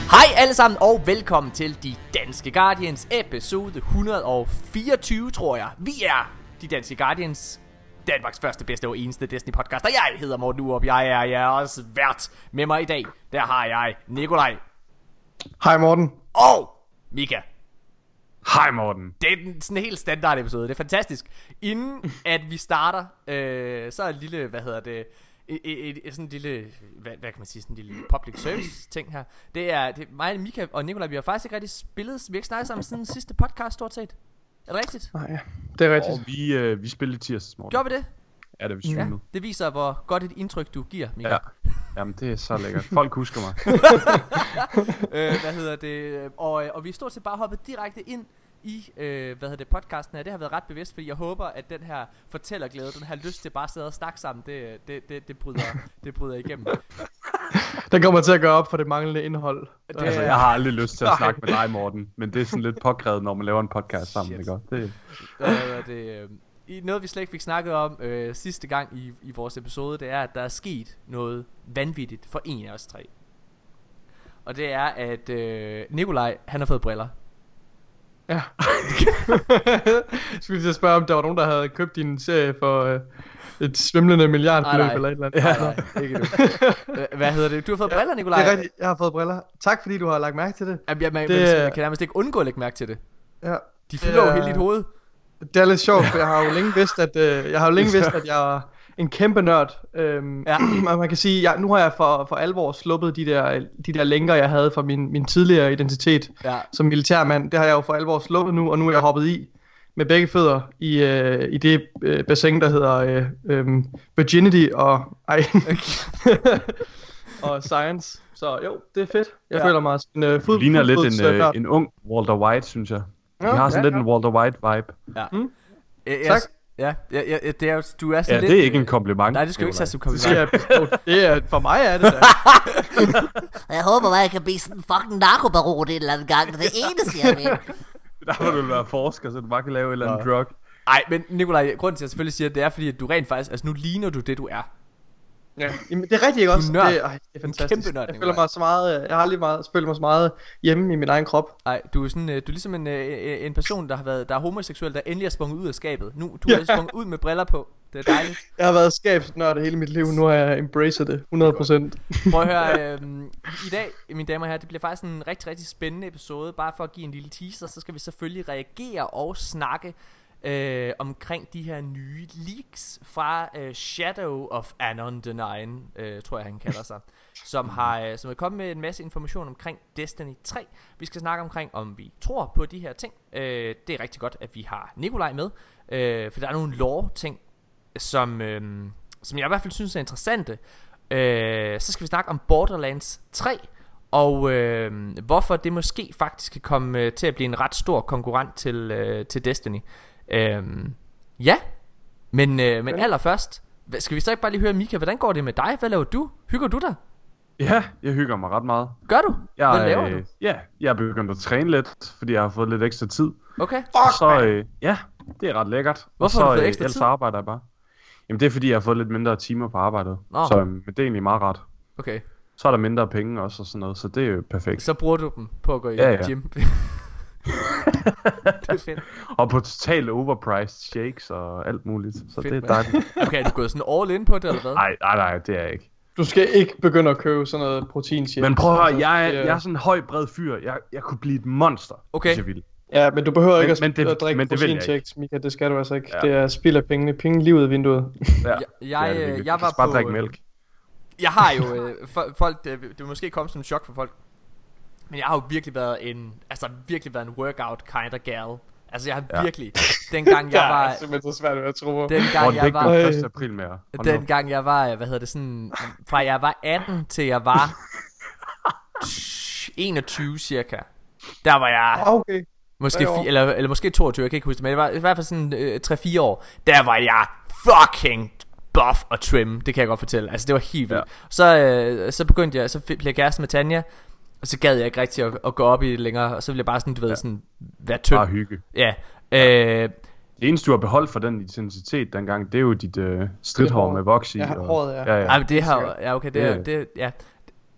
Hej alle sammen og velkommen til De Danske Guardians episode 124, tror jeg. Vi er De Danske Guardians, Danmarks første, bedste og eneste Destiny podcast. Og jeg hedder Morten Urup, jeg er jeres vært. Med mig i dag, der har jeg Nikolaj. Hej Morten. Og Mika. Hej Morten. Det er sådan en helt standard episode, det er fantastisk. Inden at vi starter, så er et lille, sådan en lille, hvad kan man sige, sådan en lille public service ting her. Det er mig, Mika og Nikolaj, vi har faktisk ikke rigtig spillet, vi har ikke snakket sammen siden sidste podcast stort set. Er det rigtigt? Nej, det er rigtigt. Og vi spillede tirsdags morgen. Gjorde vi det? Ja, det er vi sygt nu. Det viser, hvor godt et indtryk du giver, Mika. Ja. Jamen, det er så lækkert. Folk husker mig. Og vi er stort set bare hoppet direkte ind i podcasten her. Det har været ret bevidst, fordi jeg håber, at den her fortællerglæde, den her lyst til bare at sidde og snakke sammen, det bryder igennem. Den kommer til at gøre op for det manglende indhold. Altså, jeg har aldrig lyst til at snakke med dig, Morten, men det er sådan lidt påkrævet, når man laver en podcast sammen, ikke? Noget vi slet ikke fik snakket om sidste gang i vores episode, det er, at der er sket noget vanvittigt for en af os tre. Og det er, at Nikolaj, han har fået briller. Ja. Skulle jeg spørge, om der var nogen, der havde købt din serie for et svimlende milliardbeløb eller et eller andet? Nej, ikke du. Hvad hedder det? Du har fået briller, Nikolaj? Det er rigtigt, jeg har fået briller. Tak fordi du har lagt mærke til det. Man kan nærmest ikke undgå at lægge mærke til det. Ja. De fylder jo hele dit hoved. Det er lidt sjovt, for jeg har jo længe vidst, at jeg er en kæmpe nørd. Man kan sige, nu har jeg for alvor sluppet de der lænker, jeg havde fra min tidligere identitet som militærmand. Det har jeg jo for alvor sluppet nu, og nu er jeg hoppet i med begge fødder i det bassin, der hedder Virginity og og Science. Så jo, det er fedt. Jeg føler mig som en Du ligner lidt en ung Walter White, synes jeg. Vi har sådan lidt en Walter White vibe. Ja. Tak. Ja, det er jo, du er sådan ja, lidt. Det er ikke en kompliment. Nej, det skal jo ikke tage som kompliment. Det er for mig er det da. Jeg håber bare, jeg kan blive sådan en fucking narkobaron en eller anden gang. Det er det eneste, jeg vil. Der må du være forsker, så du bare kan lave et eller andet drug. Nej, men Nikolaj, grunden til at jeg selvfølgelig siger, det er fordi, at du rent faktisk, altså nu ligner du det, du er. Ja, det er rigtigt, ikke også? Det er fantastisk. Nørd, jeg føler mig så meget, jeg har aldrig følt mig så meget hjemme i min egen krop. Nej, du er sådan, du er ligesom en person, der er homoseksuel, der endelig er sprunget ud af skabet. Nu du er sprunget ud med briller på. Det er dejligt. Jeg har været skabsnørd hele mit liv. Nu har jeg embraced det 100%. Prøv at høre, i dag, mine damer og herrer, det bliver faktisk en rigtig, rigtig spændende episode. Bare for at give en lille teaser, så skal vi selvfølgelig reagere og snakke omkring de her nye leaks fra Shadow of Anon the Nine, tror jeg han kalder sig, som er kommet med en masse information omkring Destiny 3. Vi skal snakke omkring, om vi tror på de her ting. Det er rigtig godt, at vi har Nikolaj med, for der er nogle lore ting, som jeg i hvert fald synes er interessante. Så skal vi snakke om Borderlands 3, og hvorfor det måske faktisk kan komme til at blive en ret stor konkurrent til Destiny. Men allerførst, skal vi så ikke bare lige høre, Mika, hvordan går det med dig? Hvad laver du? Hygger du dig? Ja, jeg hygger mig ret meget. Gør du? Hvad laver du? Ja, jeg er begyndt at træne lidt, fordi jeg har fået lidt ekstra tid. Okay. Så ja, det er ret lækkert. Hvorfor har du fået ekstra tid? Ellers arbejder jeg bare. Jamen det er fordi, jeg har fået lidt mindre timer på arbejdet. Så men det er egentlig meget rart. Okay. Så er der mindre penge også og sådan noget, så det er jo perfekt. Så bruger du dem på at gå i gym. Det er fedt. Og på totalt overpriced shakes og alt muligt. Så fedt, det er dejligt. Okay, er du gået sådan all in på det eller hvad? Nej, det er jeg ikke. Du skal ikke begynde at købe sådan noget proteinshake. Men prøv at høre, jeg er sådan en høj bred fyr. Jeg kunne blive et monster, hvis jeg ville. Ja, men du behøver ikke at drikke proteinshakes, Mika. Det skal du altså ikke. Ja. Det er spild af penge livet i vinduet. Ja. Jeg var bare drikke mælk. Jeg har jo folk, det vil måske komme som en chok for folk, men jeg har jo virkelig været en workout kind of gal. Altså jeg har virkelig dengang jeg var. Det er simpelthen så svært at tro. Dengang jeg var 1. april mere. Dengang jeg var, fra jeg var 18 til jeg var 21 cirka. Der var jeg okay. Måske eller måske 22, jeg kan ikke huske det, men det var i hvert fald sådan 3-4 år. Der var jeg fucking buff og trim, det kan jeg godt fortælle. Altså det var helt vildt. Så begyndte jeg, så blev jeg kæreste med Tanja. Og så gad jeg ikke rigtig at gå op i det længere. Og så ville jeg bare sådan, du ved, sådan være tynd. Bare hygge. Ja. Det eneste du har beholdt for den intensitet dengang, det er jo dit stridthår med voks i. Ja, håret, ja. Det har, ja, okay, det er,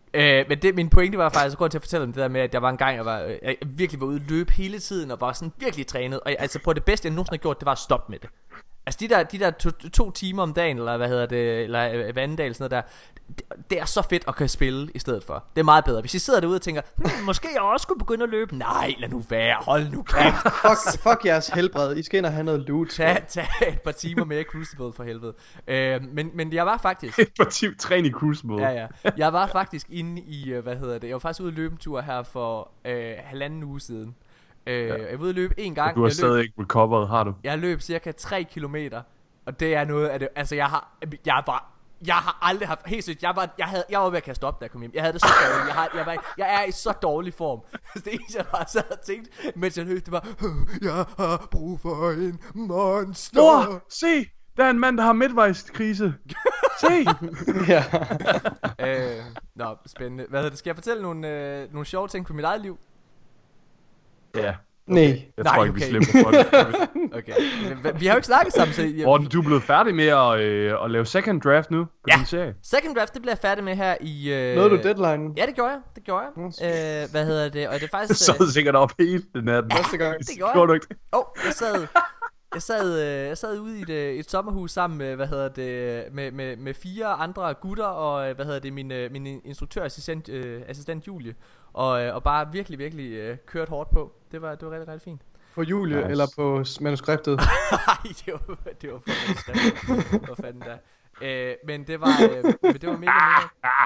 Men min pointe var faktisk grund til at fortælle om det der med, at jeg var en gang, jeg virkelig var ude at løbe hele tiden, og var sådan virkelig trænet. Og altså på det bedste, jeg nogensinde har gjort, det var at stoppe med det. Altså de der 2 timer om dagen, eller hvad hedder det, eller hver anden dag, eller sådan noget der, det er så fedt at kan spille i stedet for. Det er meget bedre. Hvis I sidder derude og tænker, måske jeg også skulle begynde at løbe. Nej, lad nu være. Hold nu kæft. Fuck jeres helbred. I skal ind og have noget loot. Tag et par timer mere i Crucible for helvede. Men jeg var faktisk... Et par timer træn i Crucible. Ja. Jeg var faktisk inde i, jeg var faktisk ude at løbe en tur her for 1,5 uge siden. Jeg var ude at løbe en gang. Og du har stadig ikke recovered, har du? Jeg løb cirka 3 kilometer. Og det er noget af det. Altså jeg har aldrig haft helt sygt. Jeg var ved at kaste op, da jeg kom hjem. Jeg havde det så dårligt. Jeg er i så dårlig form. Det eneste jeg bare sad og tænkte, mens jeg løb, det var, jeg har brug for en monster. Mor, se, der er en mand, der har midtvejskrise. Se. Ja. Nå, spændende. Hvad hedder det? Skal jeg fortælle nogle sjove ting fra mit eget liv? Ja. Nej. Jeg tror ikke, vi slipper for det. Okay. Vi har jo ikke snakket sammen, så... Morten, du er blevet færdig med at lave second draft nu på din serie. Second draft, det bliver jeg færdig med her i... Nåede du deadline? Ja, det gjorde jeg. Hvad hedder det? Og det er faktisk... Så sikkert op hele den natten. Første gang. Det gjorde jeg. Jeg sad ude i et sommerhus sammen med, med 4 andre gutter og min instruktørassistent Julie og bare virkelig kørt hårdt på. Det var rigtig fint. På Julie eller på manuskriptet? Nej, det var på manuskriptet. Hvor fanden da. Men det var mega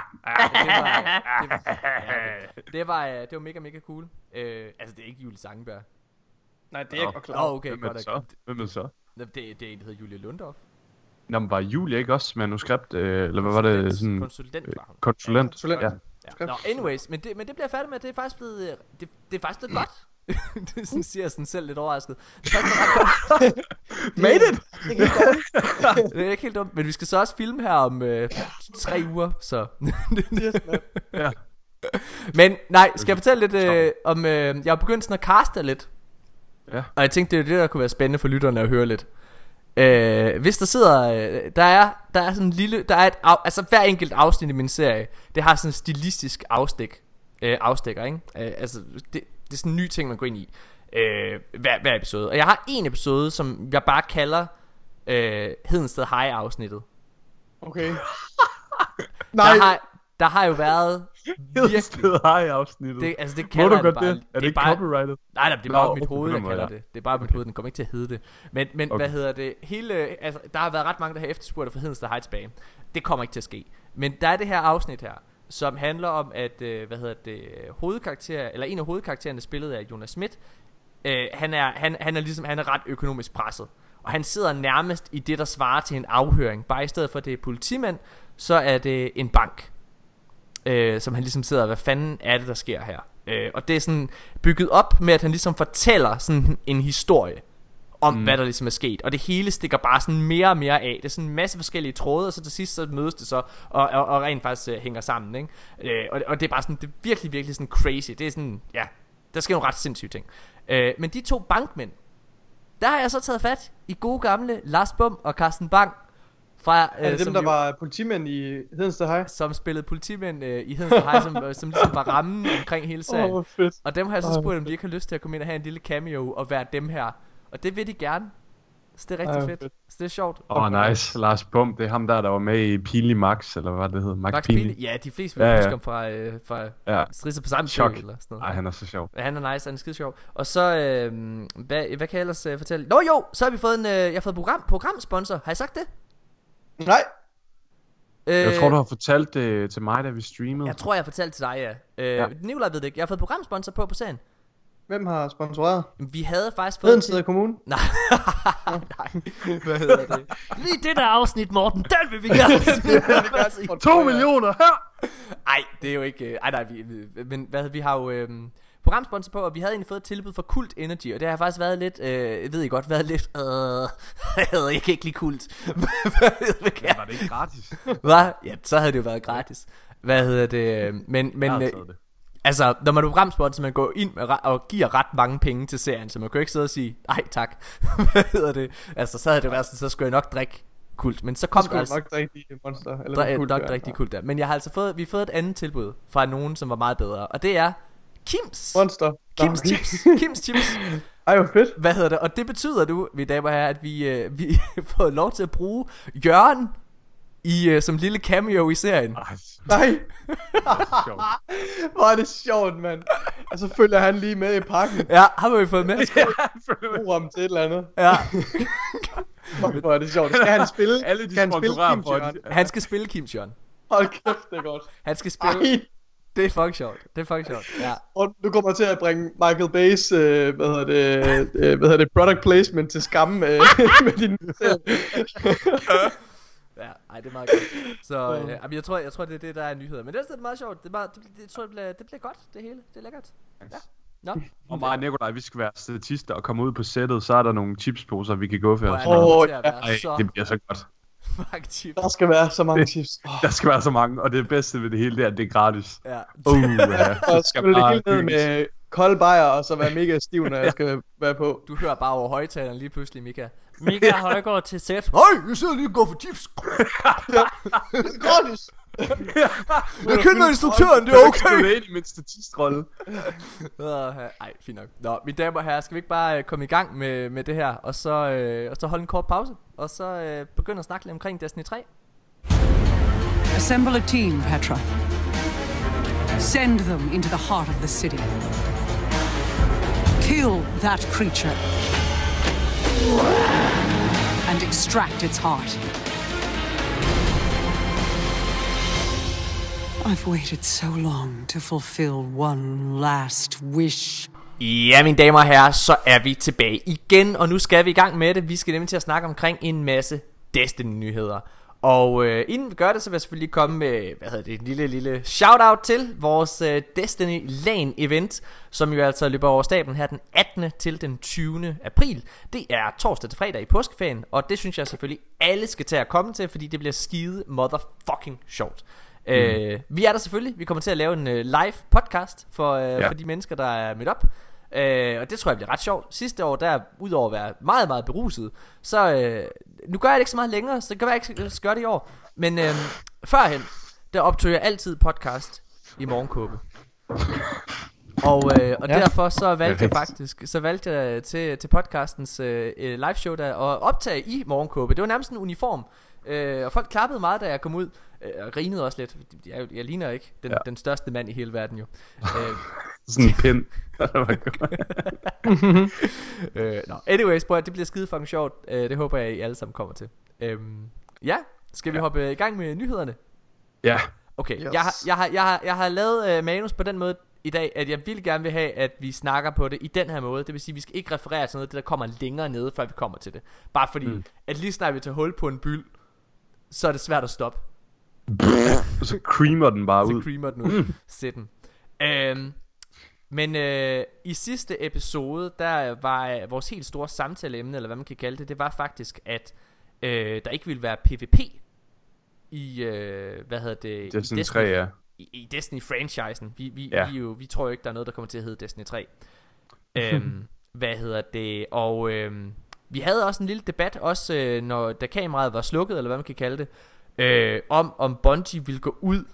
det var mega cool. Altså det er ikke Julie Sangenberg. Nej, det er jeg godt klar. Okay, Hvem er det så? Det er en, der hedder Julie Lundorf. Nå, men var Julie ikke også manuskript, eller hvad var det sådan? Konsulent var hun. Konsulent, ja. Nå, anyways, men det bliver jeg færdig med. Det er faktisk blevet, det er faktisk blevet godt. Det sådan siger jeg sådan selv lidt overrasket. Det er faktisk ret godt. Made it! Det er ikke helt dumt, men vi skal så også filme her om 3 uger, så. Ja. Men nej, skal jeg fortælle lidt om, jeg har begyndt sådan at caste lidt. Ja. Og jeg tænkte, det er det, der kunne være spændende for lytterne at høre lidt. Hvis der sidder, der er sådan en lille, altså hver enkelt afsnit i min serie, det har sådan en stilistisk afstikker, ikke? Altså det er sådan en ny ting, man går ind i hver episode. Og jeg har en episode, som jeg bare kalder Hedensted High afsnittet. Okay. Nej. Der har jo været Hedensted High afsnittet. Det kalder jeg det bare. Er det ikke copyrighted? Nej, det er bare mit hoved, jeg kalder det. Det er bare mit hoved, den kommer ikke til at hedde det. Men okay. Hvad hedder det? Altså, der har været ret mange, der har efterspurgt at få Hedensted High tilbage. Det kommer ikke til at ske. Men der er det her afsnit her, som handler om, at en af hovedkaraktererne, spillet af Jonas Schmidt, han er ret økonomisk presset. Og han sidder nærmest i det, der svarer til en afhøring. Bare i stedet for, at det er politimænd, så er det en bank. Som han ligesom sidder, hvad fanden er det, der sker her? Og det er sådan bygget op med, at han ligesom fortæller sådan en historie om, hvad der ligesom er sket. Og det hele stikker bare sådan mere og mere af. Det er sådan en masse forskellige tråde, og så til sidst så mødes det så, og rent faktisk hænger sammen, ikke? Og det er bare sådan, det er virkelig sådan crazy. Det er sådan, ja, der sker nogle ret sindssyge ting. Men de 2 bankmænd, der har jeg så taget fat i gode gamle Lars Bum og Carsten Bang. Er det dem, der var politimænd i Hedensted High? Som spillede politimænd i Hedensted High, som ligesom var rammen omkring hele serien. Fedt. Og dem har jeg så spurgt, om de ikke har lyst til at komme ind og have en lille cameo og være dem her. Og det vil de gerne. Så det er rigtig fedt. Så det er sjovt. Nice. Lars Bum, det er ham der var med i Pinlig Max, eller hvad det hedder. Max Pinlig. Ja, de fleste vil huske ham fra Stridser på samme Chok. Eller sådan noget. Nej, han er så sjov. Ja, han er nice, han er skide sjov. Og så, hvad kan jeg ellers fortælle? Så har vi fået jeg har fået programsponsor. Har jeg sagt det? Nej. Jeg tror, du har fortalt det til mig, da vi streamede. Jeg tror, jeg har fortalt til dig, ja. Nikolaj ved det ikke. Jeg har fået programsponsor på serien. Hvem har sponsoreret? Vi havde faktisk fået Hedensted Kommune? Nej. Hvad hedder det? Lige det der afsnit, Morten, den vil vi gerne. 2 millioner her. Ej, det er jo ikke. Men vi har jo programsponsor på, og vi havde egentlig fået et tilbud fra Kult Energy, og det har faktisk været lidt, jeg kan ikke lide Kult. Var det ikke gratis? Hvad? Ja, så havde det jo været gratis. Hvad hedder det? Men altså, når man er programsponsor, man går ind og giver ret mange penge til serien, så man kan jo ikke sidde og sige, nej tak. Hvad hedder det? Altså, så havde det været sådan, så skulle jeg nok drikke kult. Men så kom der altså nok rigtig monster eller rigtig kult der. Men jeg har altså vi har fået et andet tilbud fra nogen, som var meget bedre, og det er Kims Monster. Kims Chips. Kims Chips. Ej, hvor fedt. Hvad hedder det? Og det betyder nu, mine damer og herrer, at vi får lov til at bruge Jørgen som lille cameo i serien. Nej. Hvor er det sjovt, mand. Og så følger han lige med i pakken. Ja, har vi fået med. Bruger ham til et eller andet. Ja. Hvor er det sjovt. Skal han spille? Alle de sponsorerer på det. Han skal spille Kim Jørgen. Hold kæft, det er godt. Han skal spille. Ej. Det er fucking sjovt. Ja. Og du kommer til at bringe Michael Bay's hvad hedder det product placement til skamme med din Ja, ej, det er meget godt. Så jeg tror det er det der er nyheder. Men det er meget sjovt. Det tror jeg det bliver godt det hele. Det er lækkert. Ja. Nå. Og mig og Nikolaj, vi skal være statister og komme ud på sættet, så er der nogle chipsposer vi kan gå for. Det bliver så godt. Der skal være så mange chips. Der skal være så mange, og det bedste ved det hele det er, at det er gratis. Ja. Og skal det hele ned med kold bajer, og så være mega stiv, når jeg skal være på. Du hører bare over højtaleren lige pludselig, Mika. Mika Højgaard til sæt. Høj, jeg sidder lige og går for chips. Gratis. Jeg kender instruktøren, det er okay. Du er ind i min statistrolle. Ej, fint nok. Nå, mine damer og herrer, skal vi ikke bare komme i gang med det her, og så holde en kort pause, og så begynde at snakke lidt omkring Destiny 3. Assemble a team, Petra. Send them into the heart of the city. Kill that creature. And extract its heart. I've waited so long to fulfill one last wish. Ja, mine damer og herrer, så er vi tilbage igen, og nu skal vi i gang med det. Vi skal nemlig til at snakke omkring en masse Destiny-nyheder. Og inden vi gør det, så vil jeg selvfølgelig komme med, en lille shout-out til vores Destiny LAN event, som jo altså løber over stablen her den 18. til den 20. april. Det er torsdag til fredag i påskeferien, og det synes jeg selvfølgelig alle skal tage at komme til, fordi det bliver skide motherfucking sjovt. Vi er der selvfølgelig. Vi kommer til at lave en live podcast for de mennesker, der er mødt op. Og det tror jeg bliver ret sjovt. Sidste år, der udover at være meget, meget beruset, så nu gør jeg det ikke så meget længere, så det kan være, jeg ikke skal gøre det i år. Men førhen, der optog jeg altid podcast i morgenkåbe. Og derfor så valgte jeg til podcastens live show der at optage i morgenkåbe. Det var nærmest en uniform. Og folk klappede meget, da jeg kom ud. Og grinede også lidt. Jeg ligner ikke den største mand i hele verden jo. Sådan en pind. Anyways, prøv at det bliver skide fucking sjovt. Det håber jeg I alle sammen kommer til. Skal vi hoppe i gang med nyhederne? Ja. Okay, yes. Jeg har lavet manus på den måde i dag, at jeg vil gerne vil have, at vi snakker på det i den her måde. Det vil sige, at vi skal ikke referere til noget, det der kommer længere nede, før vi kommer til det. Bare fordi, at lige snart vi tager hul på en byld, så er det svært at stoppe. Så creamer den bare ud. Så creamer den ud. Sæt den. Men i sidste episode, der var vores helt store samtaleemne, eller hvad man kan kalde det, det var faktisk, at der ikke ville være PvP i, Destiny 3, ja. I Destiny-franchisen. Vi tror jo ikke, der er noget, der kommer til at hedde Destiny 3. Og vi havde også en lille debat, også da kameraet var slukket, eller hvad man kan kalde det, om Bungie ville gå ud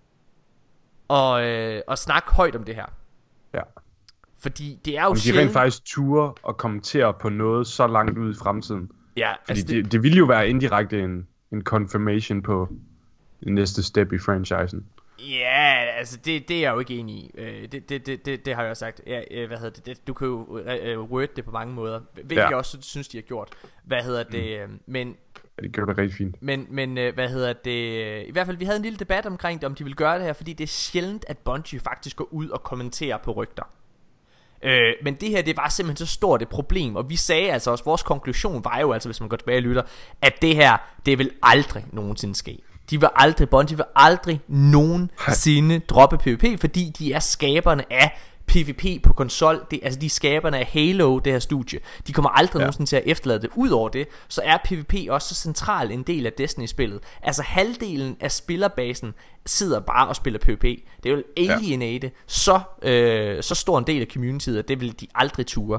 og snakke højt om det her. Ja. Fordi det er jo sjældent. De rent faktisk ture og kommentere på noget så langt ud i fremtiden. Ja, fordi altså det ville jo være indirekte en confirmation på det næste step i franchisen. Ja, altså det er jeg jo ikke enig i. Det har jeg jo sagt. Du kan jo word det på mange måder, hvilket jeg også synes de har gjort. Men det gjorde det rigtig fint. Men i hvert fald vi havde en lille debat omkring det, om de ville gøre det her, fordi det er sjældent at Bungie faktisk går ud og kommenterer på rygter. Men det her, det var simpelthen så stort et problem. Og vi sagde altså også, vores konklusion var jo altså, hvis man går tilbage og lytter, at det her, det vil aldrig nogensinde ske. Bungie vil aldrig nogensinde droppe PvP, fordi de er skaberne af PvP på konsol. De er skaberne af Halo, det her studie. De kommer aldrig nogensinde til at efterlade det. Udover det, så er PvP også så central en del af Destiny-spillet. Altså halvdelen af spillerbasen sidder bare og spiller PvP. Det er jo alienate så stor en del af communityet, at det vil de aldrig ture.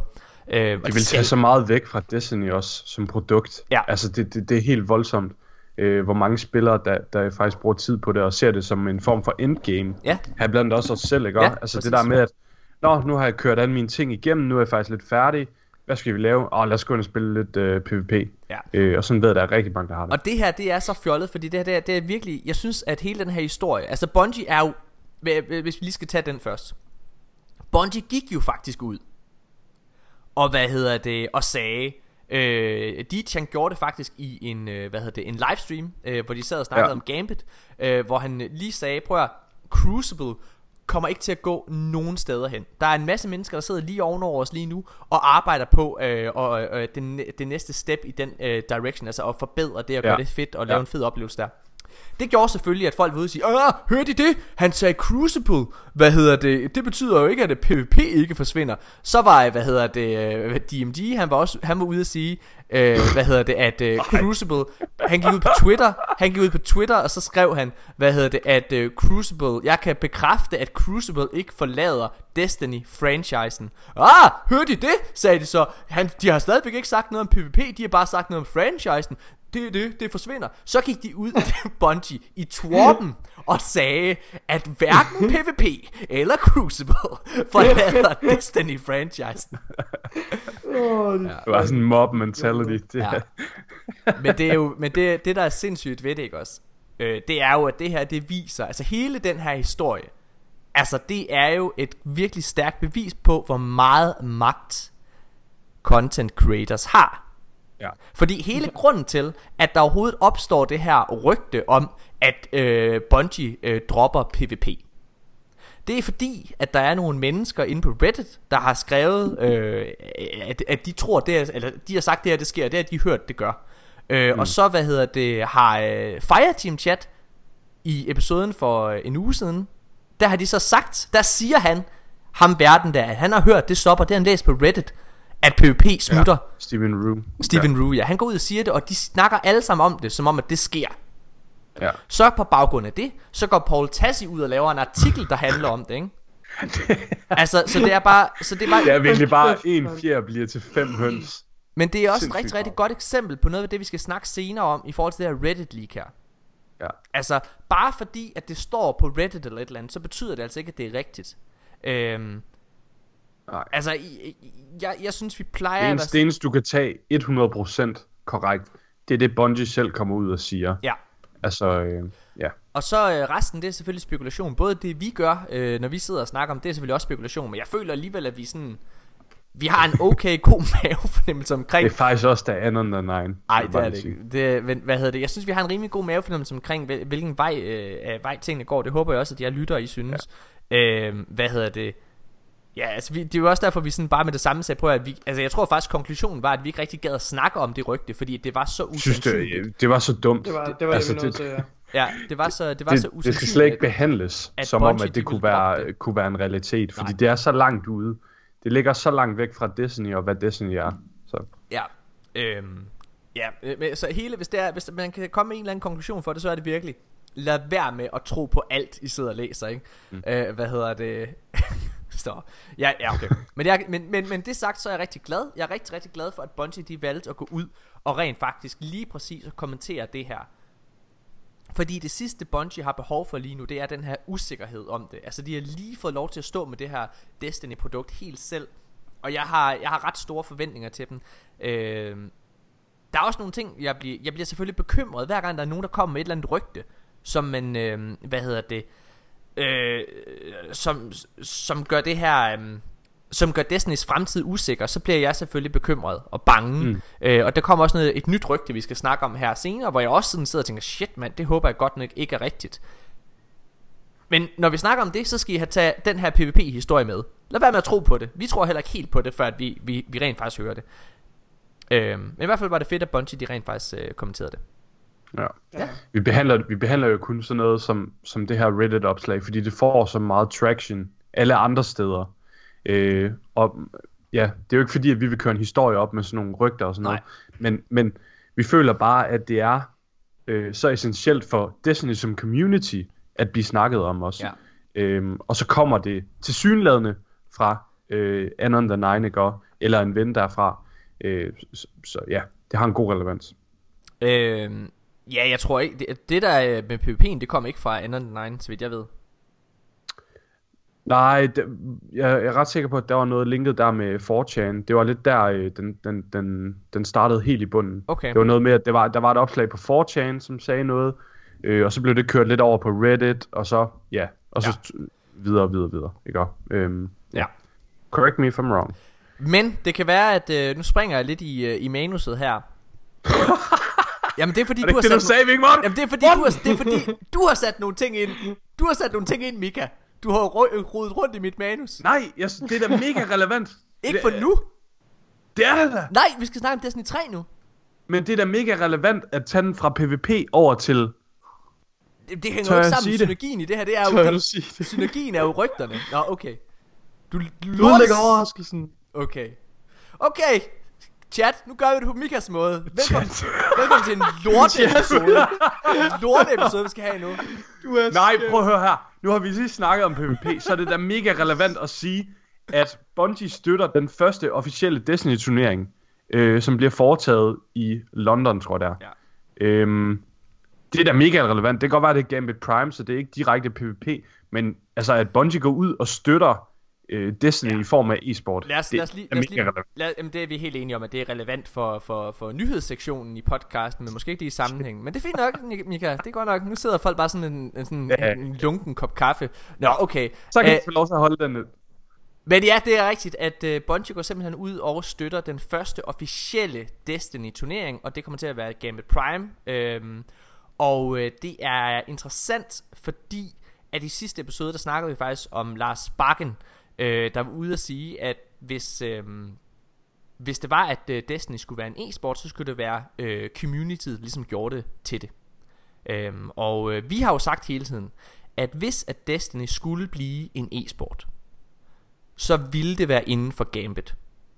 De vil tage så meget væk fra Destiny også som produkt. Ja. Altså det er helt voldsomt, hvor mange spillere, der faktisk bruger tid på det, og ser det som en form for endgame. Ja. Her blandt også os selv, ikke? Ja, altså præcis. Det der med, at nu har jeg kørt alle mine ting igennem, nu er jeg faktisk lidt færdig. Hvad skal vi lave? Lad os gå ind og spille lidt PvP. Ja. Og sådan ved jeg, der er rigtig mange, der har det. Og det her, det er så fjollet, fordi det her, det er virkelig, jeg synes, at hele den her historie, altså Bungie er jo, hvis vi lige skal tage den først. Bungie gik jo faktisk ud og og sagde, han gjorde det faktisk i en en livestream, hvor de sad og snakkede om Gambit, hvor han lige sagde, prøv at Crucible kommer ikke til at gå nogen steder hen. Der er en masse mennesker, der sidder lige ovenover os lige nu og arbejder på det næste step i den direction, altså at forbedre det og gøre det fedt og lave en fed oplevelse der. Det gjorde selvfølgelig, at folk var ude og sige, hørte I det? Han sagde Crucible. Det betyder jo ikke, at PvP ikke forsvinder. Så var, DMG, han var ude at sige, at Crucible, han gik ud på Twitter, og så skrev han, at Crucible, jeg kan bekræfte, at Crucible ikke forlader Destiny-franchisen. Hørte I det? Sagde de så. De har stadigvæk ikke sagt noget om PvP, de har bare sagt noget om franchisen. Det forsvinder. Så gik de ud til Bungie i Twarpen og sagde, at hverken PvP eller Crucible forlader Destiny-franchisen. Det var sådan en mob mentality. Ja. Men det der er sindssygt ved det, ikke også? Det er jo, at det her, det viser, altså hele den her historie, altså det er jo et virkelig stærkt bevis på, hvor meget magt content creators har. Ja. Fordi hele grunden til, at der overhovedet opstår det her rygte om, at Bungie dropper PvP, det er fordi, at der er nogle mennesker inde på Reddit, der har skrevet, at de tror det, eller de har sagt det her, det sker, det har de hørt, det gør. Og så har Fireteam Chat i episoden for en uge siden, der har de så sagt, der siger ham verden der, at han har hørt det stopper, det har han læst på Reddit, at PvP smutter. Steven Rue, ja. Han går ud og siger det, og de snakker alle sammen om det, som om at det sker. Ja. Så på baggrund af det, så går Paul Tassi ud og laver en artikel, der handler om det, ikke? Altså, så det er bare det er virkelig bare en fjer bliver til 5 høns. Men det er også et rigtig, rigtig godt eksempel på noget af det, vi skal snakke senere om i forhold til det her Reddit leak her. Ja. Altså, bare fordi at det står på Reddit eller et eller andet, så betyder det altså ikke, at det er rigtigt. Altså, jeg synes vi plejer det eneste du kan tage 100% korrekt, det er det Bungie selv kommer ud og siger. Ja. Altså, ja. Og så resten, det er selvfølgelig spekulation. Både det vi gør, når vi sidder og snakker om, det er selvfølgelig også spekulation. Men jeg føler alligevel, at vi har en okay god mavefornemmelse omkring. Det er faktisk også der Anon the Nine. Nej, det er det ikke. Jeg synes vi har en rimelig god mavefornemmelse omkring hvilken vej tingene går. Det håber jeg også, at de her lyttere I synes. Ja. Ja, altså det er jo også derfor vi sådan bare med det samme sagde på at jeg tror faktisk konklusionen var, at vi ikke rigtig gad at snakke om det rygte, fordi det var så usandsynligt. Det var så dumt. Det var altså, det til, ja. Ja, det var så usandsynligt. Det skal slet ikke behandles som om at det kunne være en realitet, fordi det er så langt ude. Det ligger så langt væk fra Destiny og hvad Destiny er. Så. Ja. Så hele hvis man kan komme med en eller anden konklusion for det, så er det virkelig lad være med at tro på alt I sidder og læser, ikke? Så, ja, okay. Men det sagt, så er jeg rigtig glad. Jeg er rigtig, rigtig glad for, at Bungie de valgte at gå ud og rent faktisk lige præcis at kommentere det her. Fordi det sidste Bungie har behov for lige nu, det er den her usikkerhed om det. Altså de har lige fået lov til at stå med det her Destiny-produkt helt selv. Og jeg har ret store forventninger til dem. Der er også nogle ting, jeg bliver selvfølgelig bekymret, hver gang der er nogen, der kommer med et eller andet rygte, som man, som gør det her, som gør Destinys fremtid usikker, så bliver jeg selvfølgelig bekymret og bange. Og der kommer også et nyt rygte, vi skal snakke om her senere, hvor jeg også sådan sidder og tænker, shit mand, det håber jeg godt nok ikke er rigtigt. Men når vi snakker om det, så skal I have taget den her PvP-historie med. Lad være med at tro på det. Vi tror heller ikke helt på det, før at vi rent faktisk hører det. Men i hvert fald var det fedt, at Bungie de rent faktisk kommenterede det. Ja. Vi behandler jo kun sådan noget som det her Reddit-opslag, fordi det får så meget traction alle andre steder. Og ja, det er jo ikke fordi, at vi vil køre en historie op med sådan nogle rygter og sådan noget. Men vi føler bare, at det er så essentielt for Destiny som community at blive snakket om os. Og så kommer det tilsyneladende fra Anon the Nine, ikke? eller en ven derfra. Så ja, det har en god relevans. Ja, jeg tror ikke det der med PvP'en, det kom ikke fra Anon the Nine, så vidt jeg ved. Nej, jeg er ret sikker på, at der var noget linket der med 4chan. Det var lidt der, den startede helt i bunden. Okay. Det var noget med, at der var et opslag på 4chan, som sagde noget, og så blev det kørt lidt over på Reddit, og så, ja, og så videre, ikke? Ja. Correct me if I'm wrong. Men det kan være, at nu springer jeg lidt i manuset her. Jamen det er fordi, du har sat Jamen det er fordi, du har sat nogle ting ind. Du har sat nogle ting ind, Mika. Du har rodet rundt i mit manus. Nej, det er da mega relevant. Ikke for nu. Det er det da. Nej, vi skal snakke om Destiny 3 nu. Men det er da mega relevant at tage den fra PvP over til... Det hænger jo ikke sammen med synergien i det her. Det er jo synergien er jo rygterne. Nå, okay. Du udlægger overraskelsen. Okay, chat, nu gør vi det på Mikas måde. Velkommen til en lorteepisode vi skal have nu. Nej, prøv at høre her. Nu har vi lige snakket om PvP, så er det da mega relevant at sige, at Bungie støtter den første officielle Destiny-turnering, som bliver foretaget i London, tror jeg det er. Ja. Det er da mega relevant. Det kan godt være, det er Gambit Prime, så det er ikke direkte PvP, men altså at Bungie går ud og støtter Destiny i form af e-sport. Det er vi helt enige om, at det er relevant for nyhedssektionen i podcasten, men måske ikke lige i sammenhæng. Men det er fint nok, Mika. Det er godt nok. Nu sidder folk bare sådan en lunken kop kaffe. Nå, okay. Så kan I få lov til at holde den. Men ja, det er rigtigt, at Bungie går simpelthen ud og støtter den første officielle Destiny-turnering, og det kommer til at være Gambit Prime. Og det er interessant, fordi at i sidste episode, der snakkede vi faktisk om Lars Bakken, der var ude at sige, at hvis det var, at Destiny skulle være en e-sport, så skulle det være communityet ligesom gjorde det til det. Og vi har jo sagt hele tiden, at hvis at Destiny skulle blive en e-sport, så ville det være inden for Gambit.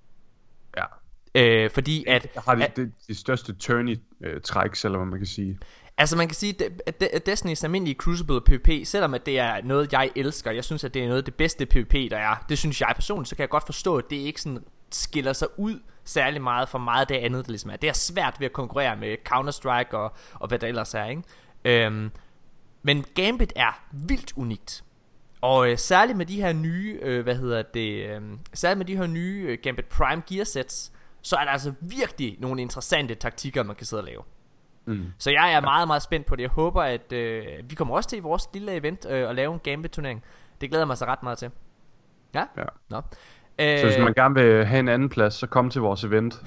Ja. Fordi at har det største tourney-træk, eller hvad man kan sige. Altså man kan sige, at Destiny's almindelige Crucible PvP, selvom at det er noget jeg elsker, jeg synes at det er noget af det bedste PvP der er, det synes jeg personligt, så kan jeg godt forstå, at det ikke sådan skiller sig ud særlig meget fra meget af det andet, det ligesom er. Det er svært ved at konkurrere med Counter-Strike og hvad der ellers er, ikke? Men Gambit er vildt unikt. Og særligt med de her nye, særligt med de her nye Gambit Prime gearsets, så er der altså virkelig nogle interessante taktikker, man kan sidde og lave. Så jeg er meget, meget spændt på det. Jeg håber, at vi kommer også til i vores lille event at lave en Gambit-turnering. Det glæder mig så ret meget til. Ja? Nå. Så hvis man gerne vil have en anden plads, så kom til vores event.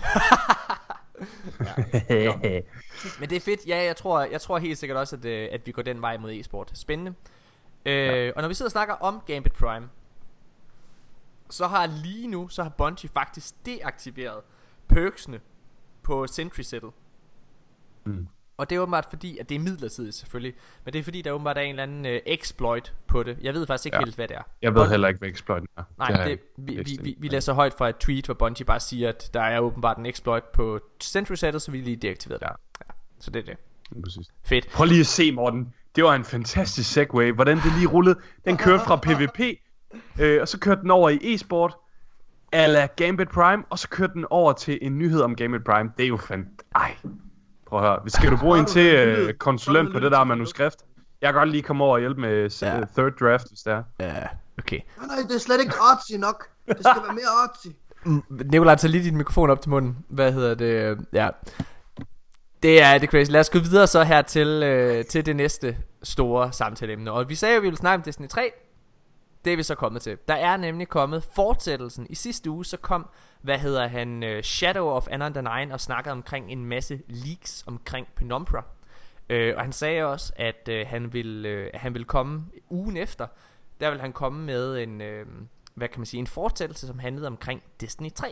Men det er fedt. Ja, jeg tror helt sikkert også, at vi går den vej mod e-sport. Spændende. Og når vi sidder og snakker om Gambit Prime, så har Bungie faktisk deaktiveret perksene på Sentry-sættet. Og det er åbenbart fordi, at det er midlertidigt selvfølgelig, men det er fordi, der åbenbart er en eller anden exploit på det. Jeg ved faktisk ikke helt, hvad det er. Jeg ved heller ikke, hvad exploiten er. Nej, vi læser højt fra et tweet, hvor Bungie bare siger, at der er åbenbart en exploit på Sentry-sættet, så vi lige deaktiveret det. Ja. Så det er det. Præcis. Fedt. Prøv lige at se, Morten. Det var en fantastisk segway, hvordan det lige rullede. Den kørte fra PvP, og så kørte den over i e-sport, a la Gambit Prime, og så kørte den over til en nyhed om Gambit Prime. Det er jo prøv at høre. Skal du bruge en til konsulent på det der manuskript? Jeg kan godt lige komme over og hjælpe med third draft, hvis det er. Ja, okay. Nej, det er slet ikke artsy nok. Det skal være mere artsy. Nikolaj, tag lige din mikrofon op til munden. Hvad hedder det? Ja. Det er crazy. Lad os gå videre så her til det næste store samtaleemne. Og vi sagde jo, at vi ville snakke om Destiny 3. Det er vi så kommet til. Der er nemlig kommet fortsættelsen. I sidste uge så kom, Shadow of Anon the Nine og snakkede omkring en masse leaks omkring Penumbra. Og han sagde også, at han vil komme ugen efter. Der vil han komme med en, en fortsættelse, som handlede omkring Destiny 3.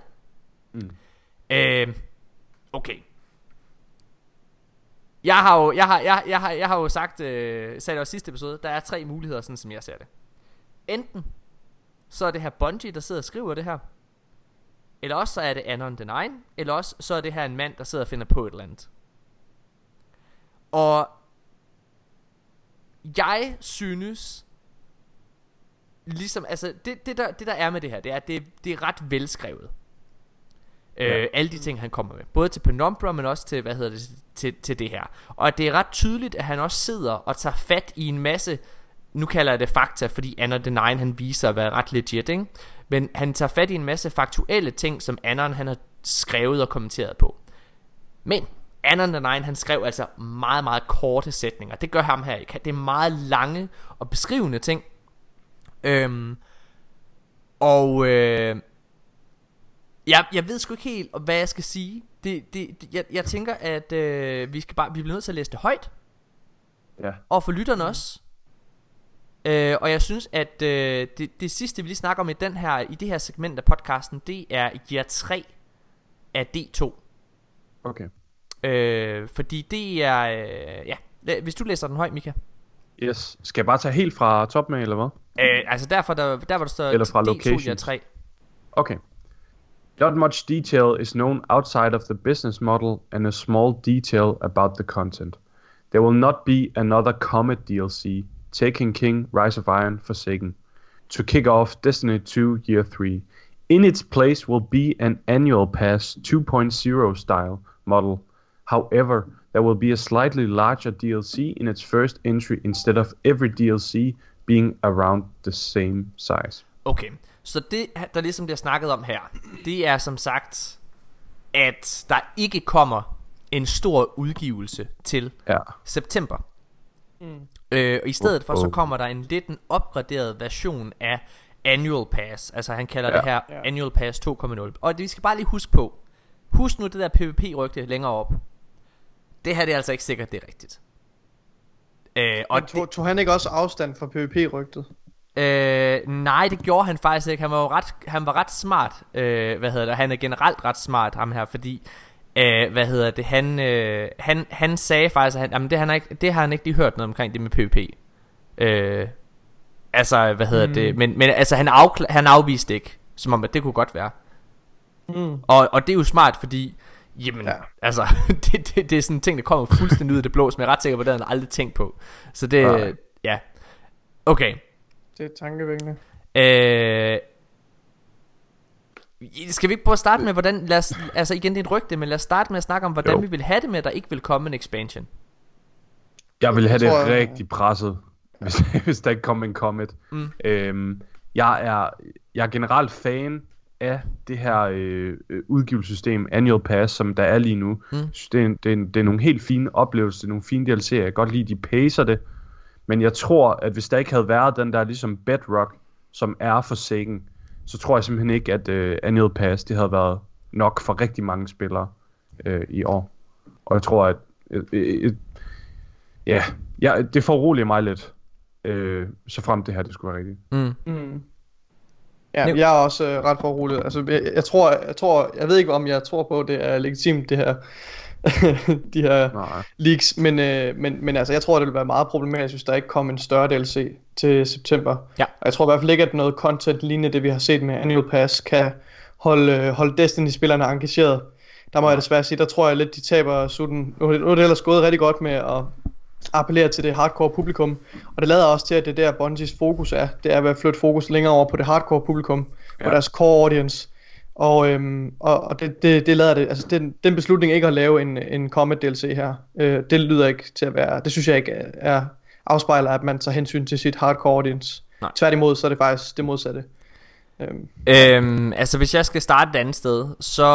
Okay. Jeg har jo sagt, sagde det også sidste episode, der er 3 muligheder, sådan som jeg ser det. Enten så er det her Bungie, der sidder og skriver det her, eller også så er det Anon the Nine, eller også så er det her en mand, der sidder og finder på et eller andet. Og jeg synes ligesom, altså det der er med det her, det er at det er ret velskrevet. Alle de ting han kommer med, både til Penumbra, men også til, til det her. Og det er ret tydeligt, at han også sidder og tager fat i en masse, nu kalder jeg det fakta, fordi Anon the Nine han viser at være ret legit, ikke? Men han tager fat i en masse faktuelle ting, som Anon han har skrevet og kommenteret på. Men Anon the Nine han skrev altså meget, meget korte sætninger. Det gør ham her ikke. Det er meget lange og beskrivende ting. Jeg ved sgu ikke helt, hvad jeg skal sige. Jeg tænker, at vi bliver nødt til at læse det højt. Ja. Og for lytterne også. Og jeg synes, at det sidste, vi lige snakker om i det her segment af podcasten, det er year 3 af D2. Okay. Fordi det er... hvis du læser den højt, Mika. Yes. Skal jeg bare tage helt fra top med, eller hvad? Altså der hvor der står eller fra D2 year 3. Okay. Not much detail is known outside of the business model and a small detail about the content. There will not be another Comet DLC, Taken King, Rise of Iron, Forsaken, to kick off Destiny 2 Year 3. In its place will be an annual pass 2.0 style model. However, there will be a slightly larger DLC in its first entry instead of every DLC being around the same size. Okay, så det der ligesom bliver snakket om her, det er som sagt, at der ikke kommer en stor udgivelse til september. Og i stedet for så kommer der en lidt en opgraderet version af Annual Pass. Altså han kalder det her Annual Pass 2.0. Og vi skal bare lige huske på, husk nu det der PvP-rygte længere op. Det her det er altså ikke sikkert det er rigtigt. Og tog han ikke også afstand fra PvP-rygtet? Nej, det gjorde han faktisk ikke. Han var ret smart. Han er generelt ret smart, ham her, fordi han sagde faktisk, at det har han ikke lige hørt noget omkring det med PvP. Men altså han afviste ikke, som om at det kunne godt være. Og det er jo smart, fordi altså det er sådan en ting, der kommer fuldstændig ud af det blå, som jeg er ret sikker på, det havde han aldrig tænkt på. Så det okay. Det er tankevækkende. Skal vi ikke prøve at starte med hvordan, altså igen det er et rygte, men lad os starte med at snakke om hvordan vi vil have det med, at der ikke vil komme en expansion. Jeg vil have det rigtig presset, hvis der ikke kommer en Comet. Jeg er generelt fan af det her udgivelsessystem Annual Pass, som der er lige nu. Det er nogle helt fine oplevelser, det er nogle fine DLC'er. Jeg kan godt lide, de pacer det. Men jeg tror, at hvis der ikke havde været den der ligesom bedrock, som er Forsaken, så tror jeg simpelthen ikke, at Annual Pass, det havde været nok for rigtig mange spillere i år. Og jeg tror, at det foruroliger mig lidt, så frem det her, det skulle være rigtigt. Ja, jeg er også ret foruroliget. Altså, jeg ved ikke, om jeg tror på, at det er legitimt, det her de her leaks, men altså jeg tror det vil være meget problematisk, hvis der ikke kommer en større DLC til september. Og jeg tror i hvert fald ikke, at noget content lignende det vi har set med Annual Pass kan holde Destiny-spillerne engageret. Der må jeg desværre sige, der tror jeg lidt de taber sutten. Nu er det ellers gået rigtig godt med at appellere til det hardcore publikum, og det lader også til, at det der Bungies fokus er, det er at flytte fokus længere over på det hardcore publikum, på deres core audience. Og det lader det, altså den beslutning ikke at lave en Comet DLC her, det lyder ikke til at være, det synes jeg ikke er afspejler, at man tager hensyn til sit hardcore audience. Tværtimod, så er det faktisk det modsatte. Altså hvis jeg skal starte et andet sted,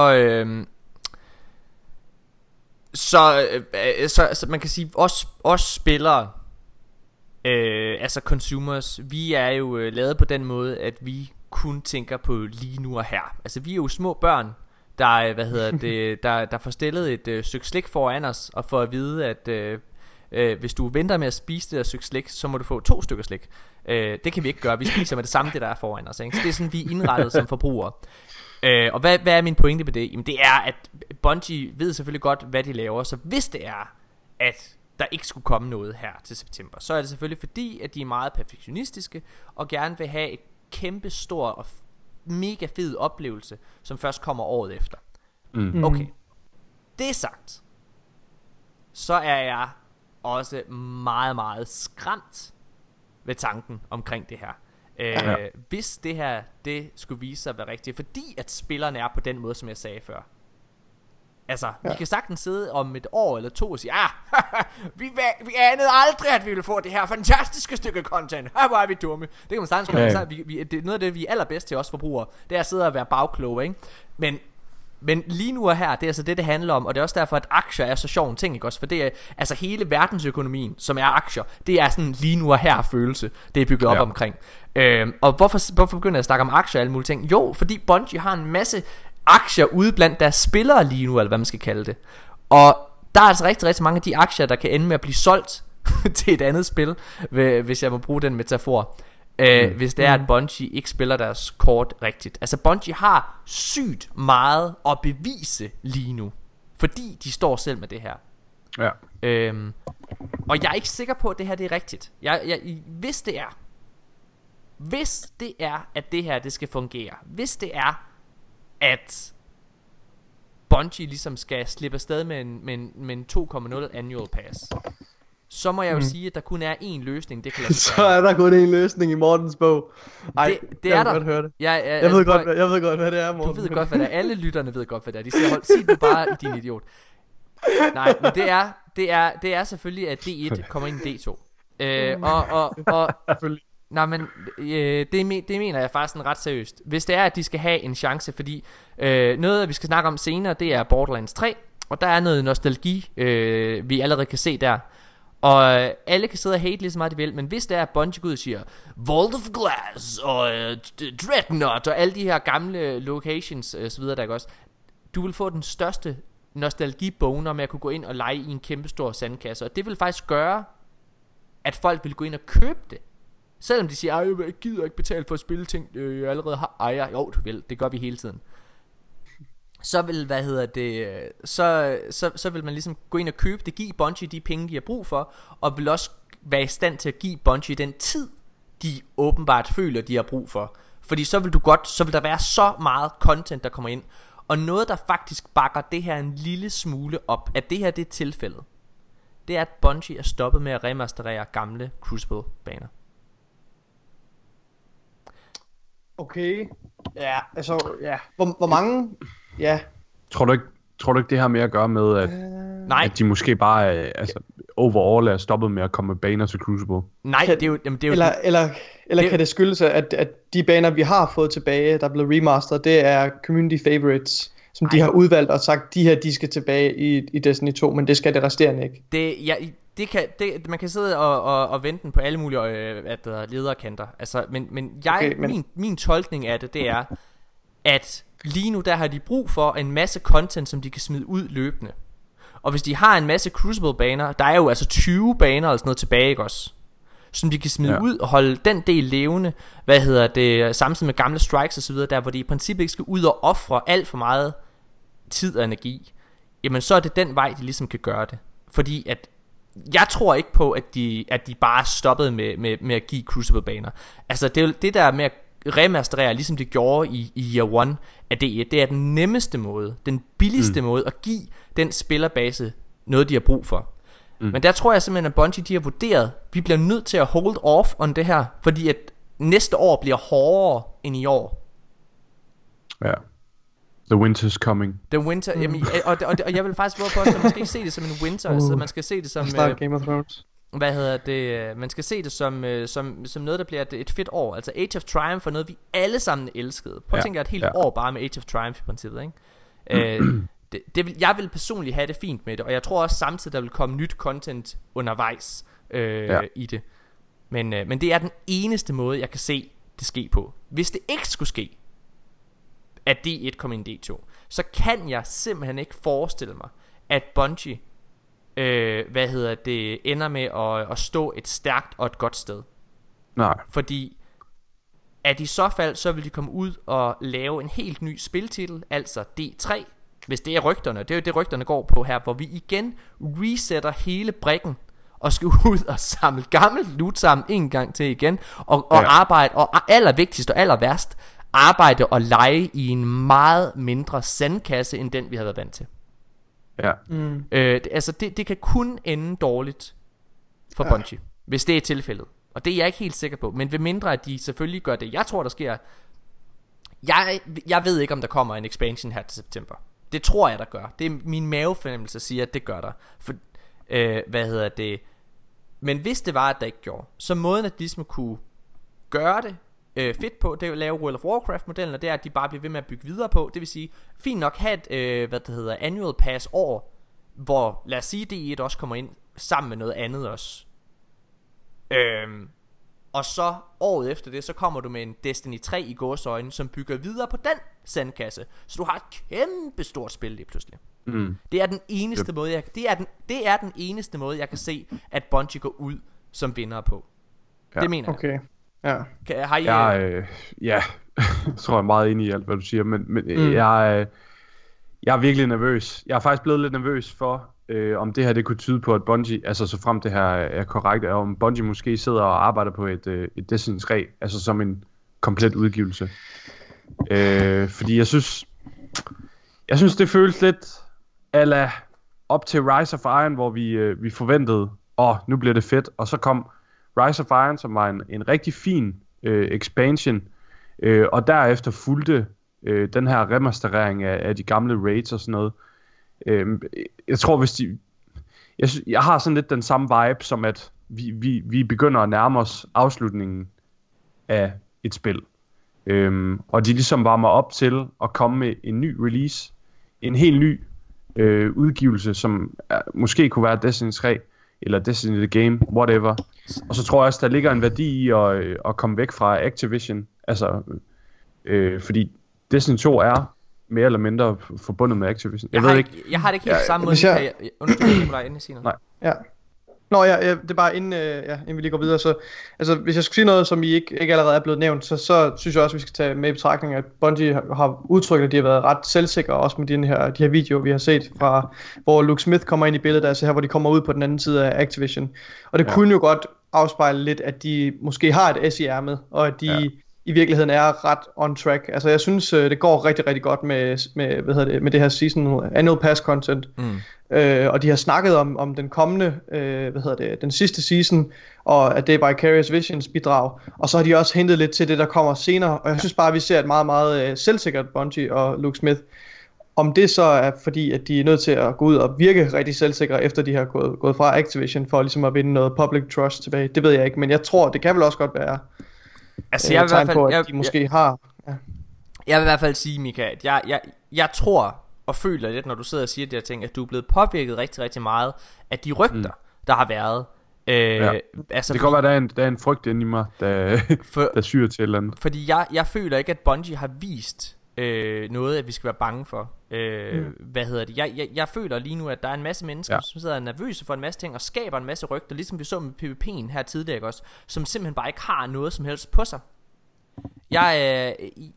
så man kan sige os spillere, altså consumers, vi er jo lavet på den måde, at vi kun tænker på lige nu og her. Altså vi er jo små børn, der der får stillet et stykke slik foran os, og får at vide, at hvis du venter med at spise det der stykke slik, så må du få 2 stykker slik. Det kan vi ikke gøre. Vi spiser med det samme, det der er foran os, ikke? Så det er sådan, vi er indrettet som forbrugere. Og hvad er min pointe med det? Jamen det er, at Bungie ved selvfølgelig godt, hvad de laver. Så hvis det er, at der ikke skulle komme noget her til september, så er det selvfølgelig fordi, at de er meget perfektionistiske og gerne vil have et kæmpe stor og mega fed oplevelse, som først kommer året efter. Okay. Det er sagt, så er jeg også meget, meget skræmt ved tanken omkring det her. Hvis det her, det skulle vise sig at være rigtigt, fordi at spillerne er på den måde, som jeg sagde før. Altså, vi kan sagtens sidde om et år eller 2 og sige, vi anede aldrig, at vi ville få det her fantastiske stykke content. Hvor er vi dumme. Det kan man sagtens gøre. Det er noget af det, vi er allerbedst til os forbrugere. Det er at sidde og være bagkloge, ikke? Men lige nu og her, det er altså det handler om. Og det er også derfor, at aktier er så sjov en ting, ikke også? For det er altså hele verdensøkonomien, som er aktier. Det er sådan en lige nu og her følelse, det er bygget op omkring. Og hvorfor begynder jeg at snakke om aktier og alle mulige ting? Jo, fordi Bungie har en masse aktier ude blandt deres spillere lige nu, eller hvad man skal kalde det. Og der er altså rigtig, rigtig mange af de aktier, der kan ende med at blive solgt til et andet spil, hvis jeg må bruge den metafor. Hvis det er, at Bungie ikke spiller deres kort rigtigt. Altså Bungie har sygt meget at bevise lige nu, fordi de står selv med det her. Og jeg er ikke sikker på, at det her det er rigtigt. Hvis det er, at det her det skal fungere, hvis det er, at Bungie ligesom skal slippe afsted med en 2.0 annual pass, så må jeg jo sige, at der kun er én løsning, det kan lade sig gøre. Så er der kun én løsning i Mortens bog. Ej, det er der. Godt høre det. Jeg ved godt, hvad det er, Morten. Du ved godt, hvad det er. Alle lytterne ved godt, hvad det er. De siger, sig du bare, din idiot. Nej, men det er selvfølgelig, at D1 kommer ind i D2. Nej, men det mener jeg faktisk ret seriøst. Hvis det er, at de skal have en chance, fordi noget, vi skal snakke om senere, det er Borderlands 3, og der er noget nostalgi, vi allerede kan se der. Og alle kan sidde og hate lige så meget de vil, men hvis det er, at Bungie går ud og siger Vault of Glass og Dreadnought og alle de her gamle locations så videre, der ikke også, du vil få den største nostalgiboner med at kunne gå ind og lege i en kæmpe stor sandkasse. Og det vil faktisk gøre, at folk vil gå ind og købe det. Selvom de siger, jeg gider ikke betale for at spille ting, jeg allerede har ejer. Jo, du vil, det gør vi hele tiden. Så vil, så vil man ligesom gå ind og købe det, give Bungie de penge, de har brug for, og vil også være i stand til at give Bungie den tid, de åbenbart føler, de har brug for. Fordi så vil der være så meget content, der kommer ind. Og noget, der faktisk bakker det her en lille smule op, at det her det er tilfældet, det er, at Bungie er stoppet med at remasterere gamle Crucible-baner. Okay. Ja, altså, ja. Hvor mange... Ja. Tror du ikke det har mere at gøre med, at de måske bare overall er stoppet med at komme med baner til Crucible? Nej, det er jo... Eller kan det skyldes, at de baner, vi har fået tilbage, der er blevet remasteret, det er community favorites, som de har udvalgt og sagt, de her, de skal tilbage i Destiny 2, men det skal det resterende ikke. Man kan sidde og vente den på alle mulige lederkanter. Altså, men min tolkning af det er, at lige nu der har de brug for en masse content, som de kan smide ud løbende. Og hvis de har en masse Crucible baner, der er jo altså 20 baner eller sådan noget tilbage, ikke også, som de kan smide ud og holde den del levende, samtidig med gamle strikes og så videre, der hvor de i princippet ikke skal ud og ofre alt for meget tid og energi. Jamen så er det den vej, de ligesom kan gøre det. Fordi at jeg tror ikke på, at de bare stoppede med at give Crucible baner. Altså det der med at remasterere, ligesom de gjorde i Year 1 af D1, det er den nemmeste måde, den billigste måde at give den spillerbase noget, de har brug for. Men der tror jeg simpelthen, at Bungie de har vurderet, vi bliver nødt til at hold off on det her, fordi at næste år bliver hårdere end i år. Ja. The winter's coming. The winter, jamen, og jeg vil faktisk våge på, at man skal ikke se det som en winter, altså man skal se det som Game of Thrones. Man skal se det som noget, der bliver et fedt år. Altså Age of Triumph er noget, vi alle sammen elskede. Prøv at tænke et helt år bare med Age of Triumph i princippet, ikke? Jeg vil personligt have det fint med det, og jeg tror også samtidig, der vil komme nyt content undervejs i det. Men det er den eneste måde, jeg kan se det ske på. Hvis det ikke skulle ske, at D1 kommer ind i D2, så kan jeg simpelthen ikke forestille mig, at Bungie ender med at stå et stærkt og et godt sted. Nej. Fordi at i så fald, så vil de komme ud og lave en helt ny spiltitel, altså D3, hvis det er rygterne. Det er jo det, rygterne går på her, hvor vi igen resetter hele brikken og skal ud og samle gammelt loot sammen en gang til igen, og arbejde, og allervigtigst og allerværst, arbejde og lege i en meget mindre sandkasse, end den vi havde været vant til. Ja. Det kan kun ende dårligt for Bungie, hvis det er tilfældet. Og det er jeg ikke helt sikker på. Men ved mindre at de selvfølgelig gør det jeg tror der sker. Jeg ved ikke om der kommer en expansion her til september. Det tror jeg der gør. Det er min mavefornemmelse siger at det gør der. For Men hvis det var at der ikke gjorde, så måden at de ligesom kunne gøre det fedt på, det er at lave World of Warcraft modellen, og det er at de bare bliver ved med at bygge videre på. Det vil sige fint nok have et annual pass år, hvor lad os sige D1 også kommer ind sammen med noget andet også. Og så året efter det, så kommer du med en Destiny 3 i gåseøjne, som bygger videre på den sandkasse. Så du har et kæmpe stort spil lige pludselig. Det er den eneste måde det er den eneste måde jeg kan se at Bungie går ud som vinder på. Det mener jeg. Okay. Ja. Har I jeg tror jeg er meget enig i alt hvad du siger, men jeg er virkelig nervøs. Jeg er faktisk blevet lidt nervøs for om det her det kunne tyde på at Bungie, altså så frem det her er korrekt, er om Bungie måske sidder og arbejder på et Destiny 3, altså som en komplet udgivelse. Fordi jeg synes det føles lidt ala op til Rise of Iron, hvor vi forventede, nu bliver det fedt, og så kom Rise of Iron, som var en rigtig fin expansion, og derefter fulgte den her remasterering af de gamle raids og sådan noget. Jeg tror jeg har sådan lidt den samme vibe som at vi begynder at nærme os afslutningen af et spil, og de ligesom varmer op til at komme med en ny release, en helt ny udgivelse, som måske kunne være Destiny 3 eller Destiny the Game, whatever. Og så tror jeg også der ligger en værdi i at komme væk fra Activision, altså fordi Destiny 2 er mere eller mindre forbundet med Activision. Jeg ved ikke. Jeg har det ikke helt på samme måde. Undskyld, Nikolaj, inden jeg siger noget. Nej. Ja. Nå ja, det er bare inden vi lige går videre, så altså hvis jeg skulle sige noget som I ikke allerede er blevet nævnt, så synes jeg også vi skal tage med i betragtning at Bungie har udtrykt at de har været ret selvsikre også med de her videoer vi har set fra hvor Luke Smith kommer ind i billedet, altså her hvor de kommer ud på den anden side af Activision. Og det kunne jo godt afspejle lidt at de måske har et S i ærmet, og at de i virkeligheden er ret on track. Altså jeg synes det går rigtig rigtig godt med det her season annual pass content. Og de har snakket om den kommende den sidste season, og at det er Vicarious Visions bidrag, og så har de også hentet lidt til det der kommer senere, og jeg synes bare at vi ser et meget meget selvsikkert Bungie og Luke Smith. Om det så er fordi at de er nødt til at gå ud og virke rigtig selvsikre efter de har gået fra Activision for ligesom at vinde noget public trust tilbage, det ved jeg ikke, men jeg tror det kan vel også godt være altså jeg vil i hvert fald på, at de måske har jeg vil i hvert fald sige Mika at jeg tror og føler lidt når du sidder og siger de her ting at du er blevet påvirket rigtig rigtig meget af de rygter der har været. Altså, det kan godt være der er en frygt inde i mig der syrer til et eller andet. Fordi jeg føler ikke at Bungie har vist noget at vi skal være bange for. Jeg føler lige nu at der er en masse mennesker som sidder nervøse for en masse ting og skaber en masse rygter, ligesom vi så med PvP'en her tidligere, ikke også, som simpelthen bare ikke har noget som helst på sig. Jeg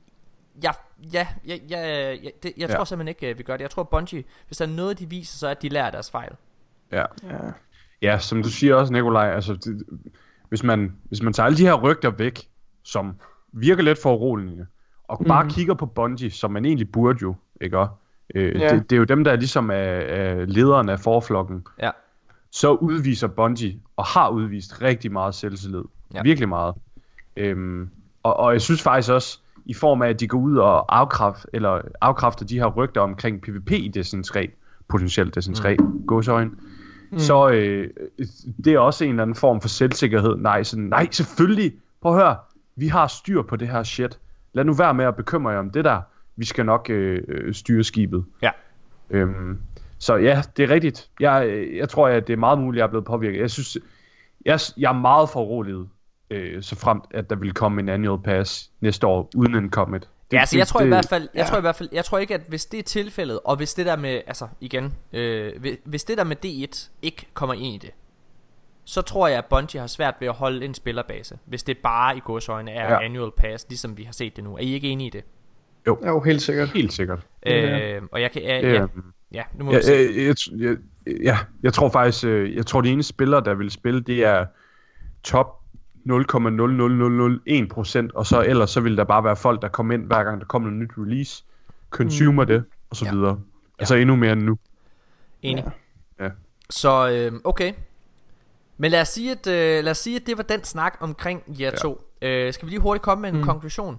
tror simpelthen ikke vi gør det. Jeg tror Bungie, hvis der er noget de viser, så er at de lærer deres fejl. Ja, som du siger også Nikolaj, altså hvis man tager alle de her rygter væk, som virker lidt for uroligende, og bare kigger på Bungie, som man egentlig burde jo, ikke også? Det er jo dem der ligesom er lederen af forflokken. Så udviser Bungie og har udvist rigtig meget selvtillid, virkelig meget. Og jeg synes faktisk også i form af at de går ud og afkræfter de her rygter omkring PvP i Destiny 3, potentielt Destiny 3 gåseøjne, så det er også en eller anden form for selvsikkerhed. Nej, selvfølgelig. Prøv at høre, vi har styr på det her shit. Lad nu være med at bekymre jer om det der. Vi skal nok styre skibet. Så ja, det er rigtigt. Jeg tror at det er meget muligt at jeg er blevet påvirket. Jeg synes jeg er meget foruroliget, så fremt at der vil komme en annual pass næste år uden en commit. Jeg tror ikke at hvis det er tilfældet, og hvis det der med altså igen, hvis det der med D1 ikke kommer ind i det, så tror jeg at Bungie har svært ved at holde en spillerbase, hvis det bare i gåseøjne er annual pass, ligesom vi har set det nu. Er I ikke enige i det? Jo, helt sikkert. Helt sikkert. Og jeg kan nu må vi se. Jeg tror faktisk de eneste spillere der vil spille, det er top 0,00001%, og så ellers så vil der bare være folk der kommer ind hver gang der kommer en nyt release, consumer det og så videre. Altså endnu mere end nu. Enig. Så okay. Men lad os sige, at det var den snak omkring jer to. Skal vi lige hurtigt komme med en konklusion?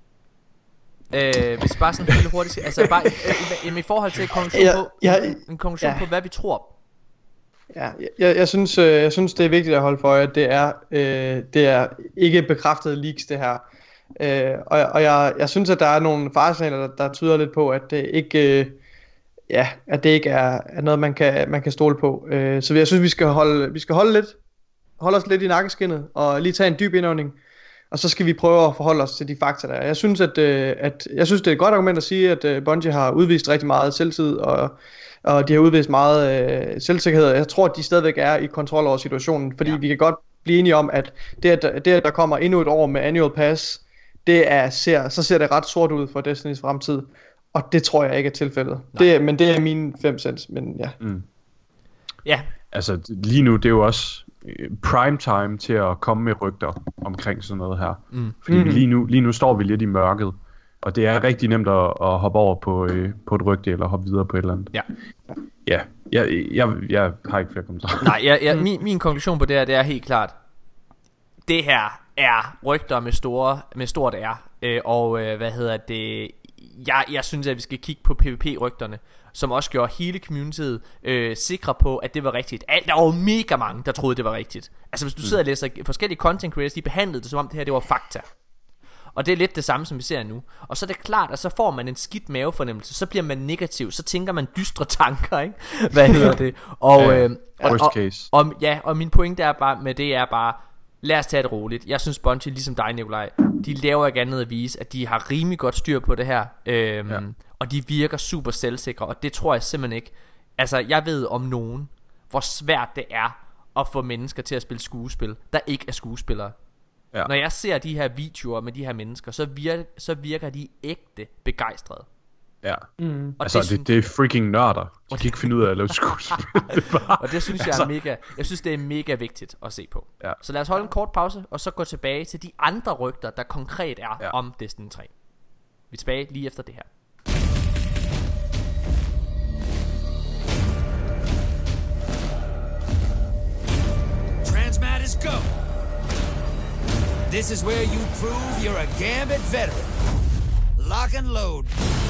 Hvis bare sådan helt hurtigt, altså bare i forhold til en konklusion på hvad vi tror. Ja, jeg synes det er vigtigt at holde for øje, at det er ikke bekræftede leaks det her. Og jeg synes at der er nogle faresignaler der tyder lidt på at det ikke er noget man kan stole på. Så jeg synes vi skal holde os lidt i nakkeskindet og lige tage en dyb indånding. Og så skal vi prøve at forholde os til de fakta der. Jeg synes at jeg synes det er et godt argument at sige at Bungie har udvist rigtig meget selvtid og de har udvist meget selvsikkerhed. Jeg tror at de stadigvæk er i kontrol over situationen, fordi vi kan godt blive enige om at det at der kommer endnu et år med annual pass, så ser det ret sort ud for Destinys fremtid. Og det tror jeg ikke er tilfældet. Men det er mine 5 cents. Men ja. Ja. Altså lige nu det er jo også prime time til at komme med rygter omkring sådan noget her. Fordi lige nu står vi lidt i mørket. Og det er rigtig nemt at hoppe over på et rygte eller hoppe videre på et eller andet. Ja. Jeg har ikke flere kommentarer. Nej, min konklusion på det her, det er helt klart. Det her er rygter med stort R. Jeg synes at vi skal kigge på PvP-rygterne, som også gjorde hele communityet sikre på at det var rigtigt. Der var jo mega mange der troede det var rigtigt. Altså hvis du sidder og læser forskellige content creators, de behandlede det som om det her det var fakta. Og det er lidt det samme som vi ser nu. Og så er det klart at så får man en skidt mavefornemmelse. Så bliver man negativ. Så tænker man dystre tanker, ikke? Hvad hedder det? Og min pointe er bare med det er bare, lad os tage det roligt. Jeg synes Bungie ligesom dig Nikolaj, de laver ikke andet at vise at de har rimelig godt styr på det her. Og de virker super selvsikre. Og det tror jeg simpelthen ikke. Altså jeg ved om nogen hvor svært det er at få mennesker til at spille skuespil der ikke er skuespillere. Når jeg ser de her videoer med de her mennesker, så virker de ægte begejstrede. Ja. Og altså det er freaking nørder. De kan ikke finde ud af at lave skuespil. Og det synes jeg er mega. Jeg synes det er mega vigtigt at se på. Så lad os holde en kort pause og så gå tilbage til de andre rygter der konkret er om Destiny 3. Vi er tilbage lige efter det her. Transmat is go. This is where you prove you're a Gambit veteran. Lock and load.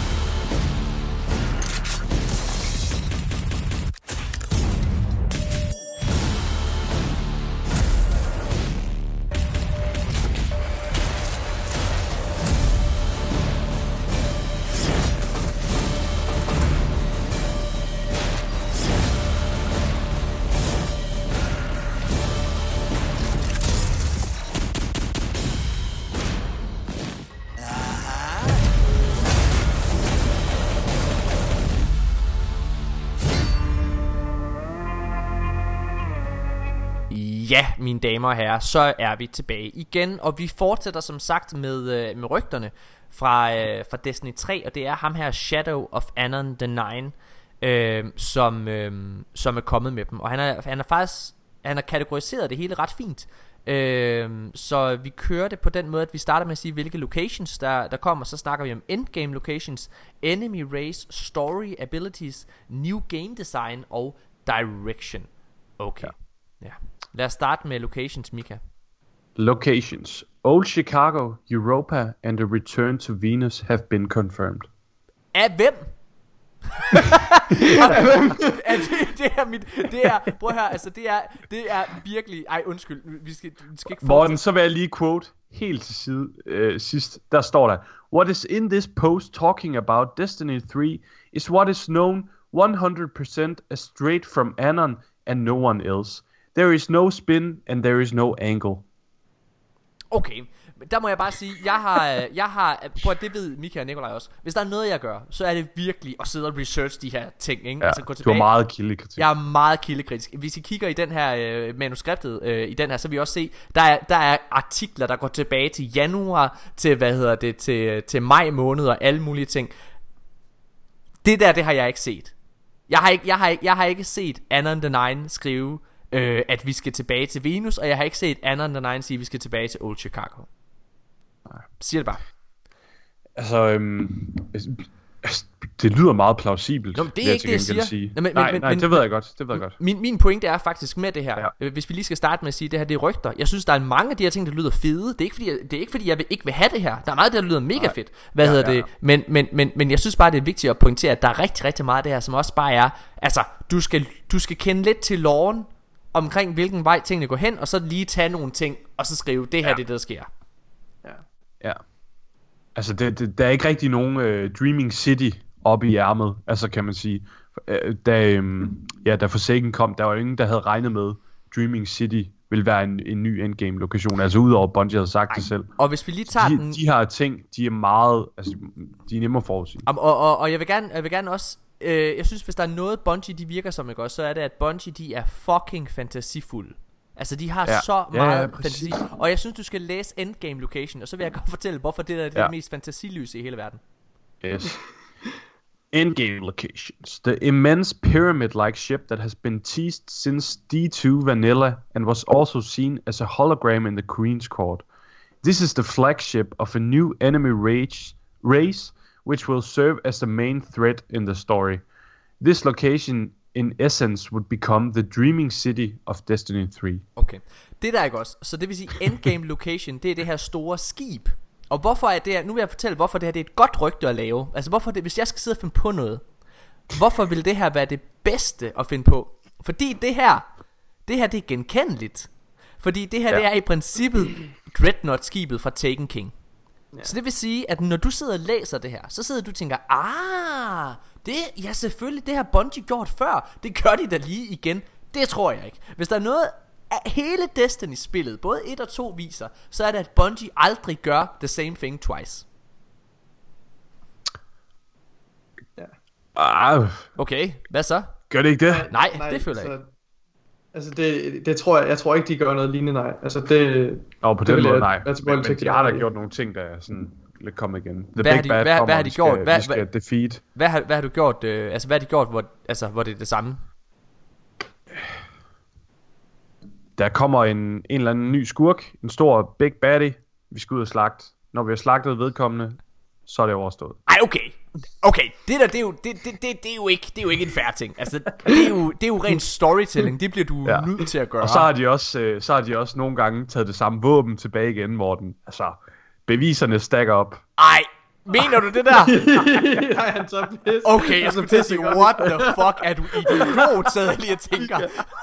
Ja, mine damer og herrer, så er vi tilbage igen. Og vi fortsætter som sagt med rygterne fra Destiny 3. Og det er ham her, Shadow of Anon the Nine, som er kommet med dem. Og han har kategoriseret det hele ret fint. Så vi kører det på den måde, at vi starter med at sige hvilke locations der kommer. Så snakker vi om endgame locations, enemy race, story abilities, new game design og direction. Okay, ja. Lad os starte med locations, Mika. Locations. Old Chicago, Europa and a return to Venus have been confirmed. Af hvem? Prøv her, altså det er virkelig. Ej, undskyld, vi skal ikke Morten, så vil jeg lige quote helt til sidst. Der står der: What is in this post talking about Destiny 3 is what is known 100% as straight from Anon and no one else. There is no spin and there is no angle. Okay, der må jeg bare sige, jeg har prøv at det ved Mika og Nikolaj også. Hvis der er noget jeg gør, så er det virkelig at sidde og research de her ting, ikke? Ja, altså, gå tilbage. Du er meget kildekritisk. Jeg er meget kildekritisk. Hvis I kigger i den her manuskriptet i den her, så vil I også se der er artikler der går tilbage til januar, til til maj måned og alle mulige ting. Det har jeg ikke set. Jeg har ikke set Anon the Nine skrive at vi skal tilbage til Venus, og jeg har ikke set Anon the Nine sige at vi skal tilbage til Old Chicago. Nej. Siger det bare. Altså Det lyder meget plausibelt. Nå, det er ikke det, jeg siger. Sige. Nej, det ved jeg godt. Min pointe er faktisk med det her. Ja. Hvis vi lige skal starte med at sige, at det her det er rygter. Jeg synes, der er mange af de her ting, der lyder fede. Det er ikke fordi jeg ikke vil have det her. Der er meget, der lyder mega fedt. Det? Men jeg synes bare, det er vigtigt at pointere, at der er rigtig, rigtig meget af det her, som også bare er, altså, du skal kende lidt til loven omkring, hvilken vej tingene går hen, og så lige tage nogle ting, og så skrive, det her det der sker. Ja. Altså, der er ikke rigtig nogen Dreaming City op i ærmet, altså kan man sige. Da Forsaken kom, der var jo ingen, der havde regnet med Dreaming City ville være en ny endgame lokation, altså udover Bungie havde sagt det selv. Og hvis vi lige tager de her ting, de er meget, altså de er nemmere at forudsige. Og jeg vil gerne også, jeg synes, hvis der er noget Bungie de virker som, ikke også, så er det, at Bungie de er fucking fantasifulde. Altså de har så meget fantasi. Og jeg synes, du skal læse Endgame Location, og så vil jeg godt fortælle, hvorfor det er det mest fantasiløse i hele verden. Yes. Endgame locations. The immense pyramid-like ship that has been teased since D2 Vanilla and was also seen as a hologram in the Queen's Court. This is the flagship of a new enemy race which will serve as the main threat in the story. This location in essence would become the Dreaming City of Destiny 3. Okay. Det der er ikke også. Så det vil sige Endgame Location, det er det her store skib. Og hvorfor er det her, nu vil jeg fortælle, hvorfor det her det er et godt rygte at lave. Altså hvorfor det, hvis jeg skal sidde og finde på noget, hvorfor vil det her være det bedste at finde på? Fordi det her det er genkendeligt. Fordi det her det er i princippet Dreadnought-skibet fra Taken King. Så det vil sige, at når du sidder og læser det her, så sidder du og tænker, selvfølgelig, det har Bungie gjort før. Det gør de da lige igen. Det tror jeg ikke. Hvis der er noget af hele Destiny-spillet, både 1 og 2 viser, så er det, at Bungie aldrig gør the same thing twice. Okay, hvad så? Gør det ikke det? Nej, det føler jeg ikke. Altså det tror jeg tror ikke de gør noget lignende, nej. Altså det på den måde nej. Men de har da gjort nogle ting der er sådan lidt kommet igen. Hvad har de gjort? Vi skal defeat. Hvad har du gjort? Altså hvad har de gjort hvor det er det samme? Der kommer en eller anden ny skurk, en stor big baddie. Vi skal ud og slagte. Når vi har slagtet vedkommende, så er det overstået. Ej, okay, det der, det er jo ikke en fair ting. Altså, det er jo ren storytelling. Det bliver du nødt til at gøre. Og så har de også nogle gange taget det samme våben tilbage igen, Morten. Altså, beviserne stacker op. Ej, mener du det der? Nej, han så pisse. Okay, jeg skulle til at sige, what the fuck er du idiot, sad jeg lige og tænker.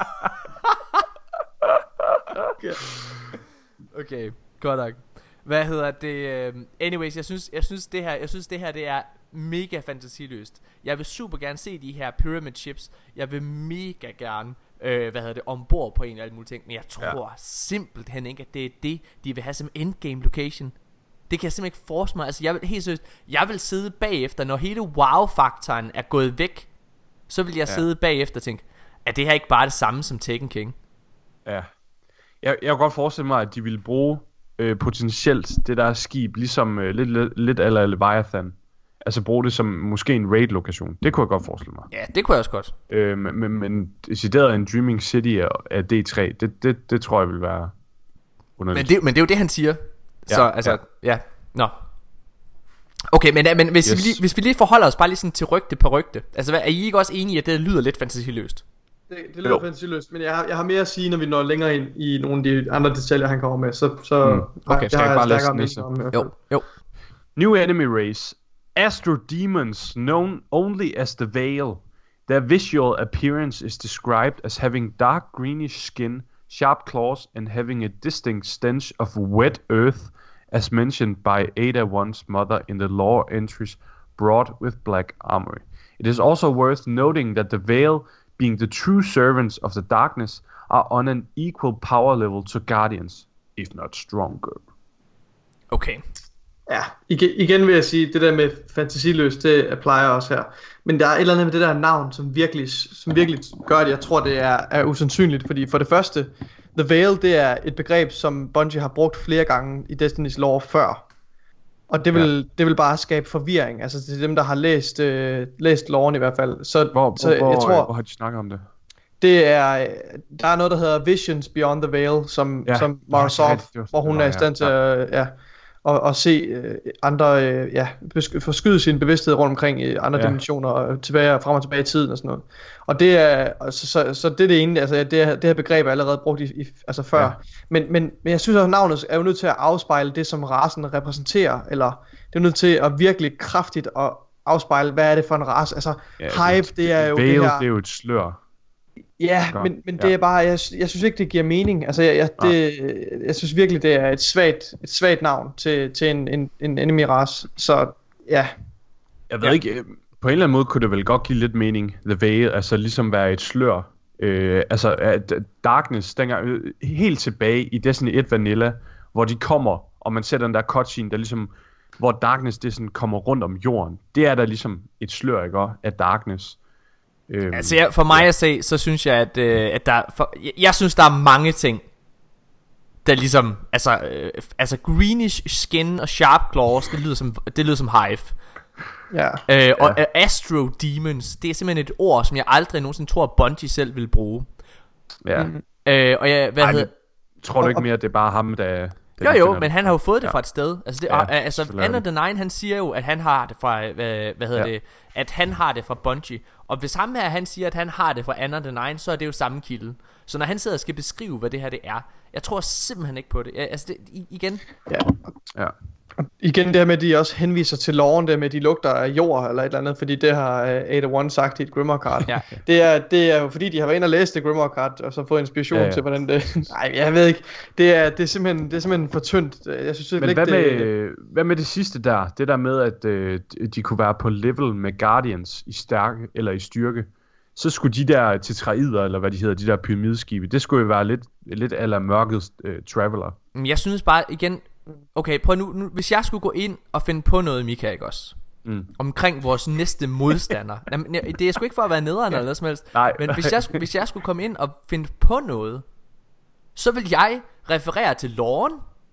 Okay, godt nok. Hvad hedder det? Anyways, jeg synes det her det er mega fantasiløst. Jeg vil super gerne se de her pyramid ships. Jeg vil mega gerne ombord på en eller anden mulig ting. Men jeg tror simpelthen ikke, at det er det, de vil have som endgame location. Det kan jeg simpelthen ikke forestille mig. Altså jeg vil sidde bagefter, når hele wow-faktoren er gået væk. Så vil jeg sidde bagefter og tænke, er det her ikke bare det samme som Taken King? Ja. Jeg kan godt forestille mig, at de ville bruge potentielt det der skib, ligesom lidt eller Leviathan. Altså bruge det som måske en raid-lokation. Det kunne jeg godt forestille mig. Ja, det kunne jeg også godt. Men decideret en Dreaming City af D3, det tror jeg vil være underligt. Men det er jo det, han siger. Så altså, Nå. Okay, men hvis vi lige forholder os bare lige sådan til rygte på rygte. Altså, er I ikke også enige, at det lyder lidt fantasiløst? Det lyder fantasiløst, men jeg har mere at sige, når vi når længere ind i nogle af de andre detaljer, han kommer med. Okay, skal jeg bare læse næste? Jo. New enemy race. Astro Demons, known only as the Veil. Their visual appearance is described as having dark greenish skin, sharp claws, and having a distinct stench of wet earth, as mentioned by Ada One's mother in the lore entries brought with black armory. It is also worth noting that the Veil, being the true servants of the darkness, are on an equal power level to Guardians, if not stronger. Okay. Ja, igen vil jeg sige, det der med fantasiløst, det applier også her. Men der er et eller andet med det der navn, som virkelig gør det. Jeg tror, det er usandsynligt, fordi for det første, The Veil, det er et begreb, som Bungie har brugt flere gange i Destiny's lore før. Og det vil bare skabe forvirring. Altså til dem, der har læst loren i hvert fald. Hvor har de snakket om det? Det er, der er noget, der hedder Visions Beyond the Veil, som Mara Sov, hvor hun er i stand til og se andre, forskyde sin bevidsthed rundt omkring i andre dimensioner, og frem og tilbage i tiden og sådan noget. Og det er, så det er det ene, altså det her begreb er allerede brugt altså før. Ja. Men jeg synes også, at navnet er jo nødt til at afspejle det, som racen repræsenterer, eller det er nødt til at virkelig kraftigt at afspejle, hvad er det for en race. Altså Hive, det er jo Veil, det her... det er jo et slør. Ja, men det er bare, jeg synes ikke, det giver mening. Altså, jeg synes virkelig, det er et svagt navn til en enemy-race. Så ja. Jeg ved ikke, på en eller anden måde kunne det vel godt give lidt mening, The Veil, altså ligesom være et slør. Altså, Darkness, dengang, helt tilbage i Destiny 1 Vanilla, hvor de kommer, og man ser den der cutscene, der ligesom, hvor Darkness, det sådan kommer rundt om jorden. Det er der ligesom et slør, ikke, af Darkness. Altså for mig at se, så synes jeg at jeg synes der er mange ting der ligesom altså greenish skin og sharp claws, det lyder som Hive. Ja. Og Astro Demons, det er simpelthen et ord som jeg aldrig nogensinde tror Bungie selv vil bruge. Ja. Og jeg tror du ikke mere at det er bare ham der jo, men han har jo fået det fra et sted. Altså Anna the Nine, han siger jo at han har det fra at han har det fra Bungie. Og hvis ham her han siger at han har det fra Anna the Nine, så er det jo samme kilde. Så når han sidder og skal beskrive hvad det her det er, jeg tror simpelthen ikke på det. Altså det, igen. Ja. Igen det her med at de også henviser til loven, det med at de lugter af jord eller et eller andet, fordi det har Ada One sagt i et Grimoire Card. Ja. Det er jo fordi de har været inde og læst det Grimoire Card og så fået inspiration til hvordan det. Nej, jeg ved ikke. Det er simpelthen for tyndt. Jeg synes men ikke hvad med det sidste der? Det der med at de kunne være på level med Guardians i stærke eller i styrke. Så skulle de der tetraider eller hvad de hedder, de der pyramideskibe, det skulle jo være lidt a la mørkets Traveler. Jeg synes bare igen. Okay, prøv nu, hvis jeg skulle gå ind og finde på noget, Mika, ikke også? Omkring vores næste modstander. Det er sgu ikke for at være nederen eller noget som helst. Nej. Men hvis jeg skulle komme ind og finde på noget, så vil jeg referere til loven.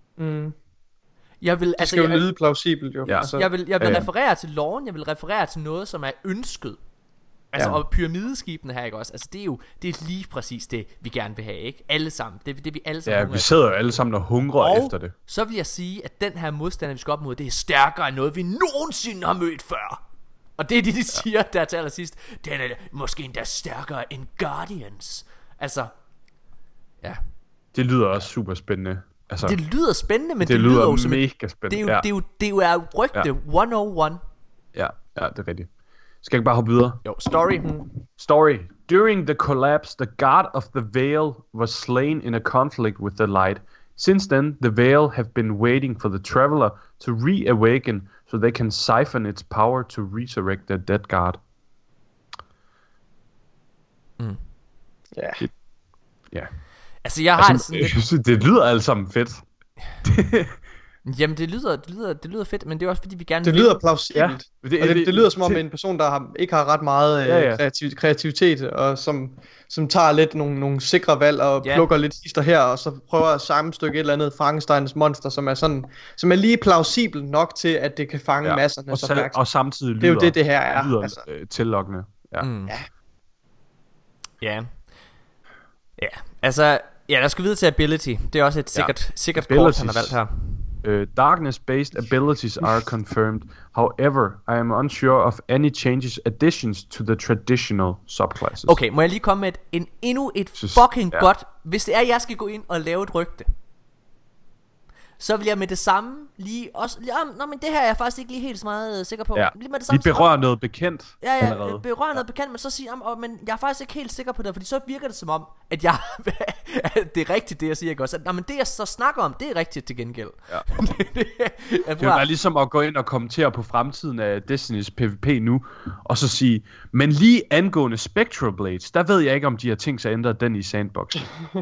Jeg vil, det skal jo lyde plausibelt jo. Ja. Altså, jeg vil referere til loven. Jeg vil referere til noget som er ønsket. Altså og pyramideskibene her, ikke også? Altså det er lige præcis det vi gerne vil have, ikke? Alle sammen. Det vi alle sammen. Ja, vi sidder jo alle sammen og hungrer efter det. Så vil jeg sige at den her modstander vi skal op mod, det er stærkere end noget vi nogensinde har mødt før. Og det er det de siger der til allersidst. Den er måske endda stærkere end Guardians. Altså det lyder også super spændende. Altså, det lyder spændende, men det lyder jo mega spændende. Det er jo rygte 101. Ja, det er rigtigt. Skal jeg bare hoppe videre? Jo, story. Story. During the collapse, the god of the Veil was slain in a conflict with the light. Since then, the Veil have been waiting for the Traveler to reawaken, so they can siphon its power to resurrect their dead god. Ja. Altså, jeg har det lyder alt sammen fedt. Jamen det lyder fedt, men det er også fordi vi gerne det lyder plausibelt. Ja. Det lyder som om en person der ikke har ret meget kreativitet og som tager lidt nogle sikre valg og plukker lidt hister her og så prøver at sammenstykke et eller andet Frankensteins monster som er lige plausibelt nok til at det kan fange masserne og samtidig lyder det er jo det her er lyder tillokkende. Ja. Altså lad os gå videre til ability. Det er også et sikkert kort han har valgt her. Darkness-based abilities are confirmed. However, I am unsure of any changes, additions to the traditional subclasses. Okay, må jeg lige komme med endnu et fucking godt. Hvis det er, jeg skal gå ind og lave et rygte, så vil jeg med det samme lige også. Men det her er jeg faktisk ikke lige helt så meget sikker på. Ja. Lige med det samme, vi berører noget bekendt. Ja, berører noget bekendt, men så siger men jeg er faktisk ikke helt sikker på det, fordi så virker det som om, at jeg det er rigtigt det jeg siger, ikke også? Men det jeg så snakker om, det er rigtigt til gengæld. Ja. Det vil være ligesom at gå ind og kommentere på fremtiden af Destiny's PvP nu, og så sige, men lige angående Spectral Blades, der ved jeg ikke om de har tænkt sig at ændre den i sandbox.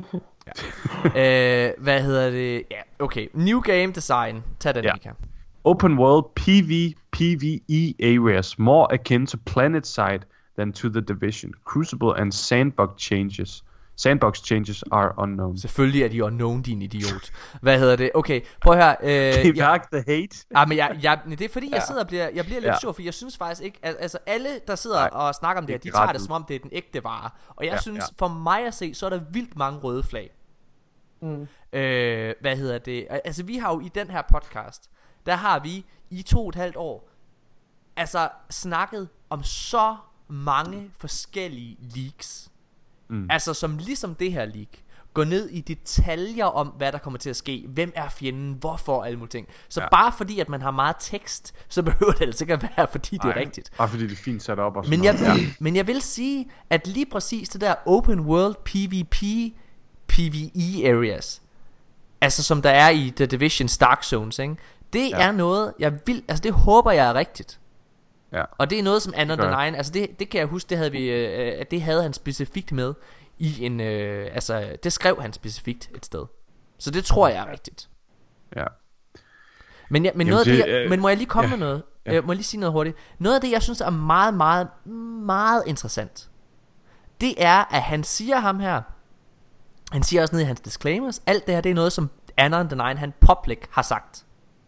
Hvad hedder det? Ja, okay. New game design. Tag den, Mika. Open world PvE areas more akin to PlanetSide than to the Division. Crucible and Sandbox changes are unknown. Selvfølgelig er de unknown, din idiot. Hvad hedder det? Okay, prøv her. The hate. Men det er fordi jeg sidder og bliver lidt sur, for jeg synes faktisk ikke altså alle der sidder og snakker om det her, de tager det som om det er den ægte vare. Og jeg synes for mig at se, så er der vildt mange røde flag. Hvad hedder det? Altså vi har jo i den her podcast der har vi i 2,5 år altså snakket om så mange forskellige leaks. Altså som ligesom det her leak går ned i detaljer om hvad der kommer til at ske, hvem er fjenden, hvorfor, alle mulige ting. Så bare fordi at man har meget tekst, så behøver det altså ikke at være fordi det er rigtigt. Bare fordi det er fint sat op og sådan men jeg vil sige at lige præcis det der open world PvP PvE areas, altså som der er i The Division Dark Zones, ikke? Det er noget jeg vil, altså det håber jeg er rigtigt. Ja. Og det er noget som Anon the Nine, altså det kan jeg huske, det havde vi, at det havde han specifikt med i en, altså det skrev han specifikt et sted. Så det tror jeg er rigtigt. Ja. Men noget af det, men må jeg lige komme med noget? Må jeg lige sige noget hurtigt? Noget af det jeg synes er meget, meget, meget interessant, det er at han siger ham her, han siger også nede i hans disclaimers, alt det her det er noget som Anon the Nine han public har sagt.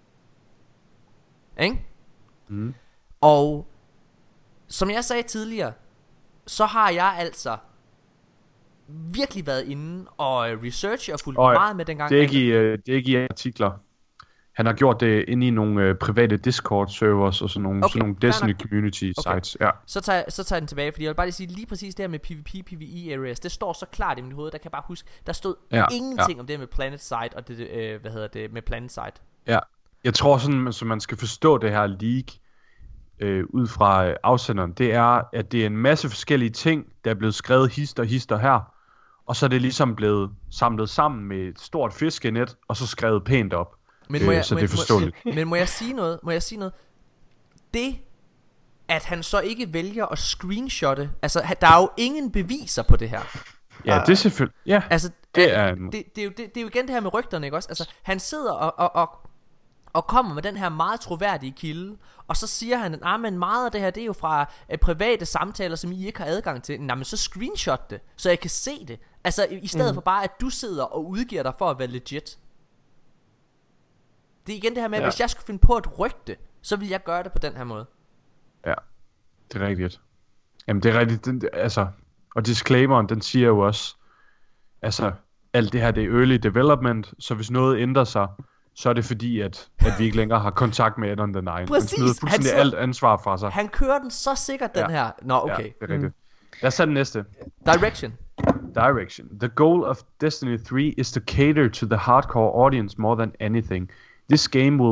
Ikke? Og som jeg sagde tidligere, så har jeg altså virkelig været inde og researche og fulgt meget med dengang. Det er ikke i artikler. Han har gjort det inde i nogle private Discord servers og sådan nogle Destiny community sites. Ja. Så tager jeg den tilbage, fordi jeg vil bare lige sige lige præcis det her med PvP PvE areas. Det står så klart i mit hoved, der kan jeg bare huske, der stod ingenting om det med PlanetSide og det med PlanetSide. Ja. Jeg tror sådan, så man skal forstå det her leak ud fra afsenderen, det er, at det er en masse forskellige ting, der er blevet skrevet hister her, og så er det ligesom blevet samlet sammen med et stort fiskenet, og så skrevet pænt op. Så det er forståeligt. Men må jeg sige noget? Det, at han så ikke vælger at screenshotte, altså der er jo ingen beviser på det her. Ja, det er selvfølgelig. Ja, altså, det er jo igen det her med rygterne, ikke også? Altså, han sidder og kommer med den her meget troværdige kilde, og så siger han, at men meget af det her, det er jo fra private samtaler, som I ikke har adgang til. Men så screenshot det, så jeg kan se det. Altså i stedet for bare, at du sidder og udgiver dig for at være legit. Det er igen det her med, at hvis jeg skulle finde på et rygte, så vil jeg gøre det på den her måde. Ja, det er rigtigt. Jamen det er rigtigt, altså, og disclaimeren, den siger jo også, altså, alt det her, det er early development, så hvis noget ændrer sig, så er det fordi, at vi ikke længere har kontakt med Anon the Nine. Præcis. Han smider fuldstændig alt ansvar fra sig. Han kører den så sikkert, den her. Nå, okay. Ja, det er rigtigt. Lad os tage den næste. Direction. The goal of Destiny 3 is to cater to the hardcore audience more than anything. This game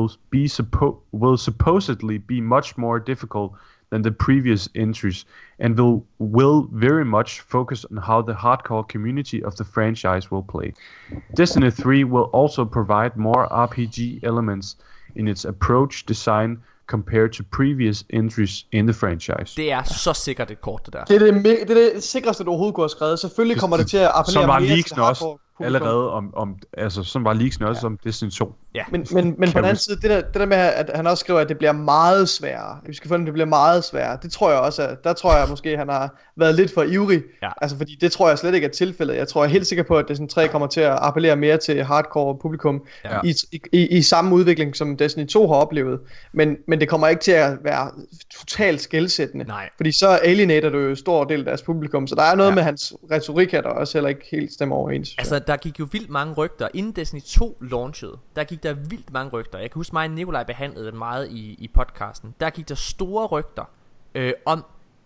will supposedly be much more difficult than the previous entries, and will very much focus on how the hardcore community of the franchise will play. Destiny 3 will also provide more RPG elements in its approach design compared to previous entries in the franchise. Det er så sikkert et kort, det der. Det er det sikreste, du overhovedet kunne have skrevet. Selvfølgelig kommer det til at appellere mere til det hardcore. Allerede om altså sådan var leaksene også om Destiny 2. Ja. Men på den anden side, det der med at han også skriver at det bliver meget sværere. Vi skal finde det bliver meget sværere. Det tror jeg også at der tror jeg måske han har været lidt for ivrig. Ja. Altså fordi det tror jeg slet ikke er tilfældet. Jeg tror jeg er helt sikker på at Destiny 3 kommer til at appellere mere til hardcore publikum i samme udvikling som Destiny 2 har oplevet. Men det kommer ikke til at være totalt skelsættende. Nej. Fordi så alienater du jo en stor del af deres publikum. Så der er noget med hans retorik her der også heller ikke helt stemmer overens. Altså der gik jo vildt mange rygter inden Destiny 2 launchede. Der gik der vildt mange rygter. Jeg kan huske mig og Nikolaj behandlede det meget i podcasten. Der gik der store rygter om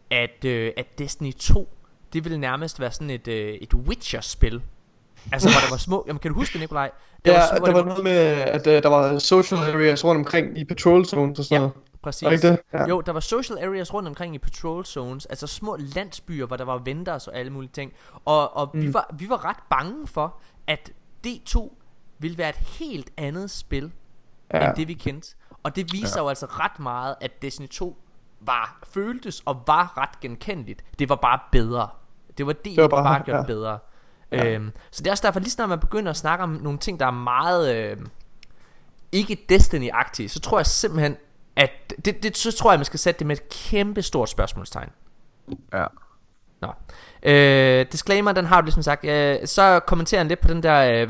at Destiny 2 det ville nærmest være sådan et Witcher-spil. Altså hvor der var små. Jamen kan du huske det, Nikolaj? Der var noget med at der var social areas rundt omkring i patrol zones og sådan noget. Præcis. Ja. Jo, der var social areas rundt omkring i patrol zones, altså små landsbyer, hvor der var vendors og alle mulige ting. Og vi var ret bange for, at D2 ville være et helt andet spil, end det vi kendte. Og det viser jo altså ret meget, at Destiny 2 føltes og var ret genkendeligt. Det var bare bedre. Det var bare gjort bedre. Så det er også derfor, lige snart man begynder at snakke om nogle ting, der er meget ikke Destiny-agtige, så tror jeg simpelthen at så tror jeg man skal sætte det med et kæmpe stort spørgsmålstegn. Ja. Nå. Disclaimer, den har du ligesom sagt. Så kommenterer han lidt på den der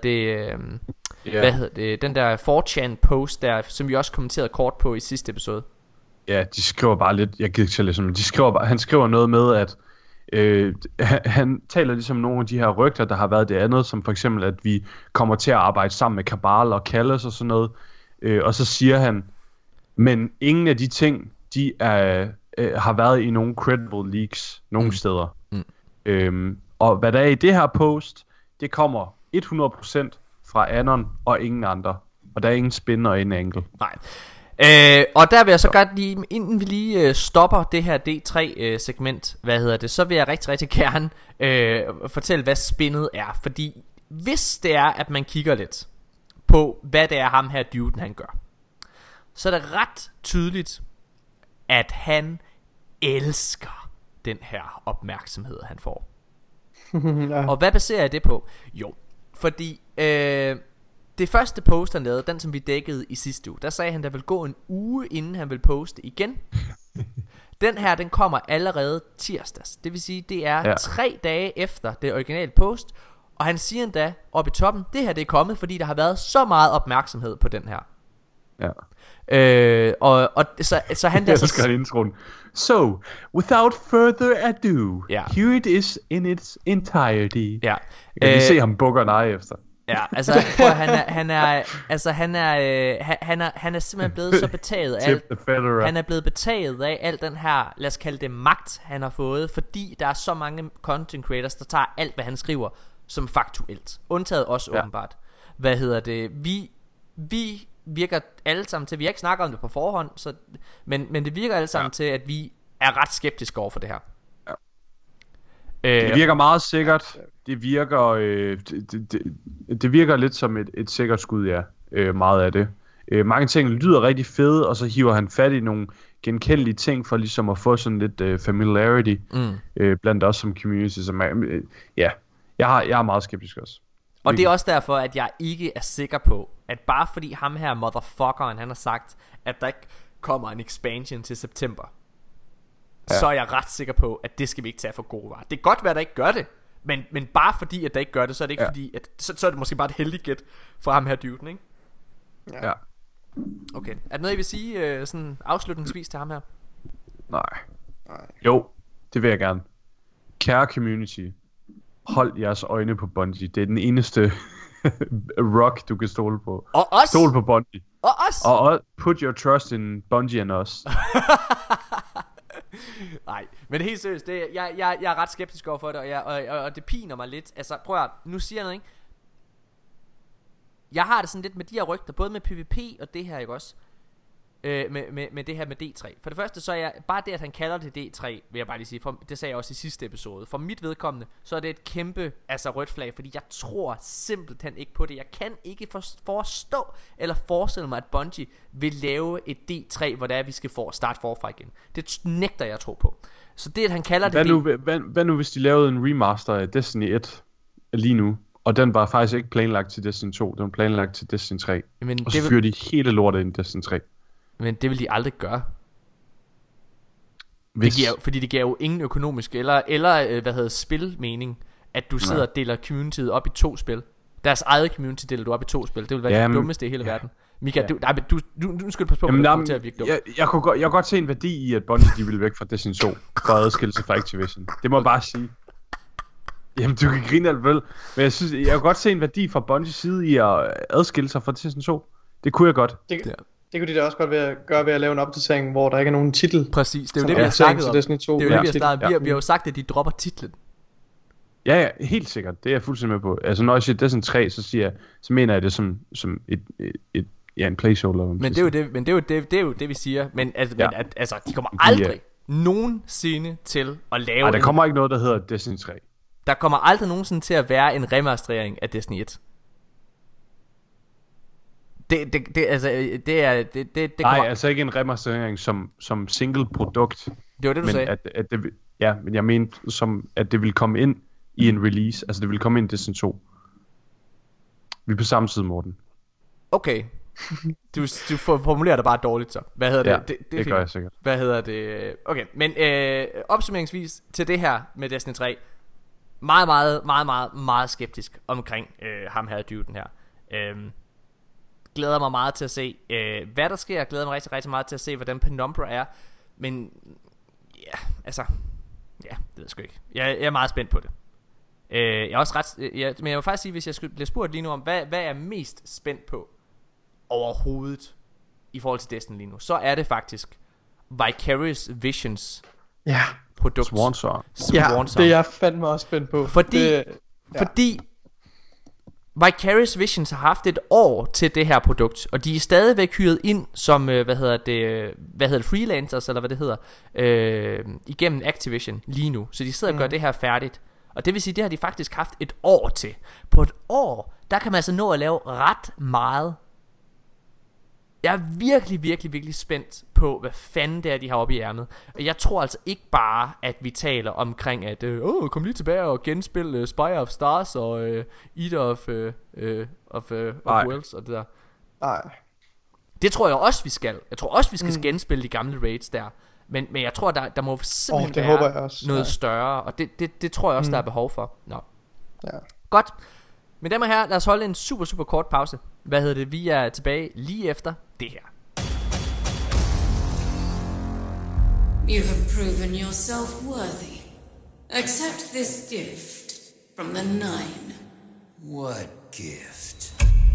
den der 4chan post der, som vi også kommenterede kort på i sidste episode. Ja, de skriver bare lidt. Jeg gider ikke til ligesom. Han skriver noget med at han taler ligesom nogle af de her rygter, der har været det andet, som for eksempel at vi kommer til at arbejde sammen med Cabal og Calus og sådan noget. Og så siger han, men ingen af de ting, de har været i nogle credible leaks nogen steder. Og hvad der er i det her post, det kommer 100% fra Anon og ingen andre. Og der er ingen spin og ingen angle. Nej. Og der vil jeg så godt lige, inden vi lige stopper det her D3 segment, så vil jeg rigtig, rigtig gerne fortælle, hvad spinnet er. Fordi hvis det er, at man kigger lidt på, hvad det er ham her duden han gør, så er det ret tydeligt, at han elsker den her opmærksomhed, han får. Ja. Og hvad baserer jeg det på? Jo, fordi det første post han lavede, den som vi dækkede i sidste uge, der sagde han, der vil gå en uge inden han vil poste igen. Den her, den kommer allerede tirsdags. Det vil sige, det er 3 dage efter det originale post. Og han siger endda oppe i toppen, det her det er kommet, fordi der har været så meget opmærksomhed på den her. Ja. Så han der så skal han introen. So, without further ado, here it is in its entirety. Ja. Jeg kan lige se ham bukker en eye efter. Ja, altså prøv, han er simpelthen blevet så betaget af han er blevet betaget af al den her, lad os kalde det magt, han har fået, fordi der er så mange content creators, der tager alt hvad han skriver som faktuelt. Undtaget os åbenbart. Vi virker alle sammen til, vi har ikke snakket om det på forhånd, så, men det virker alle sammen til, at vi er ret skeptiske over for det her. Det virker meget sikkert. Det virker det virker lidt som et sikkert skud, meget af det. Mange ting lyder rigtig fede, og så hiver han fat i nogle genkendelige ting for ligesom at få sådan lidt familiarity blandt os som community. Som jeg er meget skeptisk også. Og det er også derfor, at jeg ikke er sikker på, at bare fordi ham her motherfuckeren, han har sagt, at der ikke kommer en expansion til september, så er jeg ret sikker på, at det skal vi ikke tage for gode varer. Det kan godt være, at der ikke gør det, men bare fordi, at der ikke gør det, så er det ikke fordi, at så er det måske bare et heldigt gæt fra ham her duden, ikke? Ja. Okay, er der noget, I vil sige sådan afslutningsvis til ham her? Nej. Jo, det vil jeg gerne. Kære community, hold jeres øjne på Bungie. Det er den eneste rock, du kan stole på. Og os. Stol på Bungie. Og os. Og put your trust in Bungie and us. Nej, men helt seriøst, jeg er ret skeptisk over for det, og det piner mig lidt. Altså, prøv at, nu siger jeg noget, ikke? Jeg har det sådan lidt med de her rygter, både med PvP og det her, ikke også? Med det her med D3. For det første, så er jeg bare det, at han kalder det D3, vil jeg bare lige sige, det sagde jeg også i sidste episode. For mit vedkommende, så er det et kæmpe rødt flag, fordi jeg tror simpelthen ikke på det. Jeg kan ikke forstå eller forestille mig, at Bungie vil lave et D3, hvor det er, vi skal starte forfra igen. Det nægter jeg at tro på. Så det, at han kalder det hvad nu hvis de lavede en remaster af Destiny 1 lige nu, og den var faktisk ikke planlagt til Destiny 2, den var planlagt til Destiny 3. Og så fyrer de hele lortet ind i Destiny 3. Men det vil de aldrig gøre. Fordi det giver jo ingen økonomisk eller spilmening, at du sidder og deler communityet op i 2 spil. Deres eget community deler du op i 2 spil. Det vil være det dummeste i hele verden. Mika, du skal passe på, at du kommer til at virke dum. Jeg kunne godt se en værdi i, at Bungie de ville væk fra Destiny 2 for at adskille sig fra Activision. Det må jeg bare sige. Jamen, du kan grine alt vel. Men jeg synes, jeg kan godt se en værdi fra Bungies side i at adskille sig fra Destiny 2. Det kunne jeg godt. Det kunne de da også godt gøre ved at lave en opdatering, hvor der ikke er nogen titel. Præcis, det er jo det, vi har snakket om. Det er jo det, vi har startet. Vi har jo sagt, at de dropper titlen. Ja, helt sikkert. Det er jeg fuldstændig med på. Altså, når jeg siger Destiny 3, så mener jeg det som en placeholder. Men det er jo det, vi siger. Men altså, de kommer aldrig nogensinde til at lave. Der kommer ikke noget, der hedder Destiny 3. Der kommer aldrig nogensinde til at være en remasterering af Destiny 1. Nej, altså ikke en remasterering som single produkt. Det var det, du sagde. Men jeg mente som at det vil komme ind i en release. Altså det vil komme ind i Destiny 2. Vi er på samme side, Morten. Okay. Du formulerer det bare dårligt så. Hvad hedder det? Det gør jeg sikkert. Hvad hedder det? Okay, men opsummeringsvis til det her med Destiny 3. Meget, meget, meget, meget, meget skeptisk omkring ham her duden her. Glæder mig meget til at se hvad der sker. Glæder mig rigtig, rigtig meget til at se hvordan Penumbra er. Men det ved jeg sgu ikke. Jeg er meget spændt på det. Jeg er også men jeg vil faktisk sige, hvis jeg skulle blive spurgt lige nu om hvad er jeg mest spændt på overhovedet i forhold til Destiny lige nu, så er det faktisk Vicarious Visions produkt. Swan Song. Ja, det er jeg fandme også spændt på. Fordi Vicarious Visions har haft et år til det her produkt, og de er stadigvæk hyret ind som freelancers, eller hvad det hedder, igennem Activision lige nu. Så de sidder og gør det her færdigt. Og det vil sige, det har de faktisk haft et år til. På et år, der kan man altså nå at lave ret meget. Jeg er virkelig, virkelig, virkelig spændt på, hvad fanden det er, de har oppe i ærmet. Og jeg tror altså ikke bare, at vi taler omkring, at kom lige tilbage og genspil Spire of Stars og Eater of Worlds og det der. Nej. Det tror jeg også, vi skal. Jeg tror også, vi skal genspille de gamle raids der. Men jeg tror, der må simpelthen være noget større. Og det tror jeg også, der er behov for. Nå. Ja. Godt. Men damer og herrer, lad os holde en super, super kort pause. Vi er tilbage lige efter det her. You have proven yourself worthy. Accept this gift from the Nine. What gift?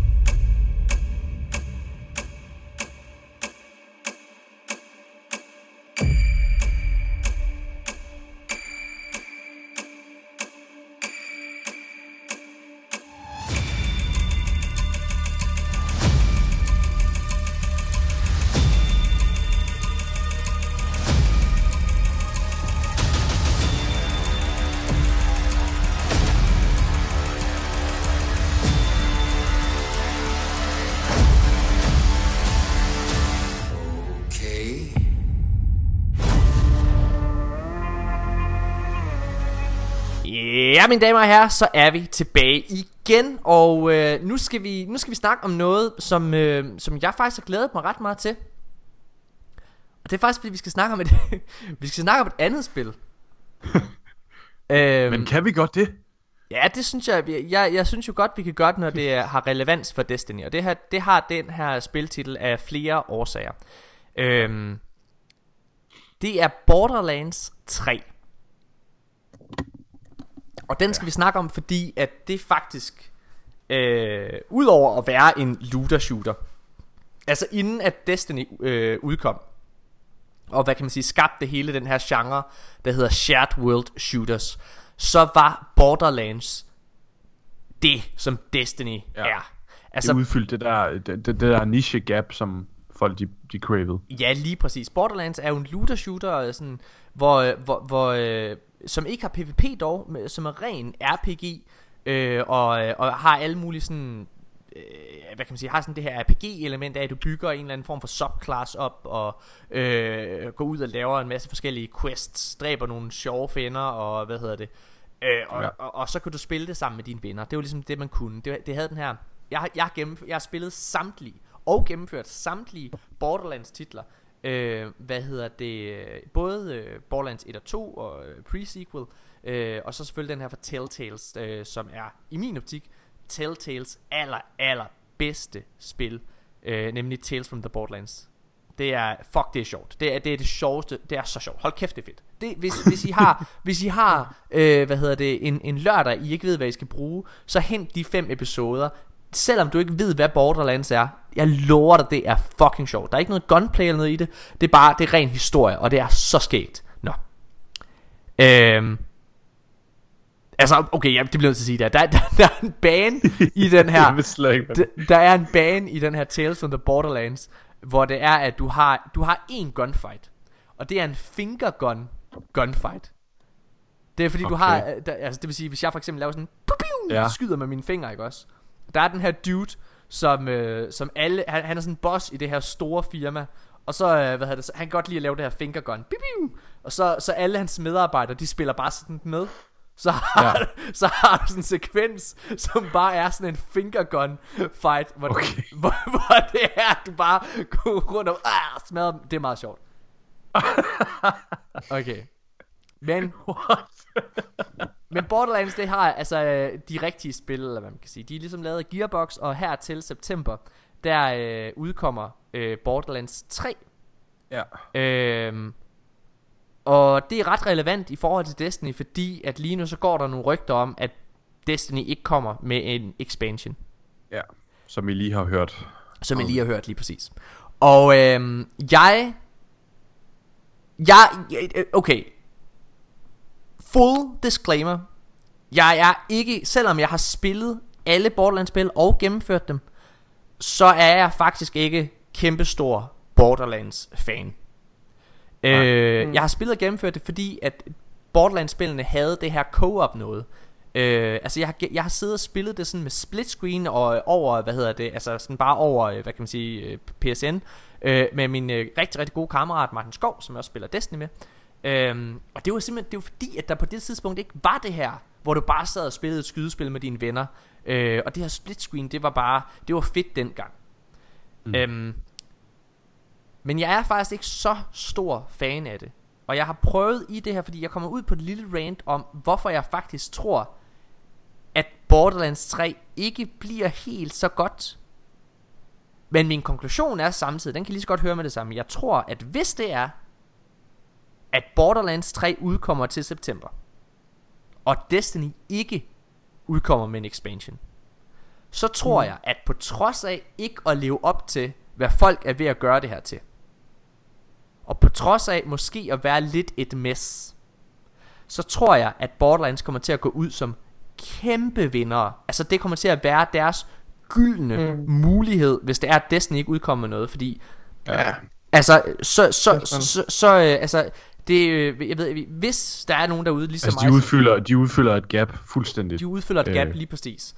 Ja, mine damer og herrer, så er vi tilbage igen. Og nu skal vi snakke om noget, som jeg faktisk har glædet mig ret meget til. Og det er faktisk fordi vi skal snakke om et andet spil. Men kan vi godt det? Ja, det synes jeg synes jo godt vi kan gøre det, når det har relevans for Destiny. Og det har den her spiltitel af flere årsager. Det er Borderlands 3. Og den skal vi snakke om, fordi at det faktisk udover at være en looter shooter, altså inden at Destiny udkom, og hvad kan man sige, skabte hele den her genre, der hedder shared world shooters, så var Borderlands det, som Destiny er. Altså, det udfyldte det der niche gap, som folk de cravede. Ja, lige præcis. Borderlands er jo en looter shooter, sådan, hvor som ikke har PvP dog, som er ren RPG, og har alle mulige sådan, hvad kan man sige, har sådan det her RPG-element af, at du bygger en eller anden form for subclass op, og går ud og laver en masse forskellige quests, dræber nogle sjove fjender, og og så kan du spille det sammen med dine venner. Det var ligesom det, man kunne. Det havde den her. Jeg har spillet samtlige og gennemført samtlige Borderlands titler. Både Borderlands 1 og 2 og pre-sequel, og så selvfølgelig den her fra Telltales, som er i min optik Telltales aller bedste spil, nemlig Tales from the Borderlands. Det er det er sjovt. Det er det sjoveste. Det er så sjovt. Hold kæft, det er fedt. Hvis I har en lørdag I ikke ved hvad I skal bruge, så hent de 5 episoder. Selvom du ikke ved hvad Borderlands er, jeg lover dig, det er fucking sjovt. Der er ikke noget gunplay eller noget i det. Det er ren historie, og det er så skægt. Nå. Altså, okay, det bliver jeg nødt til at sige der. Der er en bane i den her. Der er en bane i den her Tales from the Borderlands, hvor det er at du har en gunfight, og det er en finger gunfight. Det er fordi du har altså det vil sige, hvis jeg for eksempel laver sådan skyder med mine fingre, ikke også? Der er den her dude, som alle han er sådan en boss i det her store firma, og så så han kan godt lide at lave det her finger gun. Og så alle hans medarbejdere, de spiller bare sådan med. Så har du sådan en sekvens, som bare er sådan en finger gun fight, hvor det er, du bare går rundt og smadrer dem. Det er meget sjovt. Okay. Men Borderlands, det har altså de rigtige spil, eller hvad man kan sige. De er ligesom lavet af Gearbox, og her til september, der udkommer Borderlands 3. Ja. Og det er ret relevant i forhold til Destiny, fordi at lige nu så går der nogle rygter om, at Destiny ikke kommer med en expansion. Ja, som I lige har hørt. som jeg lige har hørt lige præcis. Og okay, full disclaimer, jeg er ikke, selvom jeg har spillet alle Borderlands-spil og gennemført dem, så er jeg faktisk ikke kæmpestor Borderlands-fan. Jeg har spillet og gennemført det, fordi at Borderlands-spillene havde det her co-op noget. Altså jeg har siddet og spillet det sådan med split screen og over, altså sådan bare over, hvad kan man sige, PSN, med min rigtig, rigtig gode kammerat Martin Skov, som jeg også spiller Destiny med. Og det var simpelthen, det var fordi, at der på det tidspunkt ikke var det her, hvor du bare sad og spillede et skydespil med dine venner. Og det her split screen, det var fedt dengang. Men jeg er faktisk ikke så stor fan af det. Og jeg har prøvet i det her, fordi jeg kommer ud på et lille rant om, hvorfor jeg faktisk tror, at Borderlands 3 ikke bliver helt så godt. Men min konklusion er samtidig, den kan lige så godt høre med det samme. Jeg tror, at hvis det er, at Borderlands 3 udkommer til september, og Destiny ikke udkommer med en expansion, så tror jeg, at på trods af ikke at leve op til, hvad folk er ved at gøre det her til, og på trods af måske at være lidt et mess, så tror jeg, at Borderlands kommer til at gå ud som kæmpe vindere. Altså det kommer til at være deres gyldne mulighed, hvis det er, at Destiny ikke udkommer med noget. Fordi altså altså det, jeg ved, hvis der er nogen derude ligesom altså, de udfylder et gap fuldstændigt. De udfylder et gap lige præcis.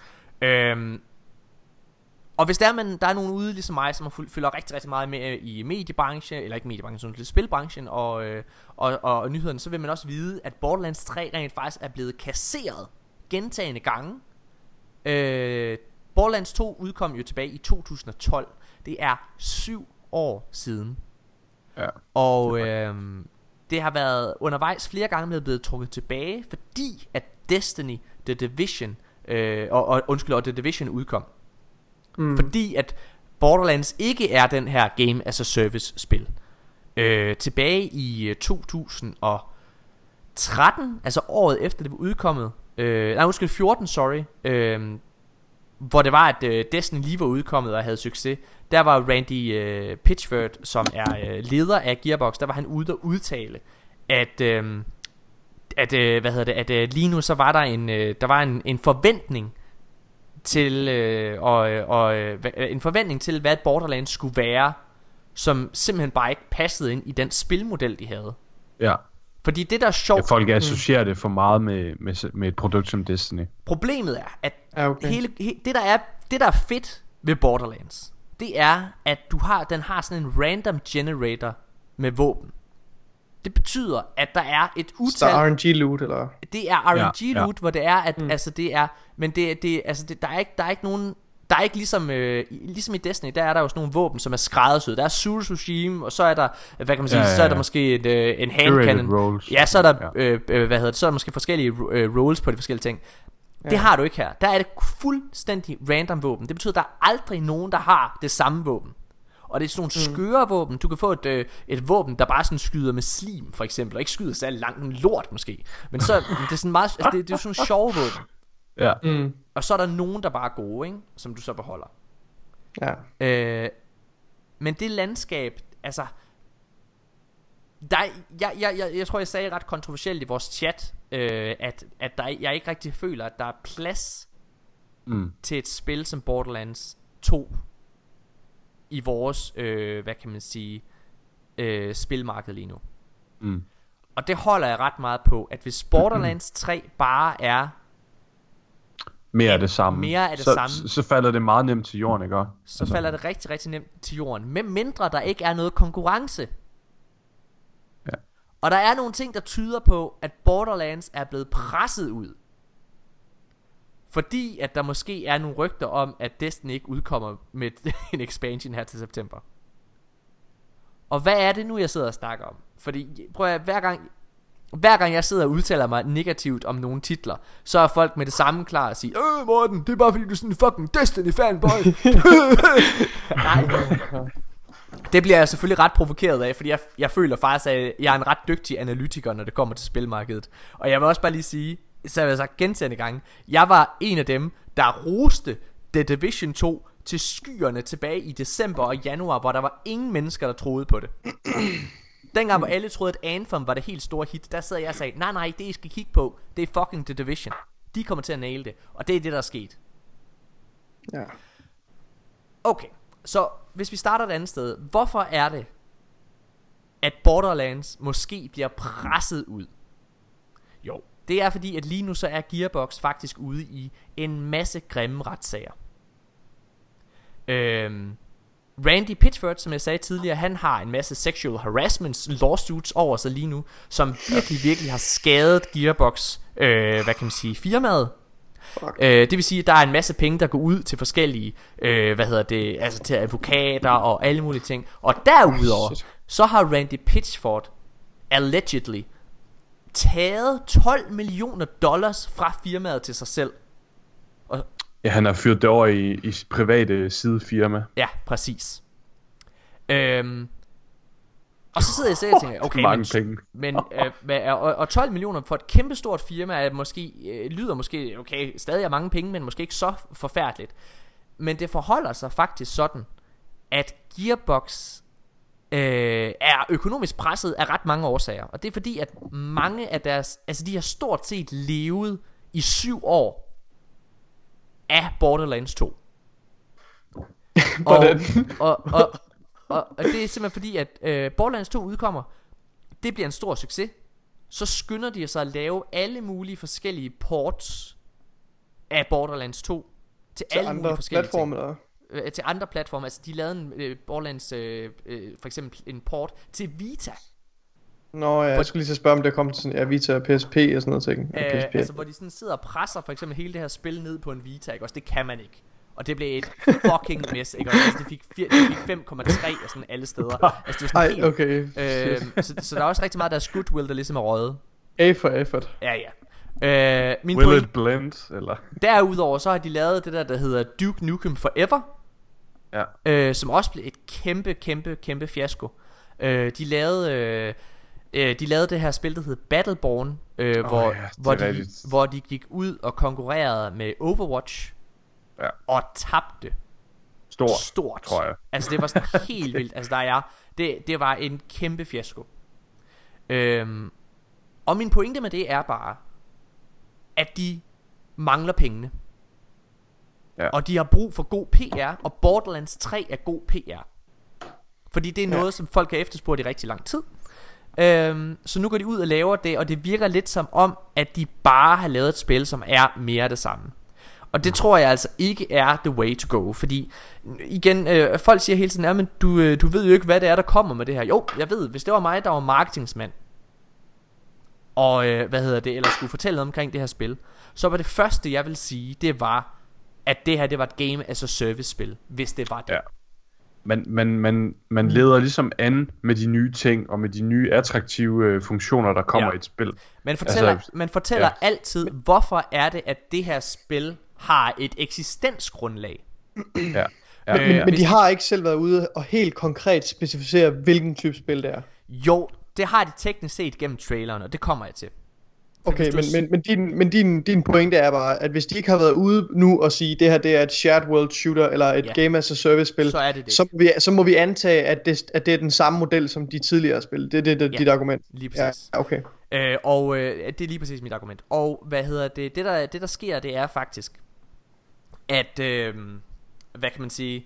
Og hvis der er nogen ude ligesom mig, som følger rigtig, rigtig meget med i mediebranchen, eller ikke mediebranchen, men spilbranchen og nyhederne, så vil man også vide, at Borderlands 3 rent faktisk er blevet kasseret gentagne gange. Borderlands 2 udkom jo tilbage i 2012. Det er 7 år siden. Ja. Og det har været undervejs flere gange blevet trukket tilbage, fordi at Destiny, The Division og The Division udkom. Fordi at Borderlands ikke er den her Game as a Service spil. Tilbage i 2013, altså året efter det var udkommet, 14, sorry, hvor det var at Destiny lige var udkommet og havde succes. Der var Randy Pitchford, som er leder af Gearbox, der var han ude og udtale, at lige nu så var der en forventning til en forventning til hvad Borderlands skulle være, som simpelthen bare ikke passede ind i den spilmodel de havde. Ja. Fordi det der er sjovt, folk associerer det for meget med et produkt som Destiny. Problemet er at det der er fedt ved Borderlands, det er at den har sådan en random generator med våben. Det betyder at der er et utal. Så RNG loot eller? Det er RNG loot, hvor det er at altså det er, men der er ikke nogen. Der er ikke ligesom i Destiny, der er der jo sådan nogle våben, som er skræddersyet. Der er Zulu Regime, og så er der, hvad kan man sige, så er der måske en handcannon. Ja, så er der, så er der måske forskellige rolls på de forskellige ting. Det har du ikke her. Der er det fuldstændig random våben. Det betyder, at der er aldrig nogen, der har det samme våben. Og det er sådan nogle skøre våben. Du kan få et våben, der bare sådan skyder med slim, for eksempel, og ikke skyder særlig langt, en lort måske. Men så det er sådan meget, altså, det er sådan nogle sjove våben. Ja. Og så er der nogen, der bare er gode, ikke? Som du så beholder. Ja. Men det landskab, altså jeg tror jeg sagde ret kontroversielt i vores chat, at jeg ikke rigtig føler at der er plads til et spil som Borderlands 2 i vores hvad kan man sige spilmarked lige nu. Og det holder jeg ret meget på, at hvis Borderlands 3 bare er mere af det samme, så falder det meget nemt til jorden, ikke? Så falder det rigtig, rigtig nemt til jorden, med mindre der ikke er noget konkurrence. Ja. Og der er nogle ting, der tyder på, at Borderlands er blevet presset ud, fordi at der måske er nogle rygter om, at Destiny ikke udkommer med en expansion her til september. Og hvad er det nu, jeg sidder og snakker om? Fordi prøv at hver gang jeg sidder og udtaler mig negativt om nogle titler, så er folk med det samme klar at sige, Morten, det er bare fordi du er sådan en fucking Destiny fanboy. Nej. Det bliver jeg selvfølgelig ret provokeret af, fordi jeg føler faktisk, at jeg er en ret dygtig analytiker, når det kommer til spilmarkedet. Og jeg vil også bare lige sige, så jeg har sagt gentagne gange, jeg var en af dem, der roste The Division 2 til skyerne tilbage i december og januar, hvor der var ingen mennesker, der troede på det. Dengang hvor alle troede, at Anthem var det helt store hit, der sad jeg og sagde, nej, det I skal kigge på, det er fucking The Division. De kommer til at naile det, og det er det, der er sket. Ja. Okay, så hvis vi starter et andet sted, hvorfor er det, at Borderlands måske bliver presset ud? Jo, det er fordi, at lige nu så er Gearbox faktisk ude i en masse grimme retssager. Randy Pitchford, som jeg sagde tidligere, han har en masse sexual harassment lawsuits over sig lige nu, som virkelig har skadet Gearbox, hvad kan man sige, firmaet. Det vil sige, at der er en masse penge, der går ud til forskellige, altså til advokater og alle mulige ting. Og derudover, så har Randy Pitchford allegedly taget $12 millioner fra firmaet til sig selv. Og ja, han har fyret det over i sit private sidefirma. ja, præcis. Og så sidder jeg og tænker, okay, mange penge. Men og 12 millioner for et kæmpestort firma er måske, lyder måske, okay, stadig er mange penge, men måske ikke så forfærdeligt. Men det forholder sig faktisk sådan, at Gearbox er økonomisk presset af ret mange årsager. Og det er fordi, at mange af deres, altså de har stort set levet i 7 år af Borderlands 2. og det er simpelthen fordi, at Borderlands 2 udkommer, det bliver en stor succes. Så skynder de sig at lave alle mulige forskellige ports af Borderlands 2 til alle mulige forskellige platforme, til andre platforme. Altså de lavede en Borderlands for eksempel en port til Vita. Nå ja, jeg skulle lige så spørge om det kom til sådan, Vita og PSP og sådan noget ting. Altså hvor de sådan sidder og presser for eksempel hele det her spil ned på en Vita, ikke? Også det kan man ikke. Og det blev et fucking mess, ikke? Altså det fik 5,3 og sådan alle steder. Altså det var sådan helt, okay. Så der er også rigtig meget af deres goodwill, der ligesom er røget. A for effort. Ja. Will it blend, eller? Derudover så har de lavet det der hedder Duke Nukem Forever. Ja. Som også blev et kæmpe fiasko. De lavede det her spil, der hedder Battleborn, hvor de gik ud og konkurrerede med Overwatch. Ja. Og tabte stort, tror jeg. Altså det var sådan helt vildt. Altså det var en kæmpe fiasko. Og min pointe med det er bare, at de mangler pengene. Ja. Og de har brug for god PR. Og Borderlands 3 er god PR. Fordi det er noget, som folk har efterspurgt i rigtig lang tid. Så nu går de ud og laver det. Og det virker lidt som om, at de bare har lavet et spil, som er mere det samme. Og det tror jeg altså ikke er the way to go. Fordi igen, folk siger hele tiden, ja, men du ved jo ikke, hvad det er, der kommer med det her. Jo, jeg ved, hvis det var mig, der var marketingsmand, og eller skulle fortælle noget omkring det her spil, så var det første, jeg vil sige, det var, at det her, det var et game as a service spil, hvis det var det. Ja. Man leder ligesom an med de nye ting og med de nye attraktive funktioner, der kommer i et spil. Man fortæller altid, hvorfor er det, at det her spil har et eksistensgrundlag. Men de har ikke selv været ude og helt konkret specificere, hvilken type spil det er. Jo, det har de teknisk set gennem traileren, og det kommer jeg til. Okay, men din pointe er bare, at hvis de ikke har været ude nu og sige, det her det er et shared world shooter eller et game as a service spil, så må vi antage, at det er den samme model som de tidligere spil. Det er dit argument. Lige præcis. Ja, okay. Det er lige præcis mit argument. Og det der sker, det er faktisk, at hvad kan man sige,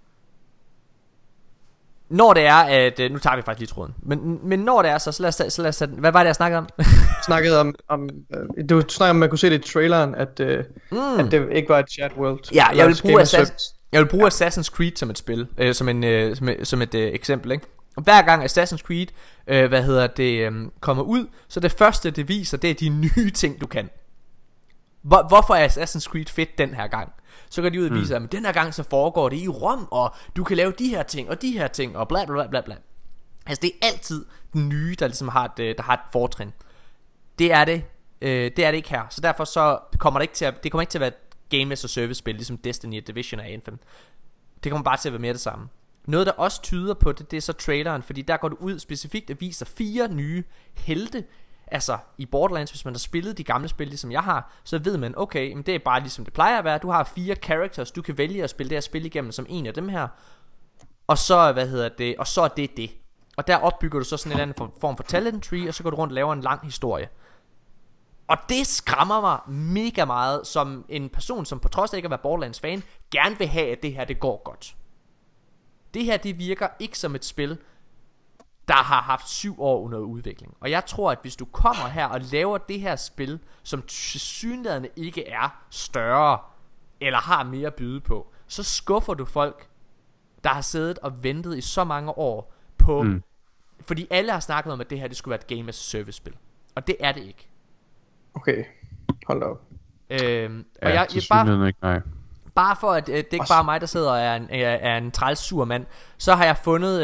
når det er, at nu tager vi faktisk lige tråden, men når det er, så lad os hvad var det jeg snakkede om? Snakkede om du snakkede om, man kunne se det i traileren, at det ikke var et shared world. Ja, jeg vil bruge Assassin's Creed som et spil, som et eksempel, ikke? Og hver gang Assassin's Creed kommer ud, så det første det viser, det er de nye ting du kan. Hvorfor er Assassin's Creed fedt den her gang? Så går de ud og viser, at den her gang så foregår det i Rom, og du kan lave de her ting og de her ting og bla bla bla bla. Altså det er altid den nye, der ligesom har et fortrin. Det er det ikke her. Så derfor så kommer det ikke til at være et game as a service spil, ligesom Destiny, Division og Anthem. Det kommer bare til at være mere det samme. Noget der også tyder på det er så traileren, fordi der går du ud specifikt og viser 4 nye helte Altså i Borderlands, hvis man har spillet de gamle spil, ligesom jeg har, så ved man, okay, men det er bare ligesom det plejer at være. Du har 4 characters, du kan vælge at spille det her spil igennem som en af dem her. Og så, og så er det. Og der opbygger du så sådan en eller anden form for talent tree, og så går du rundt og laver en lang historie. Og det skræmmer mig mega meget, som en person, som på trods af ikke at være Borderlands fan, gerne vil have, at det her, det går godt. Det her, det virker ikke som et spil, der har haft 7 år under udvikling. Og jeg tror, at hvis du kommer her og laver det her spil, som tilsyneladende ikke er større, eller har mere at byde på, så skuffer du folk, der har siddet og ventet i så mange år på... Fordi alle har snakket om, at det her, det skulle være et game as a service spil. Og det er det ikke. Okay, hold da op. Og jeg bare... ikke, nej. Bare for at det er ikke bare mig, der sidder og er en træls sur mand, så har jeg fundet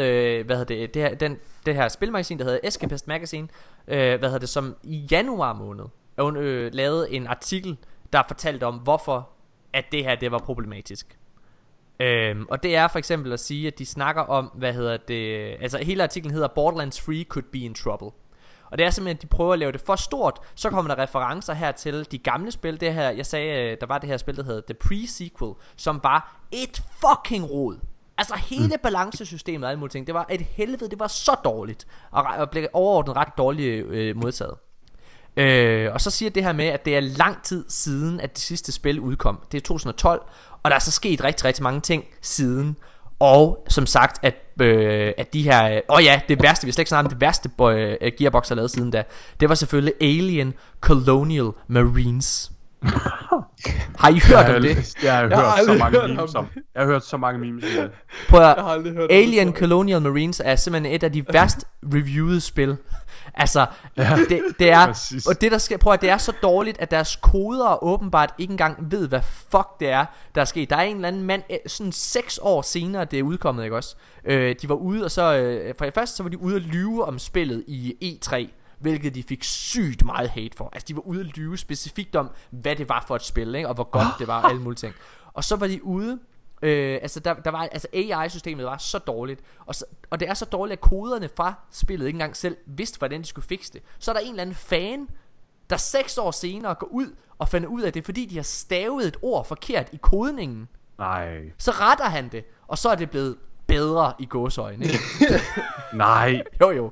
det her spilmagasin, der hedder Escapist Magazine, som i januar måned lavede en artikel, der fortalte om hvorfor at det her det var problematisk. Og det er for eksempel at sige, at de snakker om altså hele artiklen hedder Borderlands 3 could be in trouble. Og det er simpelthen, at de prøver at lave det for stort. Så kommer der referencer her til de gamle spil. Det her, jeg sagde, der var det her spil, der hedder The Pre-Sequel, som var et fucking rod. Altså hele balancesystemet og alle mulige ting, det var et helvede, det var så dårligt. Og blev overordnet ret dårligt modtaget. Og så siger det her med, at det er lang tid siden, at det sidste spil udkom. Det er 2012, og der er så sket rigtig, rigtig mange ting siden. Og som sagt, at de her... det værste, vi slet ikke snakker om, det værste Gearbox har lavet siden da, det var selvfølgelig Alien Colonial Marines. Har I hørt om det? Jeg har hørt så mange memes om det. Prøv at Alien Colonial Marines er simpelthen et af de værst reviewede spil. Altså det er og det der sker, prøv at det er så dårligt, at deres kodere åbenbart ikke engang ved hvad fuck det er der er sket. Der er en eller anden mand sådan 6 år senere det er udkommet, ikke også? De var ude og så for det første så var de ude at lyve om spillet i E3, hvilket de fik sygt meget hate for. Altså de var ude at lyve specifikt om hvad det var for et spil, ikke? Og hvor godt det var og alle mulige ting. Og så var de ude der var, altså AI-systemet var så dårligt, og det er så dårligt, at koderne fra spillet ikke engang selv vidste, hvordan de skulle fikse det. Så er der en eller anden fan, der 6 år senere går ud og finder ud af det, fordi de har stavet et ord forkert i kodningen. Nej. Så retter han det, og så er det blevet bedre i gåseøjne. Nej. Jo.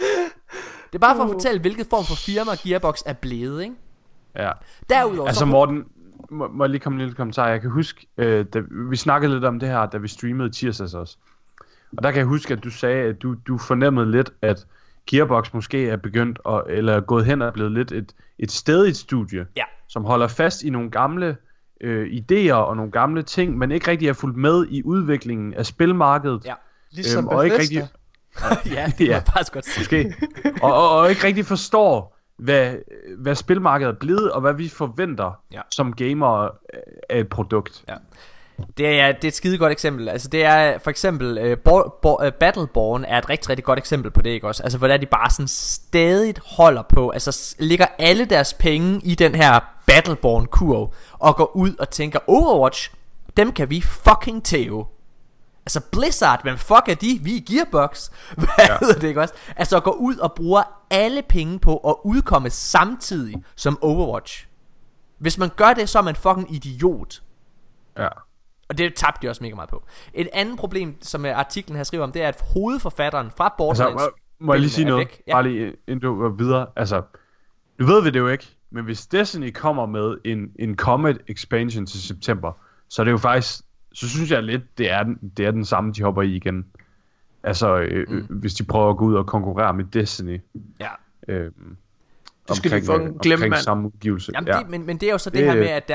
Det er bare for at fortælle, hvilket form for firma Gearbox er blevet, ikke? Ja. Derudover, altså Morten, må jeg lige komme med en lille kommentar. Jeg kan huske, da vi snakkede lidt om det her, da vi streamede tirsdags også. Og der kan jeg huske, at du sagde, at du fornemmede lidt, at Gearbox måske er begyndt, eller er gået hen og er blevet lidt et stedigt studie, som holder fast i nogle gamle idéer og nogle gamle ting, men ikke rigtig er fulgt med i udviklingen af spilmarkedet. Ja. Ligesom og ikke rigtig, ja, det var faktisk godt måske. og ikke rigtig forstår, hvad spilmarkedet er blevet, og hvad vi forventer som gamere af et produkt. Ja. Det er et skide godt eksempel. Altså det er for eksempel Battleborn er et rigtig, rigtig godt eksempel på det, ikke også? Altså hvordan de bare sådan stadigt holder på, altså ligger alle deres penge i den her Battleborn-kurv og går ud og tænker, Overwatch, dem kan vi fucking tæve. Altså Blizzard, hvem fuck er de? Vi er Gearbox. Hvad hedder det, ikke også? Altså går ud og bruger alle penge på at udkomme samtidig som Overwatch. Hvis man gør det, så er man fucking idiot. Ja. Og det tabte de også mega meget på. Et andet problem, som artiklen her skriver om, det er, at hovedforfatteren fra Borderlands... Altså, må jeg lige sige noget? Ja. Bare lige inden du går videre. Altså, nu ved vi det jo ikke, men hvis Destiny kommer med en Comet expansion til september, så er det jo faktisk... Så synes jeg lidt, det er den samme, de hopper i igen. Altså, hvis de prøver at gå ud og konkurrere med Destiny. Ja. Det skal de fucking glemme, mand. Samme udgivelse. Jamen, men det er jo så det her med, at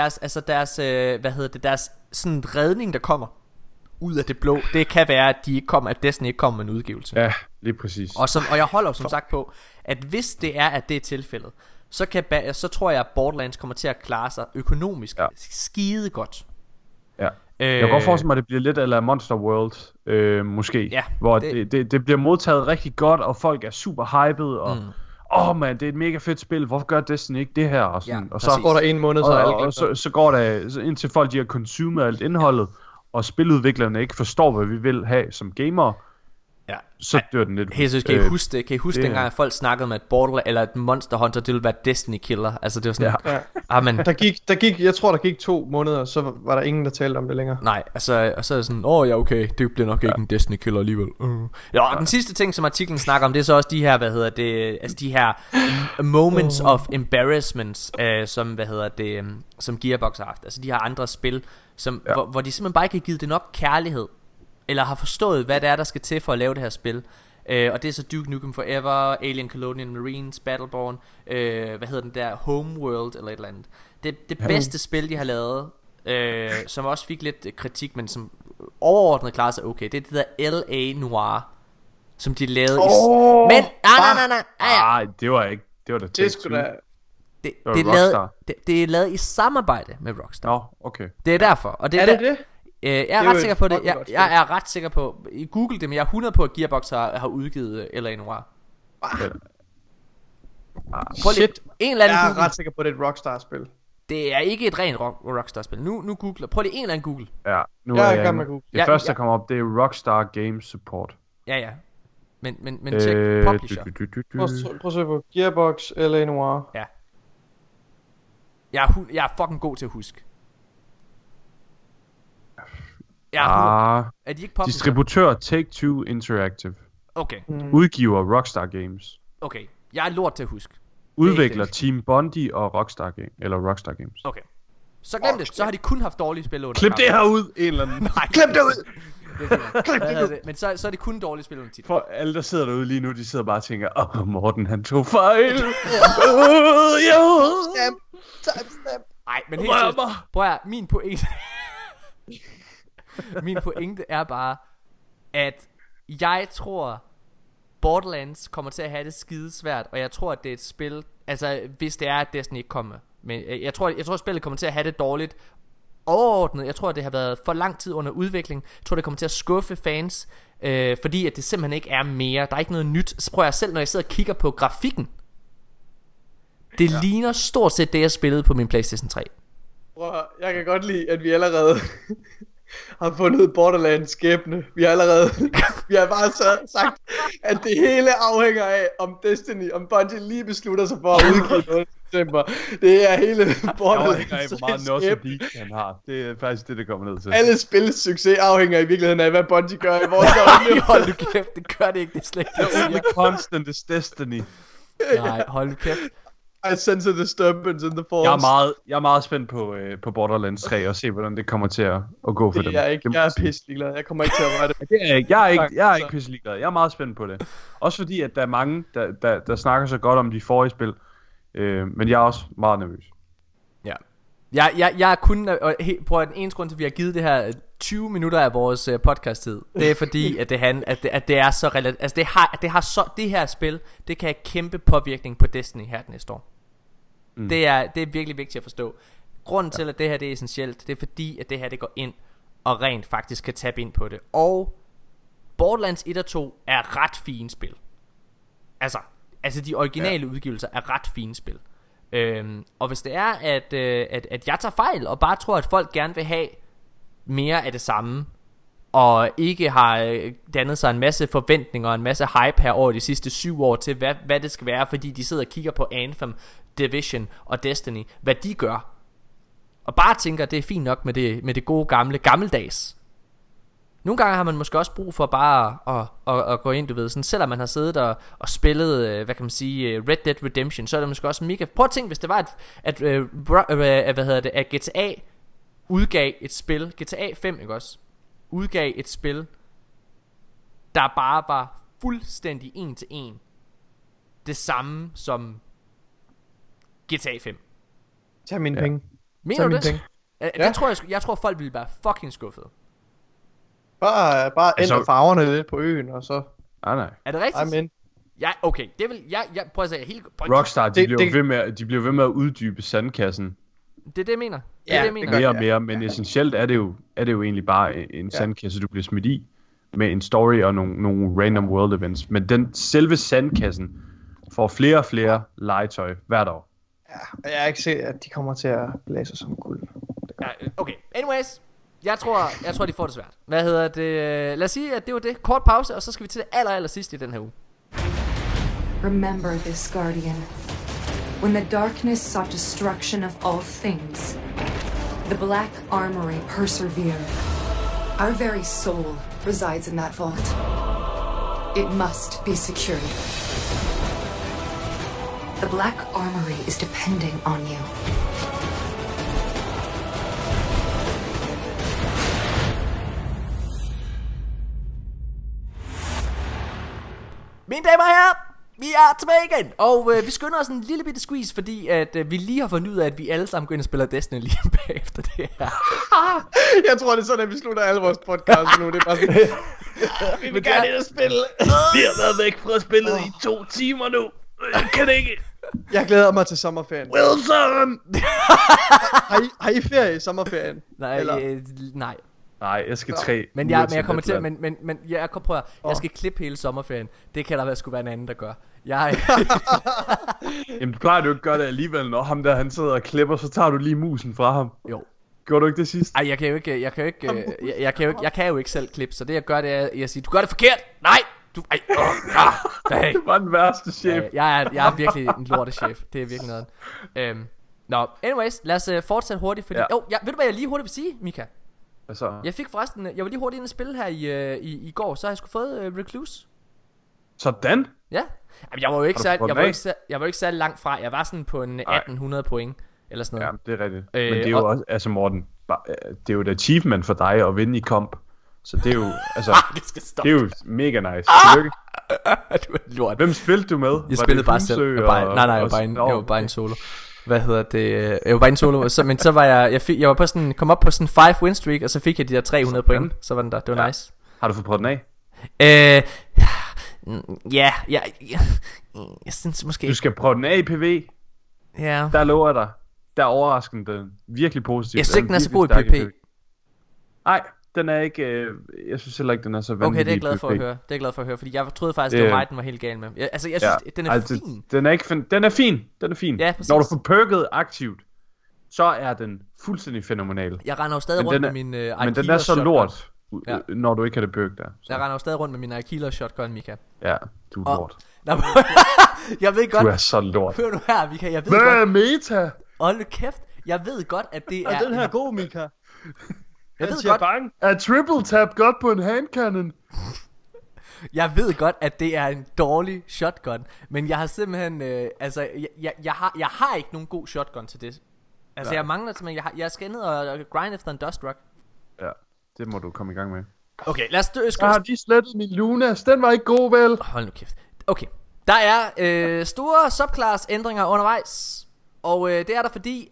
deres sådan redning, der kommer ud af det blå, det kan være, at at Destiny ikke kommer med en udgivelse. Ja, lige præcis. Og jeg holder som sagt på, at hvis det er tilfældet, så tror jeg, at Borderlands kommer til at klare sig økonomisk skide godt. Ja. Jeg kan godt forestille mig, at det bliver lidt eller Monster World, måske, hvor det bliver modtaget rigtig godt, og folk er super hyped, og man, det er et mega fedt spil, hvorfor gør Destiny ikke det her? Og, sådan, og så går der en måned, så går der, indtil folk de har consumet alt indholdet, og spiludviklerne ikke forstår, hvad vi vil have som gamere, Ja. Så dør den lidt. Hey, så kan I huske det? Kan I huske dengang, at folk snakkede med, at Borderlands eller et Monster Hunter, det ville være Destiny Killer? Altså, det var sådan... Ja. Jeg tror, der gik 2 måneder, så var der ingen, der talte om det længere. Nej, altså, og så er det sådan, ja, okay, det bliver nok ikke en Destiny Killer alligevel. Ja, og den sidste ting, som artiklen snakker om, det er så også de her, altså de her moments of embarrassments, som Gearbox har haft. Altså de her andre spil, hvor de simpelthen bare ikke har givet det nok kærlighed, eller har forstået, hvad det er, der skal til for at lave det her spil. Og det er så Duke Nukem Forever, Alien Colonial Marines, Battleborn, Homeworld eller et eller andet. Det bedste spil, de har lavet, som også fik lidt kritik, men som overordnet klarer sig okay, det er det der L.A. Noire, som de lavede Men, nej. Det var ikke, det var da Take-Two. Det er lavet i samarbejde med Rockstar. Okay. Det er derfor. Og det er det? Jeg er ret sikker på det. Jeg er ret sikker på. I Google det, men jeg er 100 på, at Gearbox har udgivet L.A. Noire. Shit. En eller anden jeg er Google. ret sikker på, at det er et Rockstar-spil. Det er ikke et rent Rockstar-spil. Nu googler. Prøv lige en eller anden Google. Ja, nu jeg er jeg jeg gang med Google. Det første, der kommer op, det er Rockstar Games Support. Ja. Men tjek publisher. Prøv at se på Gearbox L.A. Noire. Ja. Jeg er fucking god til at huske. Er de ikke publisher? Distributør Take-Two Interactive. Okay. Udgiver Rockstar Games. Okay. Jeg er lort til at huske. Udvikler Team Bondi og Rockstar Games. Okay. Så glem det. Så har de kun haft dårlige spil under. Klip det her ud, en eller anden. Nej, klip det ud. Men så er det kun dårlige spil under titel. For alle der sidder derude lige nu, de sidder bare og tænker, Morten han tog fejl. Timestamp. Nej, men helt seriøst. Prøv at min pointe er bare, at jeg tror Borderlands kommer til at have det skidesvært, og jeg tror, at det er et spil, altså hvis det er, at Destiny ikke kommer. Men jeg tror, at spillet kommer til at have det dårligt overordnet. Jeg tror, at det har været for lang tid under udvikling. Jeg tror, det kommer til at skuffe fans, fordi at det simpelthen ikke er mere. Der er ikke noget nyt. Så prøver jeg selv, når jeg sidder og kigger på grafikken. Det ligner stort set det, jeg spillede på min PlayStation 3. Jeg kan godt lide, at vi allerede har fundet Borderlands skæbne. Vi har bare så sagt, at det hele afhænger af, om Destiny, om Bungie lige beslutter sig for at udgive noget i september. Det er hele Borderlands hvor meget nostalgi han har. Det er faktisk det kommer ned til. Alle spils succes afhænger i virkeligheden af, hvad Bungie gør i vores øjne. Hold nu kæft, det gør det ikke, det er slet ikke. The only constant is Destiny. Nej, hold nu kæft. I sense a disturbance in the force. Jeg er meget spændt på Borderlands 3 og se hvordan det kommer til at gå for dem. Jeg er pisselig glad. Jeg kommer ikke til at være det. Det er ikke. Jeg er ikke pisselig glad. Jeg er meget spændt på det. Også fordi at der er mange der snakker så godt om de forrige spil. Men jeg er også meget nervøs. Ja. Jeg er kun prøv at den eneste grund til at vi har givet det her 20 minutter af vores podcast-tid. Det er fordi at det er så relativt. Altså det her spil, det kan have kæmpe påvirkning på Destiny her næste år. Det er virkelig vigtigt at forstå. Grunden til at det her det er essentielt, det er fordi at det her det går ind og rent faktisk kan tabe ind på det. Og Borderlands 1 og 2 er ret fine spil. Altså de originale udgivelser er ret fine spil. Og hvis det er at jeg tager fejl og bare tror at folk gerne vil have mere af det samme, og ikke har dannet sig en masse forventninger og en masse hype her over de sidste 7 år til hvad det skal være, fordi de sidder og kigger på Anthem, Division og Destiny, hvad de gør, og bare tænker at det er fint nok med det gode gammeldags. Nogle gange har man måske også brug for bare at gå ind, du ved, sådan, selvom man har siddet og spillet, hvad kan man sige, Red Dead Redemption, så er det måske også mega. Prøv at tænke, hvis det var at GTA udgav et spil, GTA 5, ikke også? Udgav et spil, der bare var fuldstændig en til en det samme som GTA 5. Tag mine penge. Mener du det? Jeg tror folk ville være fucking skuffet. Bare ændre farverne lidt på øen, og så... Nej. Er det rigtigt? Amen. Ja, okay. Det vil jeg prøver at sige helt... Rockstar, de bliver ved med at uddybe sandkassen. Det er det, jeg mener. Mere og mere, men essentielt er det jo egentlig bare en sandkasse, du bliver smidt i, med en story og nogle random world events. Men den selve sandkassen får flere og flere legetøj hvert år. Ja, og jeg er ikke sikker, at de kommer til at blæse som guld. Okay, anyways. Jeg tror, de får det svært. Hvad hedder det? Lad os sige, at det var det. Kort pause, og så skal vi til det aller sidste i den her uge. Remember this, Guardian. When the darkness sought destruction of all things, the Black Armory persevered. Our very soul resides in that vault. It must be secured. The Black Armory is depending on you. Mine damer og herrer, vi er tilbage igen. Og vi skynder os en lille bitte squeeze, fordi at vi lige har fundet ud af, at vi alle sammen går ind og spiller Destiny lige bagefter det her. Jeg tror, det er sådan, at vi slutter alle vores podcasts nu. Det er bare sådan, vi vil gerne ind og spille. Vi har været væk fra spillet i 2 timer nu. Jeg kan ikke. Jeg glæder mig til sommerferien. Wilson! Har I ferie i sommerferien? Nej, nej. Nej, jeg skal 3. Men jeg kommer til, men jeg kan prøve. Jeg skal klippe hele sommerferien. Det kan der være skulle være en anden der gør. Jamen, du plejer jo ikke gøre det alligevel, når ham der han sidder og klipper, så tager du lige musen fra ham. Jo. Gjorde du ikke det sidst? Ej, jeg kan jo ikke selv klippe, så det jeg gør det er, jeg siger, du gør det forkert. Nej. Du Det var den værste chef. Jeg er virkelig en lortechef. Det er virkelig noget. Nå, anyways, lad os fortsætte hurtigt, fordi ved du hvad jeg lige hurtigt vil sige, Mika? Altså. Jeg fik forresten, jeg var lige hurtigt inde og spille her i går, så har jeg sgu fået Recluse. Sådan? Ja. Jamen, jeg var jo ikke særlig langt fra. Jeg var sådan på en 1800 point eller sådan noget. Ja, det er rigtigt. Men det er jo også, altså Morten, det er jo et achievement for dig at vinde i komp. Så det er jo, altså, det er jo mega nice. Tillykke. Du er lort. Hvem spillede du med? Jeg spillede bare selv. Jeg var bare en solo. Hvad hedder det? Jeg var bare en solo, men så var jeg var på sådan, kom op på sådan 5 win streak, og så fik jeg de der 300 point. Så var den der. Det var nice. Har du fået prøvet den af? Ja, jeg synes måske. Du skal prøve den af i PV. Ja. Der lover jeg dig. Der overrasker den virkelig positivt. Jeg synes ikke den er så god i PvP. Nej, den er ikke. Jeg synes heller ikke den er så vanvittig. Okay, det er jeg glad for at høre. Det er jeg glad for at høre, fordi jeg troede faktisk det var mig den var helt gal med. Jeg synes den er fin. Den er ikke den er fin. Den er fin. Ja, når du får perket aktivt, så er den fuldstændig fænomenal. Jeg render jo stadig rundt med min Aikila. Men den er så lort. Når du ikke har det perk der. Så. Jeg render jo stadig rundt med min Aikila shotgun, Mika. Ja, du er lort. Jeg ved godt. Du er så lort. Hør nu her, Mika. Jeg ved hvad godt. Er meta? Hold kæft. Jeg ved godt, at det er. Den her god, Mika. Jeg ved godt. Er triple tap godt på en handcannon? Jeg ved godt, at det er en dårlig shotgun, men jeg har simpelthen jeg har ikke nogen god shotgun til det. Altså jeg mangler simpelthen jeg skal ned og grind efter en dust rock. Ja, det må du komme i gang med. Okay, lad os jeg har lige slettet min Lunas. Den var ikke god, vel? Hold nu kæft. Okay. Der er store subclass ændringer undervejs. Og det er der fordi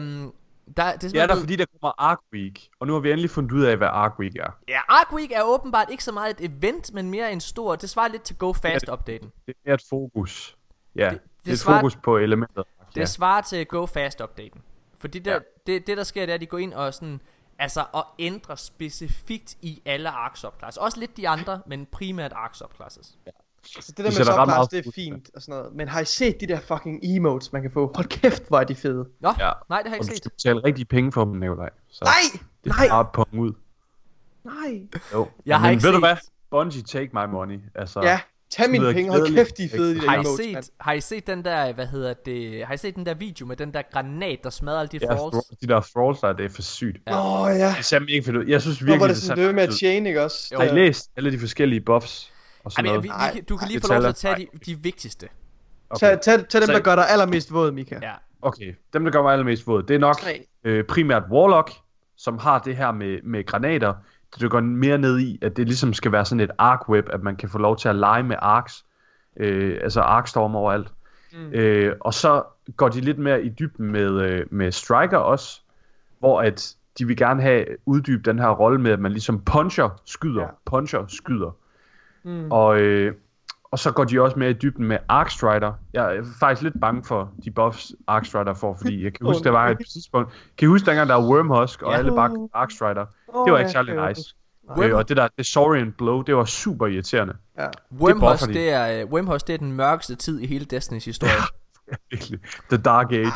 det er fordi der kommer Arc Week. Og nu har vi endelig fundet ud af hvad Arc Week er. Ja, Arc Week er åbenbart ikke så meget et event, men mere en stor. Det svarer lidt til Go Fast updaten. Det er mere et fokus. Ja, det er et fokus på elementer. Det svarer til Go Fast updaten. Fordi det der sker, det er at de går ind og sådan og ændrer specifikt i alle Arc subclasses. Også lidt de andre, men primært Arc subclasses. Ja. Så det der med subclass, det er fint og sådan noget. Men har I set de der fucking emotes, man kan få? Hold kæft, hvor er de fede. Nå, nej, det har jeg ikke set. Du skal betale rigtig penge for dem, Nikolaj. Nej! Det er bare på ud. Nej. Jo. Jeg har ikke ved set. Du hvad? Bungie, take my money. Altså, ja, tag mine penge. Hold kæft, de er fede, de der emotes. Har I set den der, har I set den der video med den der granat, der smadrer alle de thralls? De der thralls der, det er for sygt. Åh, ja. Det ser ikke fedt ud. Jeg synes virkelig, det er sådan noget med at chain, ikke også? Har I læst alle de forskellige buffs? Du kan lige få lov til at tage de vigtigste. Okay. Tag dem, der gør dig allermest våd, Mika. Ja. Okay, dem der gør mig allermest våd. Det er nok primært Warlock, som har det her med granater. Det går mere ned i, at det ligesom skal være sådan et arc web, at man kan få lov til at lege med arcs. Altså arcstorm overalt. Og så går de lidt mere i dybden med Striker også, hvor at de vil gerne have uddybet den her rolle med, at man ligesom puncher, skyder. Og så går de også mere i dybden med Arcstrider. Jeg er faktisk lidt bange for de buffs Arcstrider får, fordi jeg kan huske, der var et tidspunkt. Kan I huske dengang der var Wormhusk og alle bare Arcstrider? Det var ikke særlig nice. Og det der Saurian Blow, det var super irriterende. Ja. Wormhusk, det er den mørkeste tid i hele Destinys historie. The Dark Age.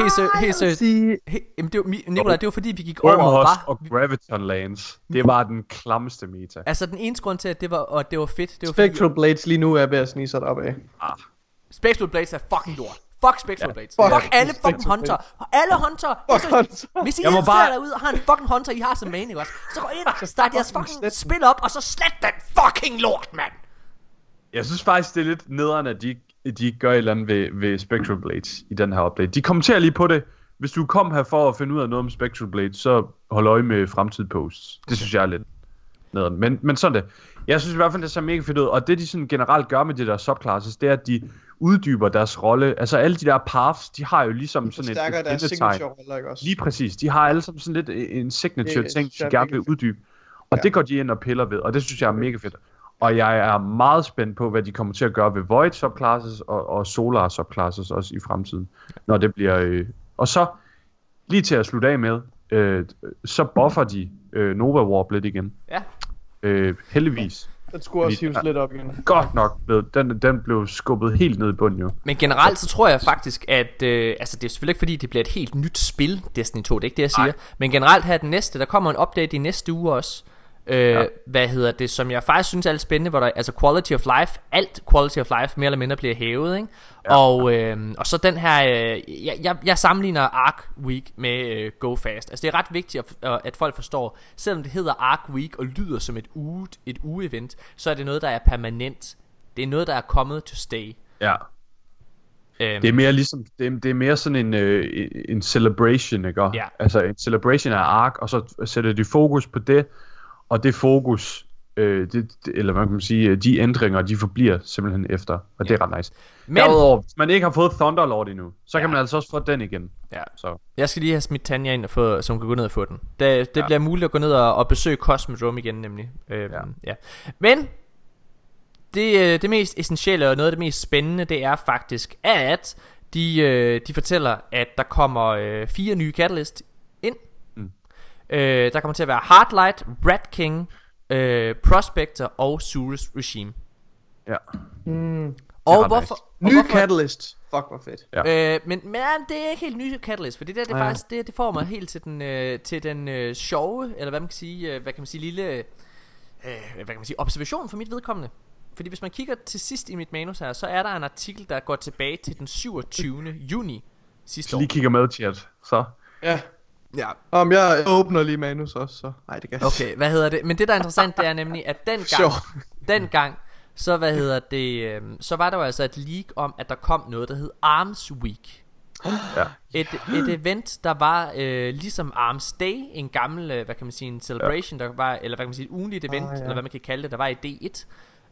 Nikolaj, det var fordi vi gik over og Graviton Lands. Det var den klammeste meta. Altså den eneste grund til at det var fedt, det var Spectral Blades lige nu er ved at snige sig op af. Spectral Blades er fucking lort. Fuck Spectral Blades. Fuck alle fucking hunter. Alle hunter. Hvis I er derude og har en fucking hunter, I har som main, ikke også? Så gå ind, start jeres fucking spil op, og så slet den fucking lort, mand. Jeg synes faktisk, det er lidt nederen, at de gør et eller andet ved Spectral Blades i den her update. De kommenterer lige på det. Hvis du kom her for at finde ud af noget om Spectral Blades, så hold øje med fremtidige posts. Det synes jeg er lidt nederen. Men sådan det. Jeg synes i hvert fald, det ser mega fedt ud. Og det de sådan generelt gør med de der subclasses, det er, at de uddyber deres rolle. Altså alle de der paths, de har jo ligesom sådan et deres signature-roller, ikke også? Lige præcis. De har alle sammen sådan lidt en signature ting, de gerne vil uddybe. Og det går de ind og piller ved, og det synes jeg er mega fedt. Og jeg er meget spændt på, hvad de kommer til at gøre ved Void subclasses og Solar subclasses også i fremtiden, når det bliver... Og så, lige til at slutte af med, så buffer de Nova Warp lidt igen. Ja. Heldigvis. Den skulle også hives lidt op igen. Godt nok, den blev skubbet helt ned i bunden jo. Men generelt så tror jeg faktisk, at altså det er selvfølgelig ikke fordi, det bliver et helt nyt spil, Destiny 2, det er ikke det jeg siger. Ej. Men generelt her den næste, der kommer en update i næste uge også. Hvad hedder det, som jeg faktisk synes er lidt spændende, hvor der altså quality of life, alt quality of life mere eller mindre bliver hævet, ikke? Ja. Og så den her jeg sammenligner Arc Week med Go Fast. Altså det er ret vigtigt at folk forstår, selvom det hedder Arc Week og lyder som et uge-event, så er det noget der er permanent. Det er noget der er kommet to stay. Ja. Det er mere ligesom det er mere sådan en celebration, ikke? Ja. Altså en celebration af Arc, og så sætter de fokus på det. Og det fokus, eller hvad kan man sige, de ændringer, de forbliver simpelthen efter. Og det er ret nice. Men derudover, hvis man ikke har fået Thunderlord endnu, så kan man altså også få den igen. Ja. Så. Jeg skal lige have smidt Tanja ind, som kan gå ned og få den. Det bliver muligt at gå ned og besøge Cosmodrome igen, nemlig. Ja. Men det mest essentielle og noget af det mest spændende, det er faktisk, at de fortæller, at der kommer 4 nye Catalyst ind. Der kommer til at være Hardlight, Rat King, Prospector og Surus Regime. Ja. Og hvorfor Ny Catalyst. Fuck hvor fedt. Ja. Men det er ikke helt nye Catalyst, for det der det faktisk det får mig helt til den sjove, eller hvad man kan sige, lille hvad kan man sige, observation for mit vedkommende. Fordi hvis man kigger til sidst i mit manus her, så er der en artikel der går tilbage til den 27. juni sidste år. Lige kigger med, chat. Så. Ja. Ja. Om jeg åbner lige manus også, så nej, det kan jeg. Okay, hvad hedder det? Men det der er interessant, det er nemlig at dengang så så var der jo altså et leak om at der kom noget der hed Arms Week. Ja. Et event der var ligesom Arms Day, en gammel hvad kan man sige, en celebration, der var, eller hvad kan man sige, et ugentligt event, eller hvad man kan kalde det, der var i D1.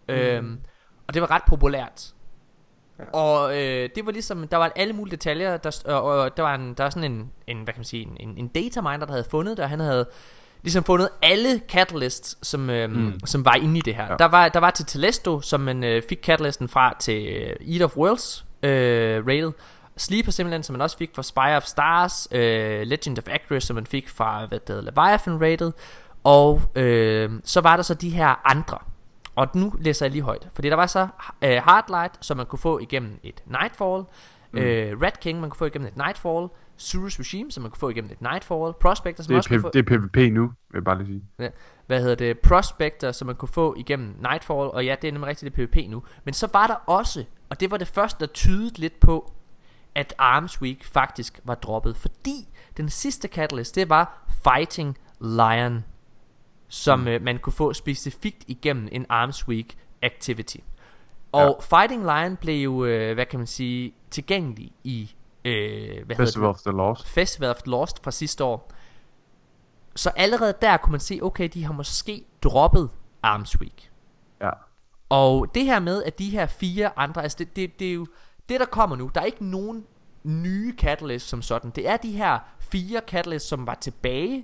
Og det var ret populært. Og det var ligesom, der var alle mulige detaljer, og der var sådan en hvad kan man sige, en dataminer der havde fundet det, og han havde ligesom fundet alle catalysts som var inde i det her. Der var til Telesto, som man fik catalysten fra, til Eat of Worlds rated, Sleeper simpelthen, som man også fik fra Spire of Stars, Legend of Acris, som man fik fra Leviathan rated, og så var der så de her andre. Og nu læser jeg lige højt, fordi der var så Hardlight, som man kunne få igennem et Nightfall, Rat King, man kunne få igennem et Nightfall, Surus Regime, som man kunne få igennem et Nightfall, Prospector, som også kunne få... Det er PvP nu, vil jeg bare lige sige. Ja. Hvad hedder det? Prospector, som man kunne få igennem Nightfall, og ja, det er nemlig rigtigt, det er PvP nu. Men så var der også, og det var det første, der tydede lidt på, at Arms Week faktisk var droppet, fordi den sidste catalyst, det var Fighting Lion, som man kunne få specifikt igennem en Arms Week activity. Og Fighting Lion blev jo, hvad kan man sige, tilgængelig i Festival of the Lost. Festival of the Lost fra sidste år. Så allerede der kunne man se, okay, de har måske droppet Arms Week. Ja. Og det her med, at de her 4 andre, altså det er jo det der kommer nu. Der er ikke nogen nye catalysts som sådan. Det er de her 4 catalysts, som var tilbage,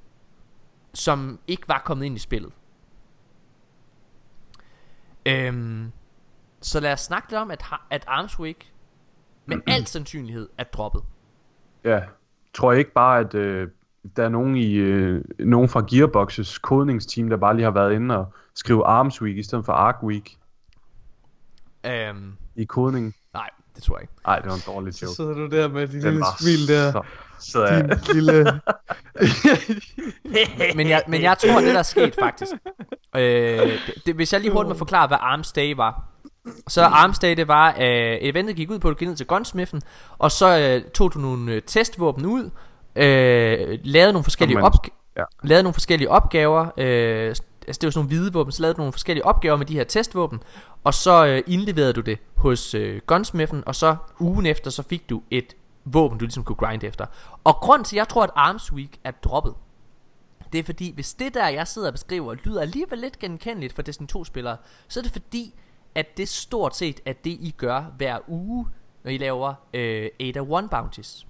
som ikke var kommet ind i spillet. Så lad os snakke lidt om, at Arms Week med al sandsynlighed er droppet. Ja, tror jeg ikke bare, at der er nogen fra Gearboxes kodningsteam, der bare lige har været inde og skrive Arms Week i stedet for Arc Week i kodningen? Nej, Det tror jeg ikke. Nej, det var en dårlig joke. Så sidder du der med din lille smil der. Så jeg... lille... men jeg tror, det der er sket faktisk. Hvis jeg lige hurtigt må forklare, hvad Arms Day var. Så Arms Day, det var, eventet gik ud på, at du gik ned til Gunsmithen, og så tog du nogle testvåben ud, lavede nogle forskellige opgaver, altså det var sådan nogle hvide våben, så lavede du nogle forskellige opgaver med de her testvåben, og så indleverede du det hos Gunsmithen, og så ugen efter, så fik du et våben, du ligesom kunne grinde efter. Og grund til, jeg tror, at Arms Week er droppet, det er fordi, hvis det der, jeg sidder og beskriver, lyder alligevel lidt genkendeligt for Destiny 2-spillere, så er det fordi, at det stort set er det, I gør hver uge, når I laver Ada 1 bounties.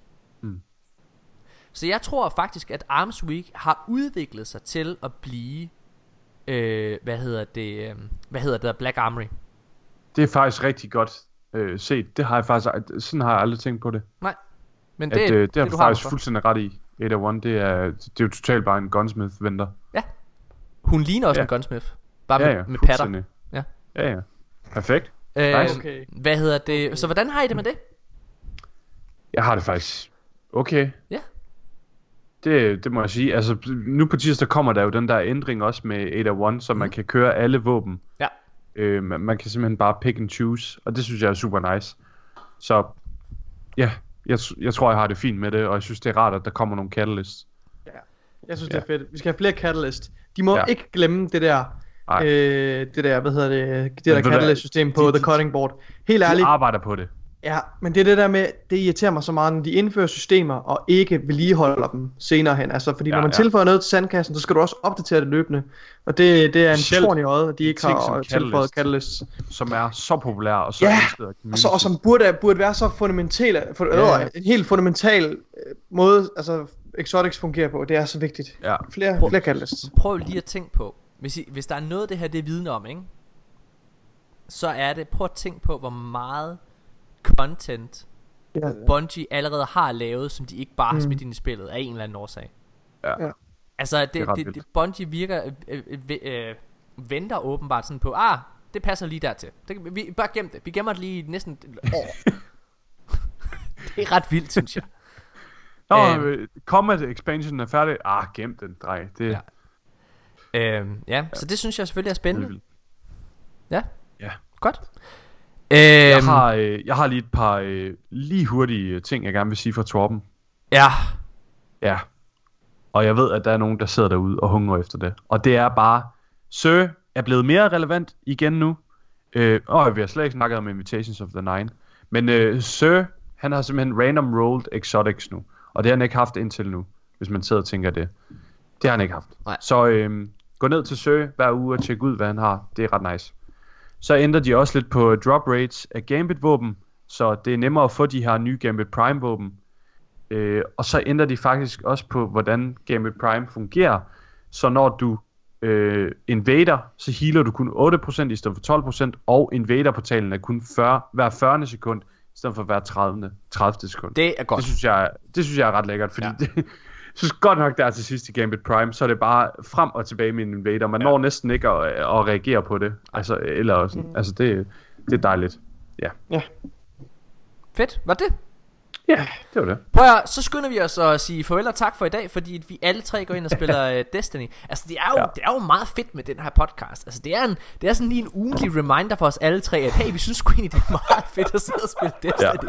Så jeg tror faktisk, at Arms Week har udviklet sig til at blive hvad hedder det, Black Armory. Det er faktisk rigtig godt set. Det har jeg faktisk, sådan har jeg aldrig tænkt på det. Nej. Men det er du faktisk fuldstændig ret i. Ada 1, det er jo totalt bare en gunsmith-venter. Ja. Hun ligner også en gunsmith. Bare med patter. Ja. Perfekt. Nice. Okay. Hvad hedder det? Så hvordan har I det med det? Jeg har det faktisk okay. Ja. Det må jeg sige. Altså nu på tirsdag kommer der jo den der ændring også med Ada 1, så man kan køre alle våben. Ja. Man kan simpelthen bare pick and choose, og det synes jeg er super nice. Så ja, jeg tror jeg har det fint med det, og jeg synes det er rart at der kommer nogle catalysts. Ja. Jeg synes det er fedt. Vi skal have flere catalysts. De må ikke glemme det der det der catalyst system på The Cutting Board. Helt ærligt. De arbejder på det. Ja, men det er det der med, det irriterer mig så meget, når de indfører systemer og ikke vedligeholder dem senere hen. Altså, fordi når man tilføjer noget til sandkassen, så skal du også opdatere det løbende. Og det er en torn i øjet, at de ikke har tilføjet catalysts. Som er så populære og så ønsket. Og som burde være så fundamentale, en helt fundamental måde, altså Exotics fungerer på. Det er så vigtigt. Ja. Flere catalysts. Prøv lige at tænke på, hvis der er noget det her, det er vidne om, ikke? Så er det, prøv at tænke på, hvor meget content Bungie allerede har lavet, som de ikke bare har smidt ind i spillet af en eller anden årsag. Ja. Altså det Bungie virker venter åbenbart sådan på, det passer lige dertil. Vi bare gem det. Vi gemmer det lige næsten et år. Det er ret vildt, synes jeg. Combat expansion er færdig. Gem den, drej. Det. Så det synes jeg selvfølgelig er spændende. Ja. Godt. Jeg har lige et par lige hurtige ting, jeg gerne vil sige fra Torben. Ja. Og jeg ved, at der er nogen, der sidder derude og hungrer efter det. Og det er bare, Sir er blevet mere relevant igen nu. Vi har slet ikke snakket om Invitations of the Nine. Men Sir, han har simpelthen random rolled exotics nu. Og det har han ikke haft indtil nu, hvis man sidder og tænker det. Det har han ikke haft. Nej. Så gå ned til Sir hver uge og tjek ud, hvad han har. Det er ret nice. Så ændrer de også lidt på drop rates af Gambit-våben, så det er nemmere at få de her nye Gambit Prime-våben. Og så ændrer de faktisk også på, hvordan Gambit Prime fungerer. Så når du invader, så healer du kun 8% i stedet for 12%, og invader-portalen er kun hver 40. sekund, i stedet for hver 30. sekund. Det er godt. Det synes jeg er ret lækkert, fordi jeg synes godt nok der til sidst i Gambit Prime, så er det bare frem og tilbage med en invader. Man når næsten ikke at reagere på det. Altså, eller sådan. Altså det er dejligt. Ja. Fedt, var det? Ja, det var det. Prøv at, så skynder vi os at sige farvel og tak for i dag, fordi vi alle tre går ind og spiller Destiny. Altså det er jo meget fedt med den her podcast. Altså det er sådan lige en ugentlig reminder for os alle tre, at hey, vi synes sgu egentlig det er meget fedt at sidde og spille Destiny.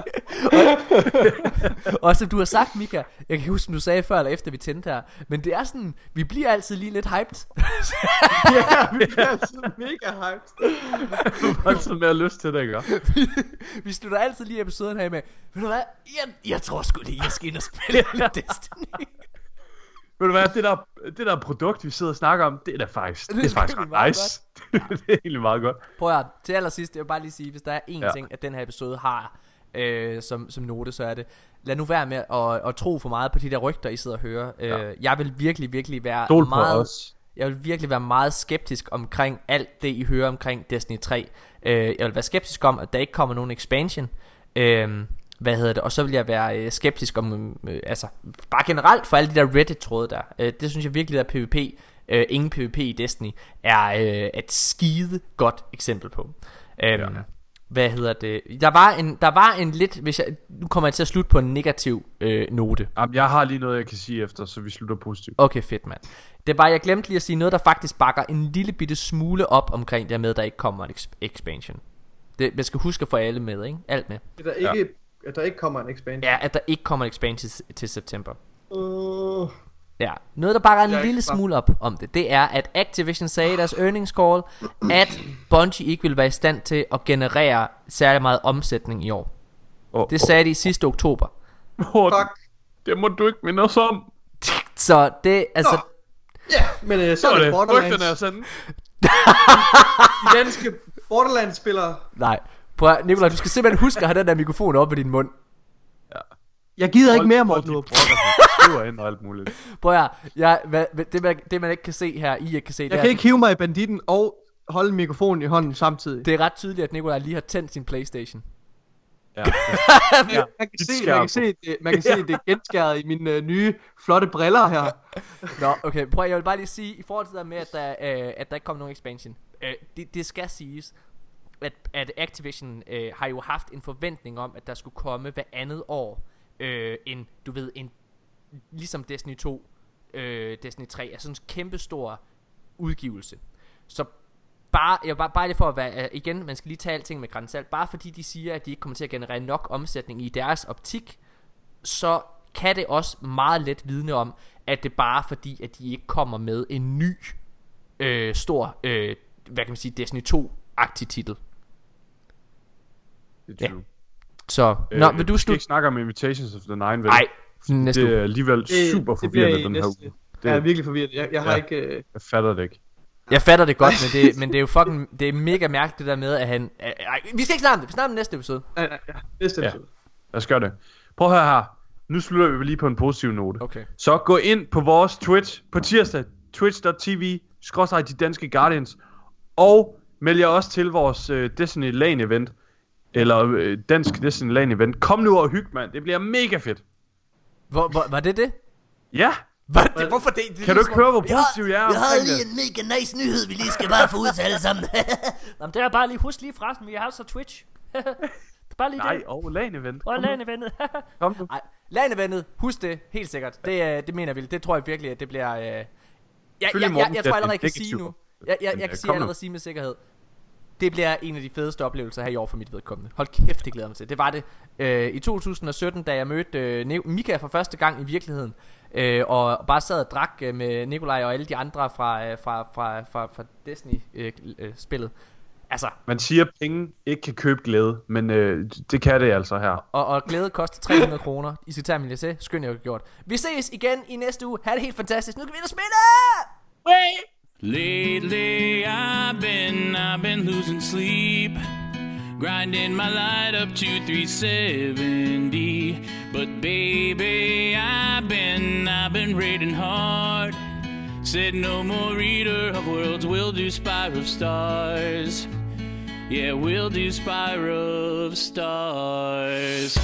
Og som du har sagt, Mika, jeg kan huske, du sagde før eller efter vi tændte her, men det er sådan, vi bliver altid lige lidt hyped. Vi bliver altid mega hyped. Du har altid mere lyst til det, ikke? Vi slutter altid lige episoden her med, ved du hvad, jeg tror sgu lige, jeg skal ind og spille Destiny. Ved du hvad, det der produkt, vi sidder og snakker om, det er faktisk ret nice. Det er egentlig meget godt. Prøv at til allersidst, jeg vil bare lige sige, hvis der er én ting, at den her episode har som note, så er det, lad nu være med at tro for meget på de der rygter, I sidder og hører. Jeg vil virkelig være meget skeptisk omkring alt det, I hører omkring Destiny 3. Jeg vil være skeptisk om, at der ikke kommer nogen expansion. Og så vil jeg være skeptisk om altså bare generelt for alle de der Reddit-tråde der. Det synes jeg virkelig, at PvP ingen PvP i Destiny er et skide godt eksempel på. hvad hedder det? Der var en lidt, nu kommer jeg til at slutte på en negativ note. Jamen, jeg har lige noget jeg kan sige efter, så vi slutter positivt. Okay, fedt mand. Det var, jeg glemte lige at sige noget, der faktisk bakker en lille bitte smule op omkring det med, der ikke kommer en expansion. Man skal huske at få alle med, ikke? Alt med. At der ikke kommer en expansion. Ja, at der ikke kommer en expansion til september. Ja, noget der bakker en lille smule op om det er, at Activision sagde i deres earnings call, at Bungie ikke ville være i stand til at generere særlig meget omsætning i år. Det sagde de sidste oktober. Det må du ikke minde os om. Så det, altså... Ja, men så er det Borderlands. Rygterne er sådan. De danske Borderlands-spillere. Nej, prøv Nikolaj, du skal simpelthen huske at have den der mikrofon op i din mund. Ja. Jeg gider ikke mere, Morten. Prøv at det man ikke kan se her, I ikke kan se. Jeg kan ikke hive mig i banditten og holde mikrofonen i hånden samtidig. Det er ret tydeligt, at Nikolaj lige har tændt sin PlayStation. Ja. Man kan se det er genskæret i mine nye flotte briller her. Nå, okay, prøv, jeg vil bare lige sige i forhold til det med at der ikke kommer nogen expansion. Det skal siges at Activision har jo haft en forventning om at der skulle komme hver andet år en ligesom Destiny 2, Destiny 3 er sådan en kæmpe stor udgivelse. Så bare det for at være igen, man skal lige tage alting med grænsalt. Bare fordi de siger at de ikke kommer til at generere nok omsætning i deres optik, så kan det også meget let vidne om at det bare fordi at de ikke kommer med en ny stor hvad kan man sige Destiny 2-agtig titel. Ja. Så vil du skal ikke snakke om Invitations of the Nine, vel? Nej, det er alligevel super forvirrende den her uge. Det er virkelig forvirrende. Jeg har ikke jeg fatter det ikke. Jeg fatter det godt, men det er jo fucking, det er mega mærkeligt det der med at han vi skal ikke snakke om det, vi snakker om næste episode. Ja, næste episode. Lad os gøre det. Prøv at høre her. Nu slutter vi lige på en positiv note. Okay. Så gå ind på vores Twitch på tirsdag, twitch.tv/de danske Guardians, og meld jer også til vores Destiny LAN event, eller dansk Destiny LAN event. Kom nu og hygge, mand. Det bliver mega fedt. Var det? Ja. Hvorfor det? Kan du ikke høre, hvor positiv jeg er? Jeg har lige en mega nice nyhed, vi lige skal bare få ud til alle sammen. Jamen, det er bare lige, husk lige forresten, vi har så Twitch. Bare lige nej, og LAN-event. Og LAN-eventet. Kom nu. LAN-eventet, husk det, helt sikkert. Det mener vi. Det tror jeg virkelig, at det bliver... Jeg tror allerede, jeg kan sige nu. Jeg kan sige med sikkerhed. Det bliver en af de fedeste oplevelser her i år for mit vedkommende. Hold kæft, det glæder mig til. Det var det i 2017, da jeg mødte Mika for første gang i virkeligheden. Og bare sad og drak med Nikolaj og alle de andre fra Destiny-spillet. Altså, man siger, at penge ikke kan købe glæde, men det kan det altså her. Og glæde koster 300 kroner. I skal tage min læse. Skøn jeg har gjort. Vi ses igen i næste uge. Ha' det helt fantastisk. Nu kan vi ind og spille! Lately I've been losing sleep, grinding my light up to 370. But baby, I've been raiding hard. Said no more reader of worlds, we'll do Spire of Stars. Yeah, we'll do Spire of Stars.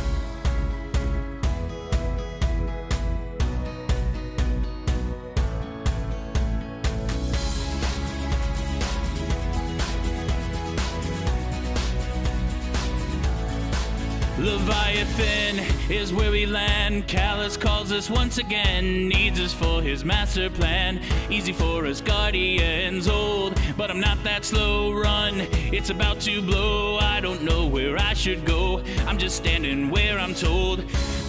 Leviathan is where we land. Callus calls us once again, needs us for his master plan. Easy for us Guardians, old, but I'm not that slow. Run, it's about to blow. I don't know where I should go. I'm just standing where I'm told.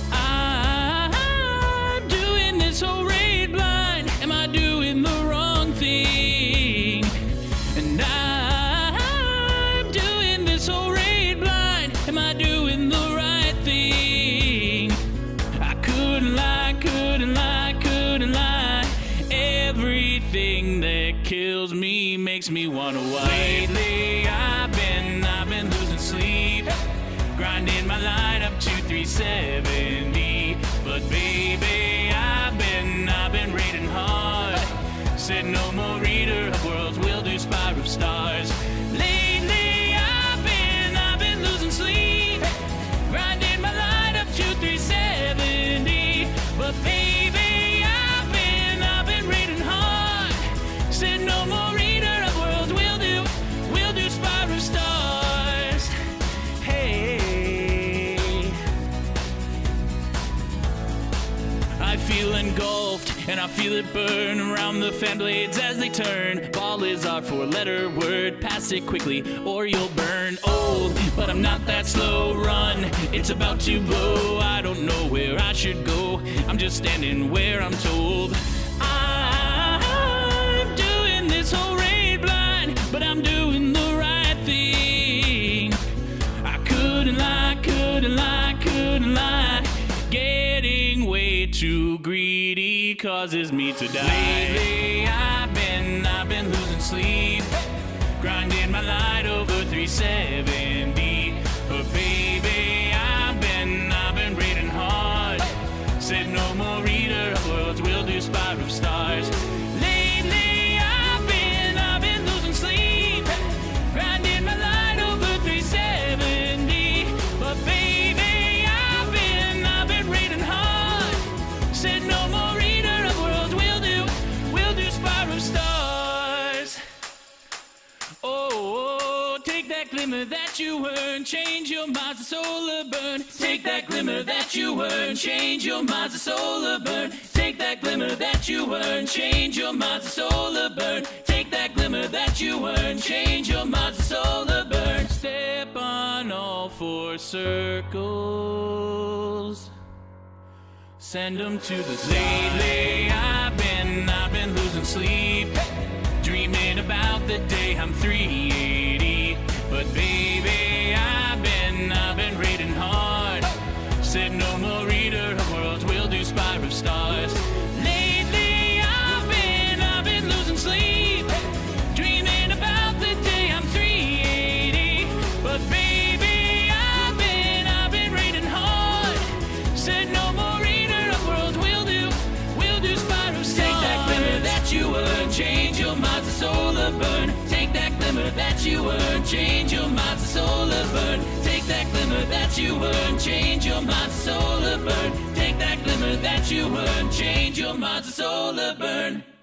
I'm doing this whole raid blind. Am I doing the wrong thing? And I'm doing this whole raid blind. Am I doing the right thing? I couldn't lie, couldn't lie, couldn't lie. Everything that kills me makes me wanna wipe. Lately I've been losing sleep, grinding my line up to 370. But baby, I've been raiding hard. Said no more reader of worlds, we'll do Spire of Stars. Lately I've been losing sleep, grinding my light up to 370. But baby, I've been raiding hard. Said no more reader of worlds, we'll do Spire of Stars. feel engulfed, and I feel it burn around the fan blades as they turn. Ball is our four-letter word, pass it quickly or you'll burn. Old, but I'm not that slow. Run, it's about to blow. I don't know where I should go, I'm just standing where I'm told. I'm doing this whole raid blind, but I'm doing the right thing. I couldn't lie, couldn't lie, couldn't lie. Getting way too greedy causes me to die. Lately I've been losing sleep, grinding my light over 370. But baby, I've been raiding hard. Said no more reader of worlds, we'll do Spire of Stars. Lately I've been losing sleep, grinding my light over 370. But baby, I've been raiding hard. Said no more reader of worlds, we'll do Spire of Stars. Oh, take that glimmer that you earned, change your minds to solar burn. Take that glimmer that you earned, change your minds to solar burn. Take that glimmer that you earned, change your minds to solar burn. Take that glimmer that you earned, change your minds to solar burn. Step on all four circles, send them to the lately. I've been losing sleep, dreaming about the day I'm 380. But baby, I've been raiding hard. Said no more reader of worlds, we'll do Spire of Stars. Lately I've been losing sleep, dreaming about the day I'm 380. But baby, I've been raiding hard. Said no more reader of worlds, we'll do Spire of Stars. Take that glimmer that you earned, change your minds to solar burn. Take that glimmer that you earned, change your minds to solar burn. Take that glimmer that you earned, change your minds to solar burn. Take that glimmer that you earned, change your minds to solar burn.